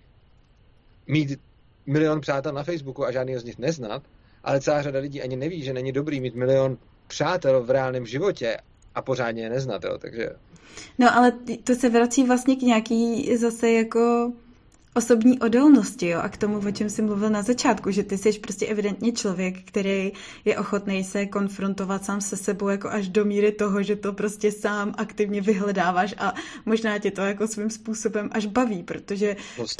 mít milion přátel na Facebooku a žádného z nich neznat, ale celá řada lidí ani neví, že není dobrý mít milion přátel v reálném životě a pořádně je neznat, jo, takže... No ale to se vrací vlastně k nějaký zase jako osobní odolnosti, jo, a k tomu, o čem jsi mluvil na začátku, že ty jsi prostě evidentně člověk, který je ochotný se konfrontovat sám se sebou jako až do míry toho, že to prostě sám aktivně vyhledáváš a možná tě to jako svým způsobem až baví, protože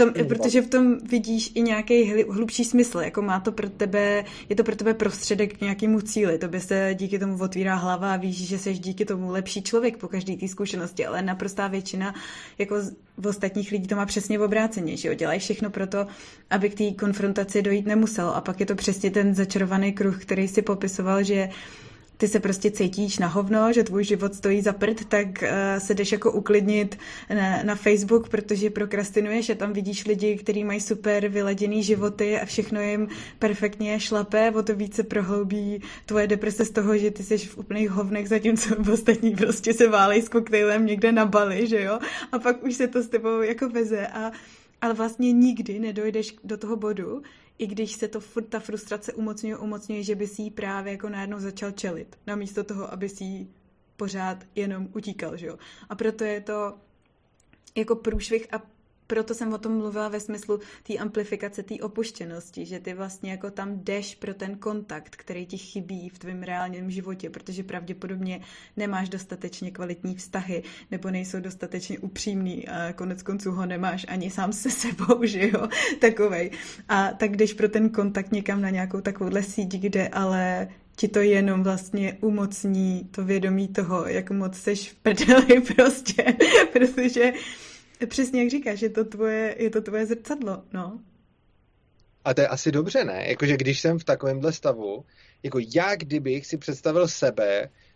v tom vidíš i nějaký hlubší smysl, jako má to pro tebe, je to pro tebe prostředek k nějakému cíli, tobě se díky tomu otvírá hlava a víš, že jsi díky tomu lepší člověk po každý té zkušenosti, ale naprostá většina jako v ostatních lidí to má přesně obráceně, že jo, dělají všechno pro to, aby k té konfrontaci dojít nemuselo a pak je to přesně ten začarovaný kruh, který si popisoval, že ty se prostě cítíš na hovno, že tvůj život stojí za prd, tak se jdeš jako uklidnit na Facebook, protože prokrastinuješ a tam vidíš lidi, kteří mají super vyladěný životy a všechno jim perfektně šlape, o to více prohloubí tvoje deprese z toho, že ty jsi v úplných hovnech, zatímco ostatní prostě se válej s koktejlem někde na Bali, že jo? A pak už se to s tebou jako veze ale vlastně nikdy nedojdeš do toho bodu, i když se to furt ta frustrace umocňuje, že by si jí právě jako najednou začal čelit, namísto toho, aby si jí pořád jenom utíkal, že jo. A proto je to jako průšvih a proto jsem o tom mluvila ve smyslu té amplifikace, té opuštěnosti, že ty vlastně jako tam jdeš pro ten kontakt, který ti chybí v tvém reálném životě, protože pravděpodobně nemáš dostatečně kvalitní vztahy, nebo nejsou dostatečně upřímný a konec konců ho nemáš ani sám se sebou, že jo, takovej. A tak jdeš pro ten kontakt někam na nějakou takovouhle síť, kde ale ti to jenom vlastně umocní to vědomí toho, jak moc seš v prdeli prostě, protože přesně jak říkáš, je to tvoje zrcadlo, no. A to je asi dobře, ne? Jakože když jsem v takovémhle stavu, jako já kdybych si představil sebe,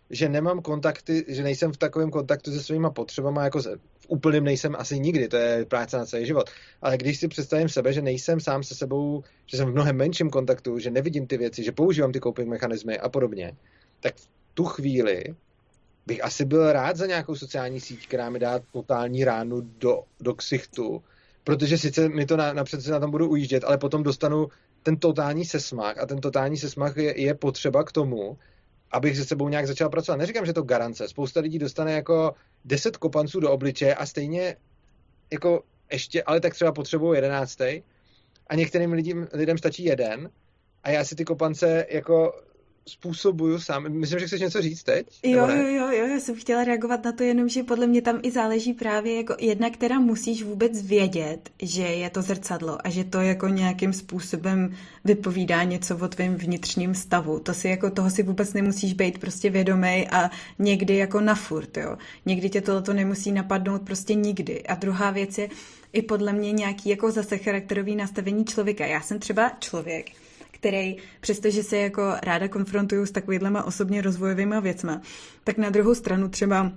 že nemám kontakty, že nejsem v takovém kontaktu se svýma potřebama, jako v úplným nejsem asi nikdy, to je práce na celý život. Ale když si představím sebe, že nejsem sám se sebou, že jsem v mnohem menším kontaktu, že nevidím ty věci, že používám ty coping mechanismy a podobně, tak v tu chvíli bych asi byl rád za nějakou sociální síť, která mi dá totální ránu do ksichtu, protože sice mi to napřed se na tom budu ujíždět, ale potom dostanu ten totální sesmach a ten totální sesmach je potřeba k tomu, abych se sebou nějak začal pracovat. Neříkám, že to garance. Spousta lidí dostane jako 10 kopanců do obličeje a stejně jako ještě, ale tak třeba potřebují 11. A některým lidem stačí jeden a já si ty kopance jako způsobuju sám. Myslím, že chceš něco říct teď? Jo, já jsem chtěla reagovat na to jenom, že podle mě tam i záleží právě jako jedna, která musíš vůbec vědět, že je to zrcadlo a že to jako nějakým způsobem vypovídá něco o tvém vnitřním stavu. Toho si vůbec nemusíš být prostě vědomej a někdy jako na furt, jo. Někdy tě tohleto nemusí napadnout prostě nikdy. A druhá věc je i podle mě nějaký jako zase charakterový nastavení člověka. Já jsem třeba člověk, který, přestože se jako ráda konfrontuju s takovýhlema osobně rozvojovýma věcma, tak na druhou stranu třeba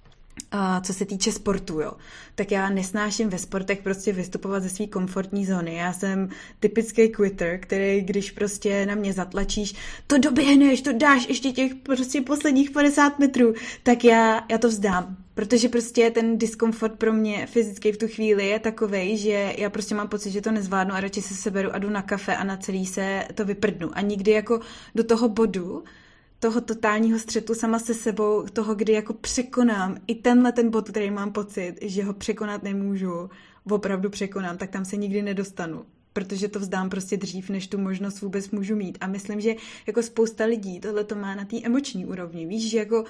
co se týče sportu, jo, tak já nesnáším ve sportech prostě vystupovat ze své komfortní zóny. Já jsem typický quitter, který, když prostě na mě zatlačíš, to doběhneš, to dáš ještě těch prostě posledních 50 metrů, tak já to vzdám. Protože prostě ten diskomfort pro mě fyzicky v tu chvíli je takovej, že já prostě mám pocit, že to nezvládnu a radši se seberu a jdu na kafe a na celý se to vyprdnu. A nikdy jako do toho bodu, toho totálního střetu sama se sebou, toho, kdy jako překonám i ten bod, který mám pocit, že ho překonat nemůžu, opravdu překonám, tak tam se nikdy nedostanu. Protože to vzdám prostě dřív, než tu možnost vůbec můžu mít. A myslím, že jako spousta lidí tohle to má na té emoční úrovni. Víš, že jako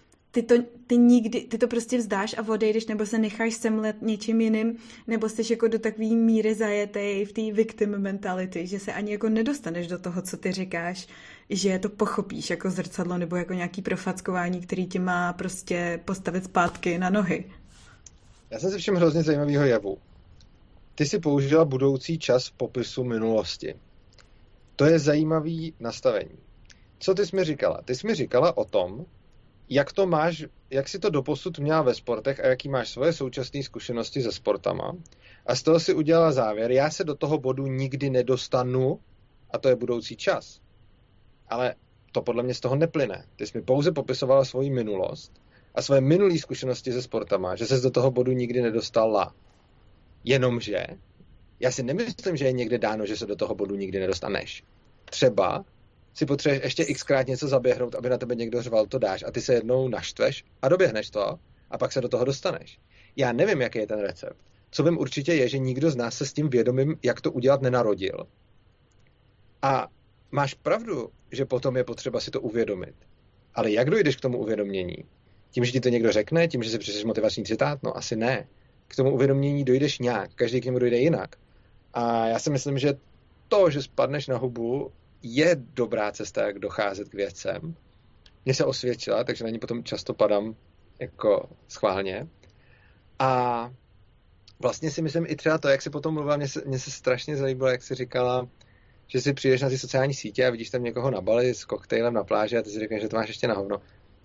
ty to prostě vzdáš a odejdeš, nebo se necháš semlet něčím jiným, nebo jsi jako do takový míry zajetej v té victim mentality, že se ani jako nedostaneš do toho, co ty říkáš, že to pochopíš jako zrcadlo nebo jako nějaký profackování, který tě má prostě postavit zpátky na nohy. Já jsem si všiml hrozně zajímavého jevu. Ty si použila budoucí čas v popisu minulosti. To je zajímavý nastavení. Co ty jsi mi říkala? Ty jsi mi říkala o tom, jak si to doposud měla ve sportech a jaký máš svoje současné zkušenosti se sportama. A z toho si udělala závěr, já se do toho bodu nikdy nedostanu a to je budoucí čas. Ale to podle mě z toho neplyne. Ty jsi mi pouze popisovala svoji minulost a svoje minulé zkušenosti se sportama, že ses do toho bodu nikdy nedostala. Jenomže já si nemyslím, že je někde dáno, že se do toho bodu nikdy nedostaneš. Třeba si potřebuješ ještě xkrát něco zaběhnout, aby na tebe někdo řval, to dáš a ty se jednou naštveš a doběhneš to a pak se do toho dostaneš. Já nevím, jaký je ten recept. Co vím určitě je, že nikdo z nás se s tím vědomím, jak to udělat, nenarodil. A máš pravdu, že potom je potřeba si to uvědomit. Ale jak dojdeš k tomu uvědomění? Tím, že ti to někdo řekne? Tím, že si přečteš motivační citát? No asi ne. K tomu uvědomění dojdeš nějak. Každý k němu dojde jinak. A já si myslím, že to, že spadneš na hubu, je dobrá cesta, jak docházet k věcem. Mně se osvědčila, takže na ní potom často padám jako schválně. A vlastně si myslím i třeba to, jak jsi potom mluvila, mě se strašně zalíbilo, jak jsi říkala, že si přijdeš na ty sociální sítě a vidíš tam někoho na Bali s koktejlem na pláži a ty si řekneš, že to máš ještě na hovno.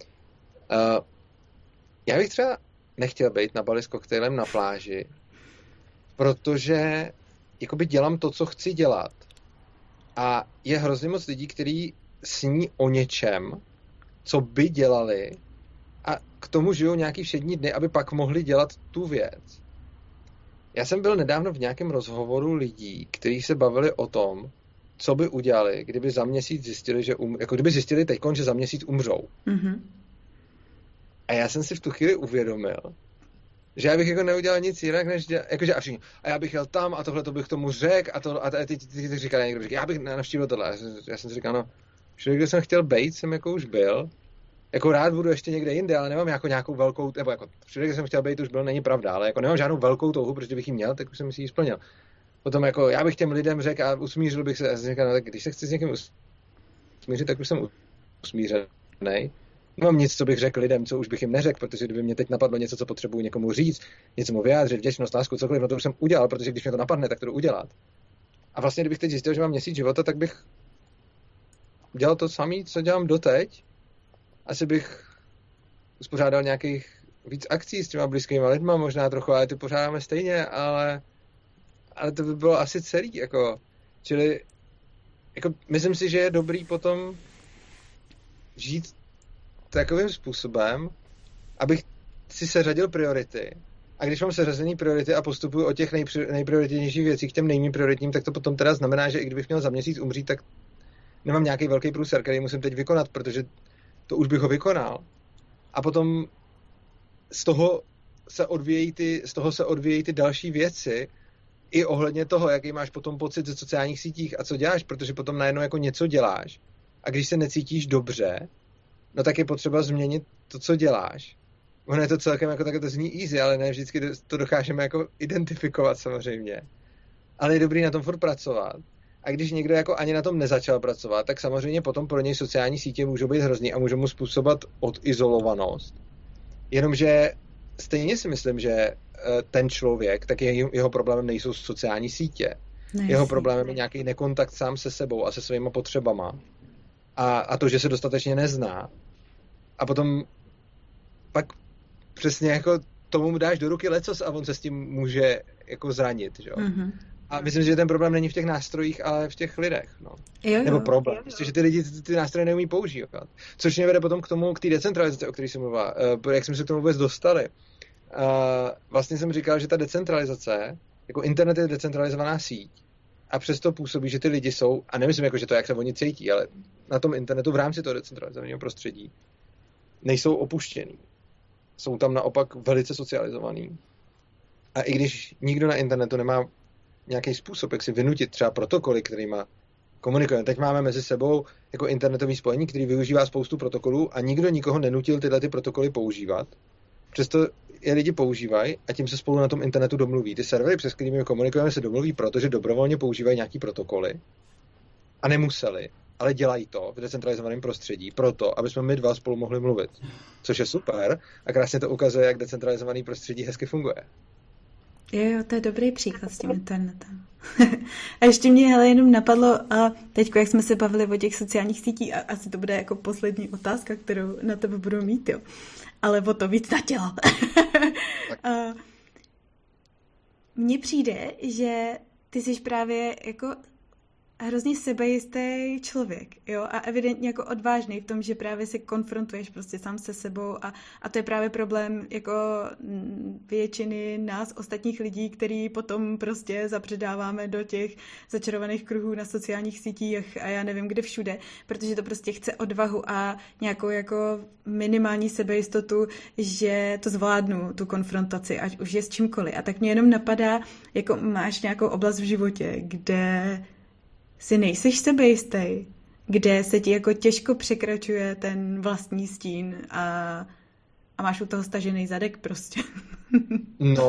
Já bych třeba nechtěl být na Bali s koktejlem na pláži, protože jakoby dělám to, co chci dělat. A je hrozně moc lidí, kteří sní o něčem, co by dělali a k tomu žijou nějaký všední dny, aby pak mohli dělat tu věc. Já jsem byl nedávno v nějakém rozhovoru lidí, kteří se bavili o tom, co by udělali, kdyby za měsíc zjistili, jako kdyby zjistili teďkon, že za měsíc umřou. Mm-hmm. A já jsem si v tu chvíli uvědomil, že já bych jako neudělal nic jinak, než jakože a já bych jel tam a tohle to bych tomu řekl a ty říkali někdo říká, já bych navštívil tohle. Já jsem si říkal, no, všude, kde jsem chtěl být, jsem jako už byl. Jako rád budu ještě někde jinde, ale nemám jako nějakou velkou, nebo jako všude, kde jsem chtěl být, už byl, není pravda, ale jako nemám žádnou velkou touhu, protože bych ji měl, tak už jsem si ji splnil. Potom jako já bych těm lidem řekl a usmířil bych se a jsem říkal, no, tak když se chci s někým usmířit, tak už jsem usmířenej. Nemám nic, co bych řekl lidem, co už bych jim neřekl, protože kdyby mě teď napadlo něco, co potřebuji někomu říct, něco mu vyjádřit, vděčnost, lásku, cokoliv, no to už jsem udělal, protože když mě to napadne, tak to jdu udělat. A vlastně, kdybych teď zjistil, že mám měsíc života, tak bych dělal to samé, co dělám doteď. Asi bych uspořádal nějakých víc akcí s těma blízkýma lidma, možná trochu, ale ty pořádáme stejně, ale to by bylo asi celý, jako, čili jako, myslím si, že je dobrý potom žít takovým způsobem, abych si seřadil priority. A když mám seřazený priority a postupuji od těch nejprioritnějších věcí k těm nejméně prioritním, tak to potom teda znamená, že i kdybych měl za měsíc umřít, tak nemám nějaký velký průser, který musím teď vykonat, protože to už bych ho vykonal. A potom z toho se odvíjejí ty další věci, i ohledně toho, jaký máš potom pocit ze sociálních sítích a co děláš, protože potom najednou jako něco děláš a když se necítíš dobře, no tak je potřeba změnit to, co děláš. Ono je to celkem jako takhle, to zní easy, ale ne vždycky to dokážeme jako identifikovat samozřejmě. Ale je dobrý na tom furt pracovat. A když někdo jako ani na tom nezačal pracovat, tak samozřejmě potom pro něj sociální sítě můžou být hrozný a můžou mu způsobovat odizolovanost. Jenomže stejně si myslím, že ten člověk, tak jeho problémem nejsou sociální sítě. Jeho problémem je nějaký nekontakt sám se sebou a se svýma potřebama. A to, že se dostatečně nezná. A potom pak přesně jako tomu dáš do ruky lecos a on se s tím může jako zranit, že jo. Mm-hmm. A myslím, že ten problém není v těch nástrojích, ale v těch lidech, no. Jo. Nebo problém, prostě, že ty lidi ty nástroje neumí používat. Což mě vede potom k té decentralizaci, o které jsem mluvila. Jak jsme se k tomu vůbec dostali. Vlastně jsem říkal, že ta decentralizace, jako internet je decentralizovaná síť a přesto působí, že ty lidi jsou, a nemyslím jako, že to jak se oni cítí, ale na tom internetu v rámci toho decentralizovaného prostředí nejsou opuštěný. Jsou tam naopak velice socializovaný. A i když nikdo na internetu nemá nějaký způsob, jak si vynutit třeba protokoly, kterýma komunikujeme. Teď máme mezi sebou jako internetový spojení, který využívá spoustu protokolů a nikdo nikoho nenutil tyhle ty protokoly používat. Přesto je lidi používají a tím se spolu na tom internetu domluví. Ty servery, přes kterými komunikujeme, se domluví, protože dobrovolně používají nějaký protokoly a nemuseli, ale dělají to v decentralizovaném prostředí proto, aby jsme my dva spolu mohli mluvit. Což je super a krásně to ukazuje, jak decentralizovaný prostředí hezky funguje. Jo, to je dobrý příklad s tím internetem. A ještě mě hele, jenom napadlo, a teď, jak jsme se bavili o těch sociálních sítích, a asi to bude jako poslední otázka, kterou na tebe budu mít, jo. Ale o to víc na tělo. Mně přijde, že ty jsi právě jako hrozně sebejistý člověk, jo, a evidentně jako odvážný v tom, že právě se konfrontuješ prostě sám se sebou a to je právě problém jako většiny nás ostatních lidí, který potom prostě zapředáváme do těch začarovaných kruhů na sociálních sítích a já nevím kde všude, protože to prostě chce odvahu a nějakou jako minimální sebejistotu, že to zvládnu, tu konfrontaci, ať už je s čímkoliv. A tak mě jenom napadá, jako máš nějakou oblast v životě, kde si nejseš sebejistý, kde se ti jako těžko překračuje ten vlastní stín a máš u toho stažený zadek prostě. No,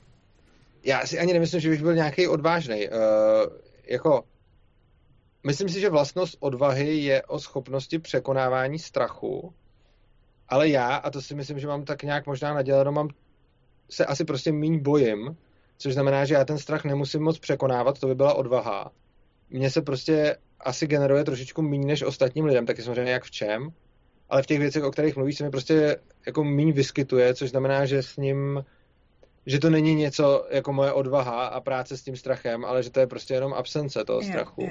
já si ani nemyslím, že bych byl nějaký odvážnej. Jako, myslím si, že vlastnost odvahy je o schopnosti překonávání strachu, ale já, a to si myslím, že mám tak nějak možná naděleno, se asi prostě míň bojím, což znamená, že já ten strach nemusím moc překonávat, to by byla odvaha. Mně se prostě asi generuje trošičku míň než ostatním lidem, taky samozřejmě jak v čem, ale v těch věcech, o kterých mluvíš, se mi prostě jako míň vyskytuje, což znamená, že s ním, že to není něco jako moje odvaha a práce s tím strachem, ale že to je prostě jenom absence toho strachu.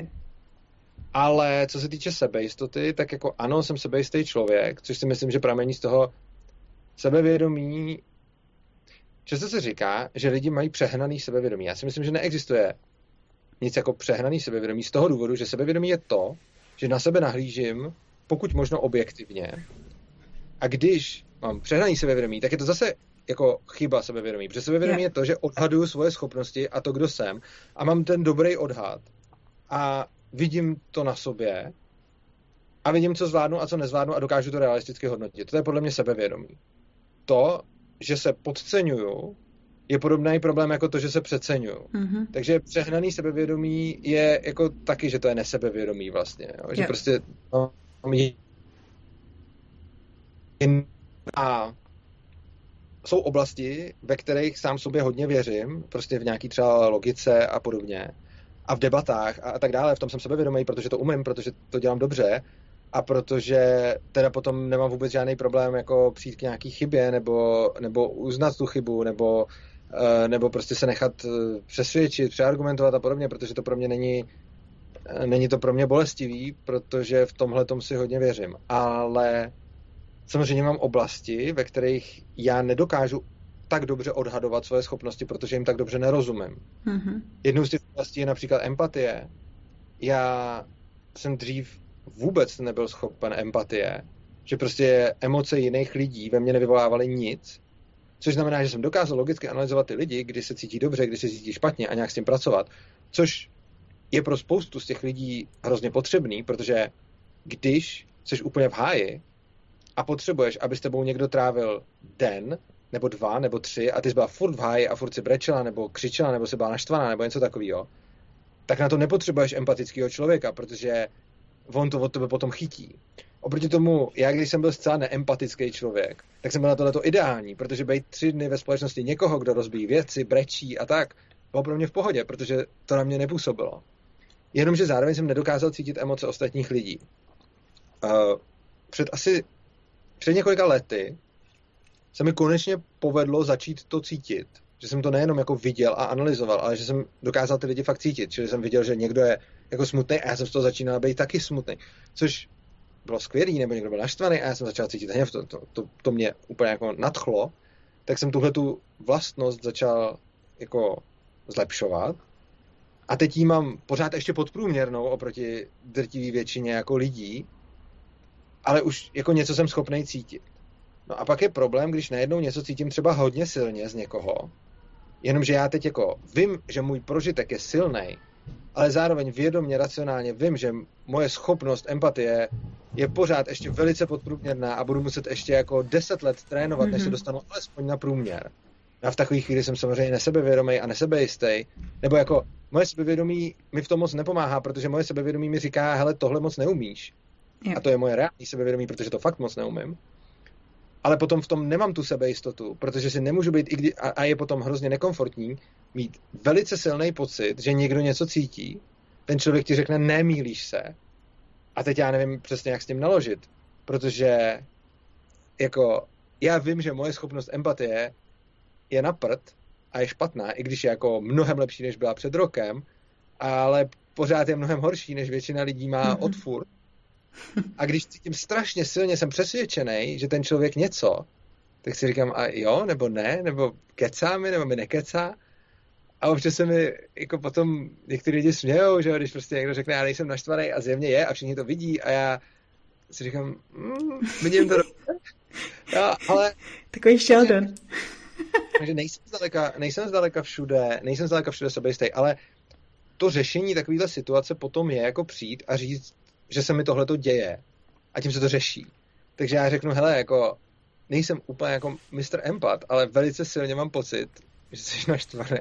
Ale co se týče sebejistoty, tak jako ano, jsem sebejistý člověk, což si myslím, že pramení z toho sebevědomí. Často se říká, že lidi mají přehnaný sebevědomí. Já si myslím, že neexistuje nic jako přehnaný sebevědomí z toho důvodu, že sebevědomí je to, že na sebe nahlížím pokud možno objektivně. A když mám přehnaný sebevědomí, tak je to zase jako chyba sebevědomí. Protože sebevědomí je to, že odhaduju svoje schopnosti a to, kdo jsem. A mám ten dobrý odhad. A vidím to na sobě. A vidím, co zvládnu a co nezvládnu a dokážu to realisticky hodnotit. To je podle mě sebevědomí. To, že se podceňuju, je podobný problém jako to, že se přeceňuju. Mm-hmm. Takže přehnaný sebevědomí je jako taky, že to je nesebevědomí vlastně. Jo? Že prostě a jsou oblasti, ve kterých sám sobě hodně věřím, prostě v nějaký třeba logice a podobně. A v debatách a tak dále, v tom jsem sebevědomý, protože to umím, protože to dělám dobře. a protože teda potom nemám vůbec žádný problém jako přijít k nějaký chybě nebo uznat tu chybu nebo prostě se nechat přesvědčit, přeargumentovat a podobně, protože to pro mě není to pro mě bolestivý, protože v tomhletom si hodně věřím. Ale samozřejmě mám oblasti, ve kterých já nedokážu tak dobře odhadovat svoje schopnosti, protože jim tak dobře nerozumím. Mm-hmm. Jednou z těch oblastí je například empatie. Já jsem dřív vůbec nebyl schopen empatie, že prostě emoce jiných lidí ve mně nevyvolávaly nic, což znamená, že jsem dokázal logicky analyzovat ty lidi, kdy se cítí dobře, kdy se cítí špatně a nějak s tím pracovat, což je pro spoustu z těch lidí hrozně potřebný, protože když jsi úplně v háji a potřebuješ, aby s tebou někdo trávil den, nebo 2, nebo 3 a ty jsi byla furt v háji a furt si brečela, nebo křičela, nebo si byla naštvaná, nebo něco takového, tak na to nepotřebuješ empatického člověka, protože on to od tebe potom chytí. Oproti tomu, já když jsem byl zcela neempatický člověk, tak jsem byl na tohleto ideální, protože být 3 dny ve společnosti někoho, kdo rozbíjí věci, brečí a tak, bylo pro mě v pohodě, protože to na mě nepůsobilo. Jenomže zároveň jsem nedokázal cítit emoce ostatních lidí. Před několika lety se mi konečně povedlo začít to cítit. Že jsem to nejenom jako viděl a analyzoval, ale že jsem dokázal ty lidi fakt cítit. Čili jsem viděl, že někdo je jako smutný a já jsem z toho začínal být taky smutný. Což bylo skvělý, nebo někdo byl naštvaný a já jsem začal cítit hněv. To mě úplně jako nadchlo. Tak jsem tuhletu vlastnost začal jako zlepšovat. A teď jí mám pořád ještě podprůměrnou oproti drtivé většině jako lidí, ale už jako něco jsem schopnej cítit. No a pak je problém, když najednou něco cítím třeba hodně silně z někoho, jenomže já teď jako vím, že můj prožitek je silnej, ale zároveň vědomě, racionálně vím, že moje schopnost empatie je pořád ještě velice podprůměrná a budu muset ještě jako 10 let trénovat, než se dostanu alespoň na průměr. A v takových chvíli jsem samozřejmě nesebevědomý a nesebejistý, nebo jako moje sebevědomí mi v tom moc nepomáhá, protože moje sebevědomí mi říká, hele, tohle moc neumíš. A to je moje reální sebevědomí, protože to fakt moc neumím. Ale potom v tom nemám tu sebejistotu, protože si nemůžu být, a je potom hrozně nekomfortní, mít velice silný pocit, že někdo něco cítí, ten člověk ti řekne, nemýlíš se, a teď já nevím přesně, jak s tím naložit, protože jako já vím, že moje schopnost empatie je na prd a je špatná, i když je jako mnohem lepší, než byla před rokem, ale pořád je mnohem horší, než většina lidí má odfurt. A když cítím strašně silně, jsem přesvědčený, že ten člověk něco, tak si říkám, a jo, nebo ne, nebo kecá mi, nebo mi nekecá. A občas se mi jako potom někteří lidi smějou, že když prostě někdo řekne, já nejsem naštvaný a zjevně je a všichni to vidí a já si říkám, vidím to dobře. Ja, ale... Takový Sheldon. Takže nejsem zdaleka všude sebejistý, ale to řešení takovéhle situace potom je jako přijít a říct, že se mi tohleto děje a tím se to řeší. Takže já řeknu, hele, jako nejsem úplně jako Mr. Empath, ale velice silně mám pocit, že jsi naštvaný.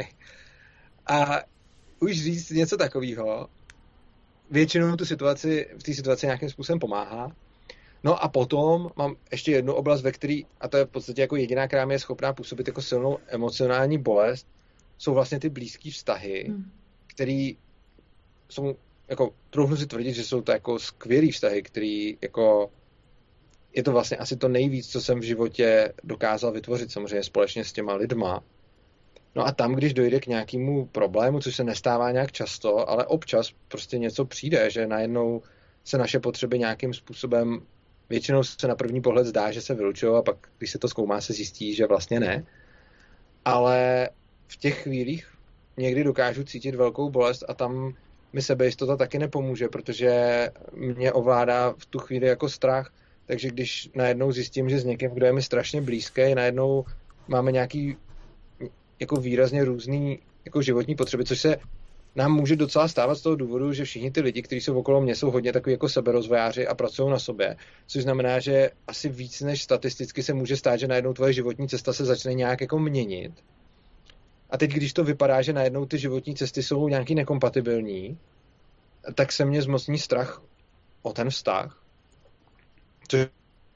A už říct něco takového, většinou v té situaci nějakým způsobem pomáhá. No a potom mám ještě jednu oblast, ve které, a to je v podstatě jako jediná, která mi je schopná působit jako silnou emocionální bolest, jsou vlastně ty blízký vztahy, které jsou, jako troufnu si tvrdit, že jsou to jako skvělý vztahy, který jako je to vlastně asi to nejvíc, co jsem v životě dokázal vytvořit samozřejmě společně s těma lidma. No a tam, když dojde k nějakému problému, což se nestává nějak často, ale občas prostě něco přijde, že najednou se naše potřeby nějakým způsobem, většinou se na první pohled zdá, že se vylučují a pak, když se to zkoumá, se zjistí, že vlastně ne. Ale v těch chvílích někdy dokážu cítit velkou bolest a tam mi sebejistota taky nepomůže, protože mě ovládá v tu chvíli jako strach. Takže když najednou zjistím, že s někým, kdo je mi strašně blízký, najednou máme nějaký jako výrazně různý jako životní potřeby, což se nám může docela stávat z toho důvodu, že všichni ty lidi, kteří jsou okolo mě, jsou hodně takový jako seberozvojáři a pracují na sobě, což znamená, že asi víc než statisticky se může stát, že najednou tvoje životní cesta se začne nějak jako měnit. A teď, když to vypadá, že najednou ty životní cesty jsou nějaký nekompatibilní, tak se mě zmocní strach o ten vztah. Což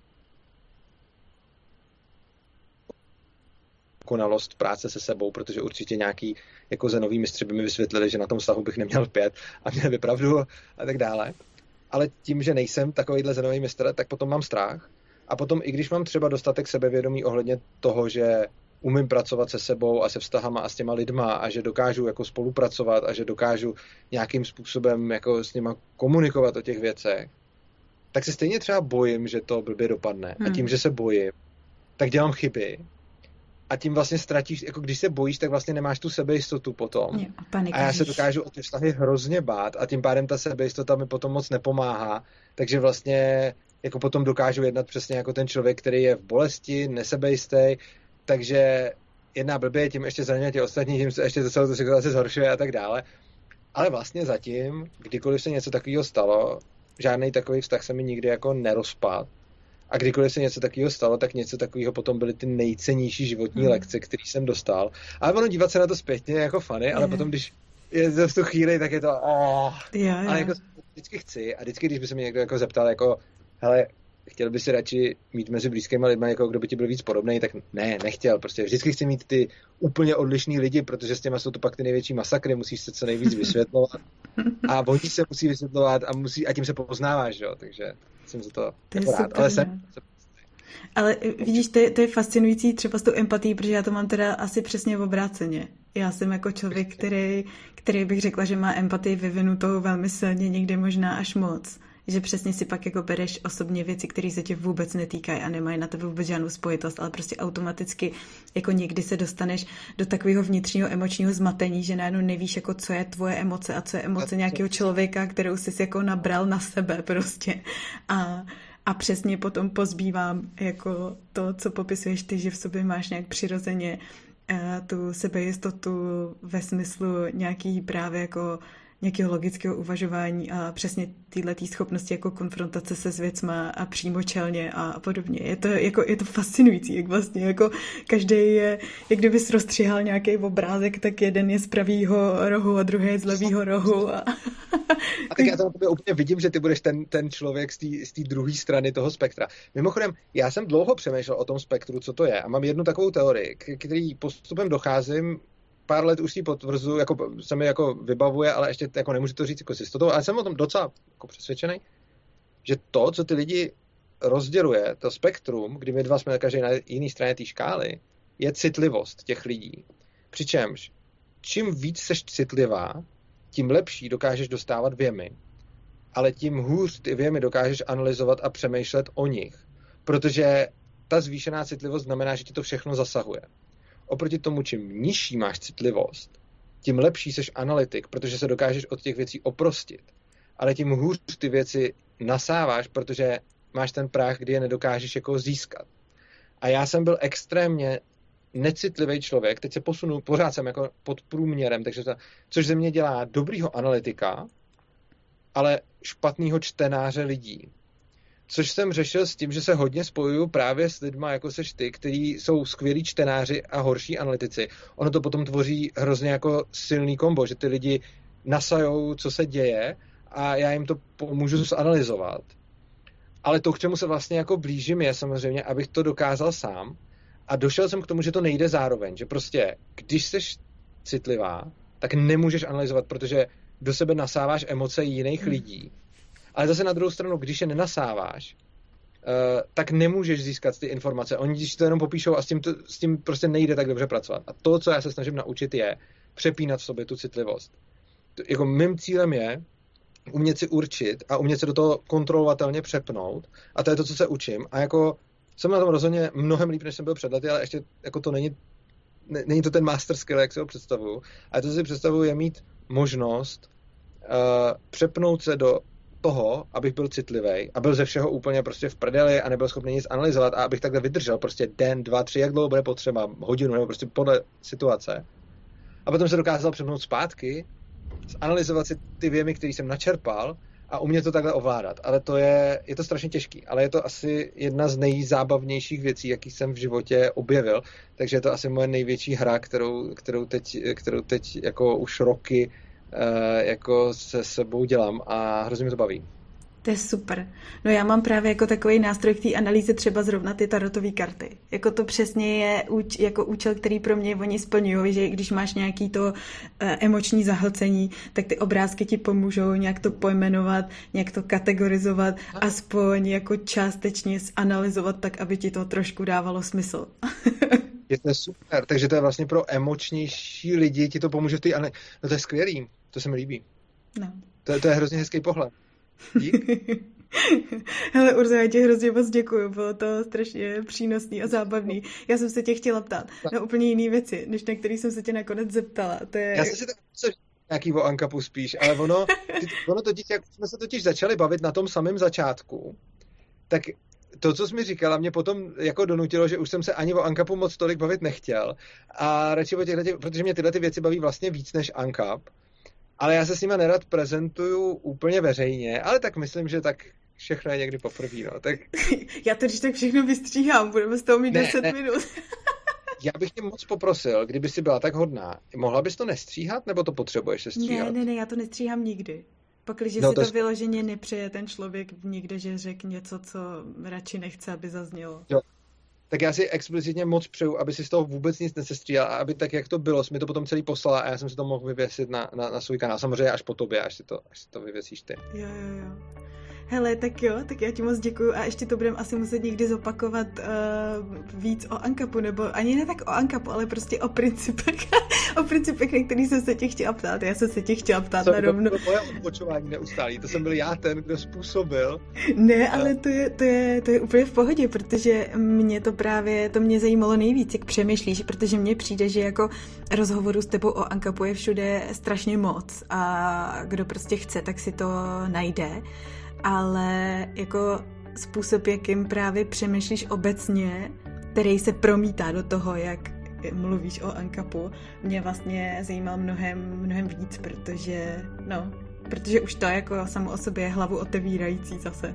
konalost práce se sebou, protože určitě nějaký jako zenoví mistři by mi vysvětlili, že na tom vztahu bych neměl 5 a měl by pravdu a tak dále. ale tím, že nejsem takovýhle zenový mistr, tak potom mám strach. A potom, i když mám třeba dostatek sebevědomí ohledně toho, že umím pracovat se sebou a se vztahama a s těma lidma a že dokážu jako spolupracovat a že dokážu nějakým způsobem jako s nima komunikovat o těch věcech, tak se stejně třeba bojím, že to blbě dopadne. A tím, že se bojím, tak dělám chyby. A tím vlastně ztratíš, jako když se bojíš, tak vlastně nemáš tu sebejistotu potom. A já se dokážu o ty vztahy hrozně bát a tím pádem ta sebejistota mi potom moc nepomáhá. Takže vlastně jako potom dokážu jednat přesně jako ten člověk, který je v bolesti, nesebejistý, takže jedná blbě, tím ještě zraňuje ty ostatní, tím se ještě to celou tu situaci zhoršuje a tak dále. Ale vlastně zatím, kdykoliv se něco takového stalo, žádný takový vztah se mi nikdy jako nerozpad. A kdykoliv se něco takového stalo, tak něco takového potom byly ty nejcennější životní lekce, které jsem dostal. Ale ono dívat se na to zpětně je jako funny, ale potom, když je to v tu chvíli, tak je to Ale jako vždycky chci a vždycky, když by se mě někdo jako zeptal, jako hele, chtěl by si radši mít mezi blízkými lidmi, jako kdo by ti byl víc podobný, tak ne, nechtěl. Prostě vždycky chci mít ty úplně odlišný lidi, protože s těma jsou to pak ty největší masakry, musíš se co nejvíc vysvětlovat. A oni se musí vysvětlovat a tím se poznáváš, jo, takže jsem za to jako rád. Ale Ale vidíš, to je fascinující třeba s tou empatií, protože já to mám teda asi přesně v obráceně. Já jsem jako člověk, který bych řekla, že má empatii vyvinutou velmi silně, někde možná až moc. Že přesně si pak jako bereš osobně věci, které se tě vůbec netýkají a nemají na tebe vůbec žádnou spojitost, ale prostě automaticky jako někdy se dostaneš do takového vnitřního emočního zmatení, že najednou nevíš, jako co je tvoje emoce a co je emoce nějakého člověka, kterou jsi jako nabral na sebe prostě. A přesně potom pozbývám jako to, co popisuješ ty, že v sobě máš nějak přirozeně tu sebejistotu ve smyslu nějaký právě jako nějakého logického uvažování a přesně této schopnosti jako konfrontace se s věcma a přímočelně a podobně. Je to fascinující, jak vlastně jako každý je, jak kdybys rozstřihal nějaký obrázek, tak jeden je z pravýho rohu a druhý je z levýho rohu. A tak já to na tobě úplně vidím, že ty budeš ten člověk z té druhé strany toho spektra. Mimochodem, já jsem dlouho přemýšlel o tom spektru, co to je a mám jednu takovou teorii, který postupem docházím, pár let už si potvrzuji, jako se mi jako vybavuje, ale ještě jako nemůžu to říct jako s jistotou, ale jsem o tom docela jako přesvědčený, že to, co ty lidi rozděluje, to spektrum, kdy my dva jsme každý na jiné straně té škály, je citlivost těch lidí. Přičemž, čím víc seš citlivá, tím lepší dokážeš dostávat věmy, ale tím hůř ty věmy dokážeš analyzovat a přemýšlet o nich, protože ta zvýšená citlivost znamená, že ti to všechno zasahuje. Oproti tomu, čím nižší máš citlivost, tím lepší seš analytik, protože se dokážeš od těch věcí oprostit. Ale tím hůř ty věci nasáváš, protože máš ten práh, kdy je nedokážeš jako získat. A já jsem byl extrémně necitlivý člověk, teď se posunu, pořád jsem jako pod průměrem, což ze mě dělá dobrýho analytika, ale špatného čtenáře lidí. Což jsem řešil s tím, že se hodně spojuju právě s lidma, jako seš ty, kteří jsou skvělí čtenáři a horší analytici. Ono to potom tvoří hrozně jako silný kombo, že ty lidi nasajou, co se děje a já jim to pomůžu zanalyzovat. Ale to, k čemu se vlastně jako blížím, je samozřejmě, abych to dokázal sám a došel jsem k tomu, že to nejde zároveň, že prostě, když seš citlivá, tak nemůžeš analyzovat, protože do sebe nasáváš emoce jiných lidí. Ale zase na druhou stranu, když je nenasáváš, tak nemůžeš získat ty informace. Oni když to jenom popíšou a s tím prostě nejde tak dobře pracovat. A to, co já se snažím naučit, je přepínat v sobě tu citlivost. Jako mým cílem je umět si určit a umět se do toho kontrolovatelně přepnout. A to je to, co se učím. A jako jsem na tom rozhodně mnohem líp, než jsem byl před lety, ale ještě jako to není to ten master skill, jak si ho představuju. A to, co si představuju, je mít možnost přepnout se do toho, abych byl citlivý a byl ze všeho úplně prostě v prdeli a nebyl schopný nic analyzovat a abych takhle vydržel prostě den, 2, 3, jak dlouho bude potřeba, hodinu nebo prostě podle situace. A potom se dokázal přepnout zpátky, analyzovat si ty věmy, které jsem načerpal a umět to takhle ovládat. Ale je to strašně těžký, ale je to asi jedna z nejzábavnějších věcí, jaký jsem v životě objevil, takže je to asi moje největší hra, kterou teď jako už roky jako se sebou dělám a hrozně mi to baví. To je super. No já mám právě jako takový nástroj k té analýze třeba zrovna ty tarotové karty. Jako to přesně je jako účel, který pro mě oni splňují, že když máš nějaký to emoční zahlcení, tak ty obrázky ti pomůžou nějak to pojmenovat, nějak to kategorizovat, aspoň jako částečně zanalyzovat tak, aby ti to trošku dávalo smysl. Je to super, takže to je vlastně pro emočnější lidi, ti to pomůže v té No to je skvělý, to se mi líbí. No. To je hrozně hezký pohled. Dík. Hele, Urzo, já ti hrozně moc děkuju, bylo to strašně přínosný a zábavný. Já jsem se tě chtěla ptát na úplně jiné věci, než na který jsem se tě nakonec zeptala. To je... Já jsem si tak nějaký o Ankapu spíš, ale ono totiž, jak jsme se totiž začali bavit na tom samém začátku, tak to, co jsi mi říkala, mě potom jako donutilo, že už jsem se ani o Ankapu moc tolik bavit nechtěl a radši o těchto, protože mě tyhle ty věci baví vlastně víc než Ankap, ale já se s nima nerad prezentuju úplně veřejně, ale tak myslím, že tak všechno je někdy poprvé, no. Tak... Já to když tak všechno vystříhám, budeme z toho mít 10 minut. Já bych tě moc poprosil, kdyby jsi byla tak hodná, mohla bys to nestříhat, nebo to potřebuješ se stříhat? Ne, já to nestříhám nikdy. Pakliže si to vyloženě nepřeje ten člověk někde, že řekne něco, co radši nechce, aby zaznělo. Jo. Tak já si explicitně moc přeju, aby si z toho vůbec nic nesestříhal a aby tak, jak to bylo, jsi mi to potom celý poslala a já jsem si to mohl vyvěsit na svůj kanál. Samozřejmě až po tobě, až si to vyvěsíš ty. Jo. Hele, tak jo, tak já ti moc děkuju a ještě to budeme asi muset někdy zopakovat víc o Ankapu, nebo ani ne tak o Ankapu, ale prostě o principech, na který jsem se tě chtěla ptát. Já jsem se tě chtěla ptát na rovno. To moje odpočování neustálý, to jsem byl já ten, kdo způsobil. Ne, ale to je úplně v pohodě, protože to mě zajímalo nejvíc, jak přemýšlíš, protože mně přijde, že jako rozhovoru s tebou o Ankapu je všude strašně moc a kdo prostě chce, tak si to najde. Ale jako způsob, jakým právě přemýšlíš obecně, který se promítá do toho, jak mluvíš o Ankapu, mě vlastně zajímal mnohem víc, protože už to jako samo o sobě je hlavu otevírající zase.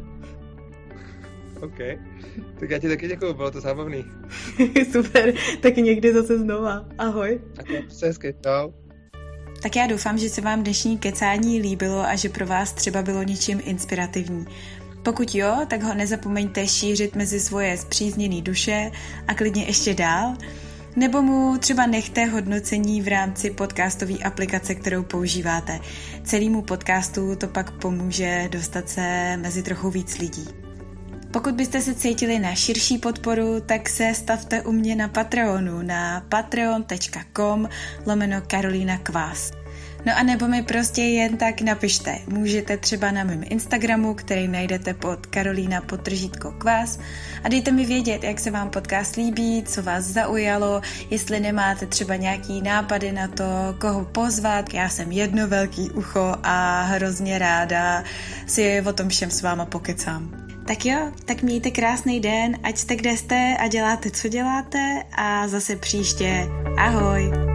OK, tak já ti taky děkuju, bylo to zábavný. Super, tak někdy zase znova. Ahoj. Tak se hezky, čau. Tak já doufám, že se vám dnešní kecání líbilo a že pro vás třeba bylo něčím inspirativní. Pokud jo, tak ho nezapomeňte šířit mezi svoje spřízněné duše a klidně ještě dál, nebo mu třeba nechte hodnocení v rámci podcastové aplikace, kterou používáte. Celému podcastu to pak pomůže dostat se mezi trochu víc lidí. Pokud byste se cítili na širší podporu, tak se stavte u mě na Patreonu na patreon.com/Karolína Kvás. No a nebo mi prostě jen tak napište. Můžete třeba na mém Instagramu, který najdete pod Karolína_Kvás a dejte mi vědět, jak se vám podcast líbí, co vás zaujalo, jestli nemáte třeba nějaký nápady na to, koho pozvat. Já jsem jedno velký ucho a hrozně ráda si o tom všem s váma pokecám. Tak jo, tak mějte krásný den, ať jste kde jste a děláte, co děláte a zase příště. Ahoj!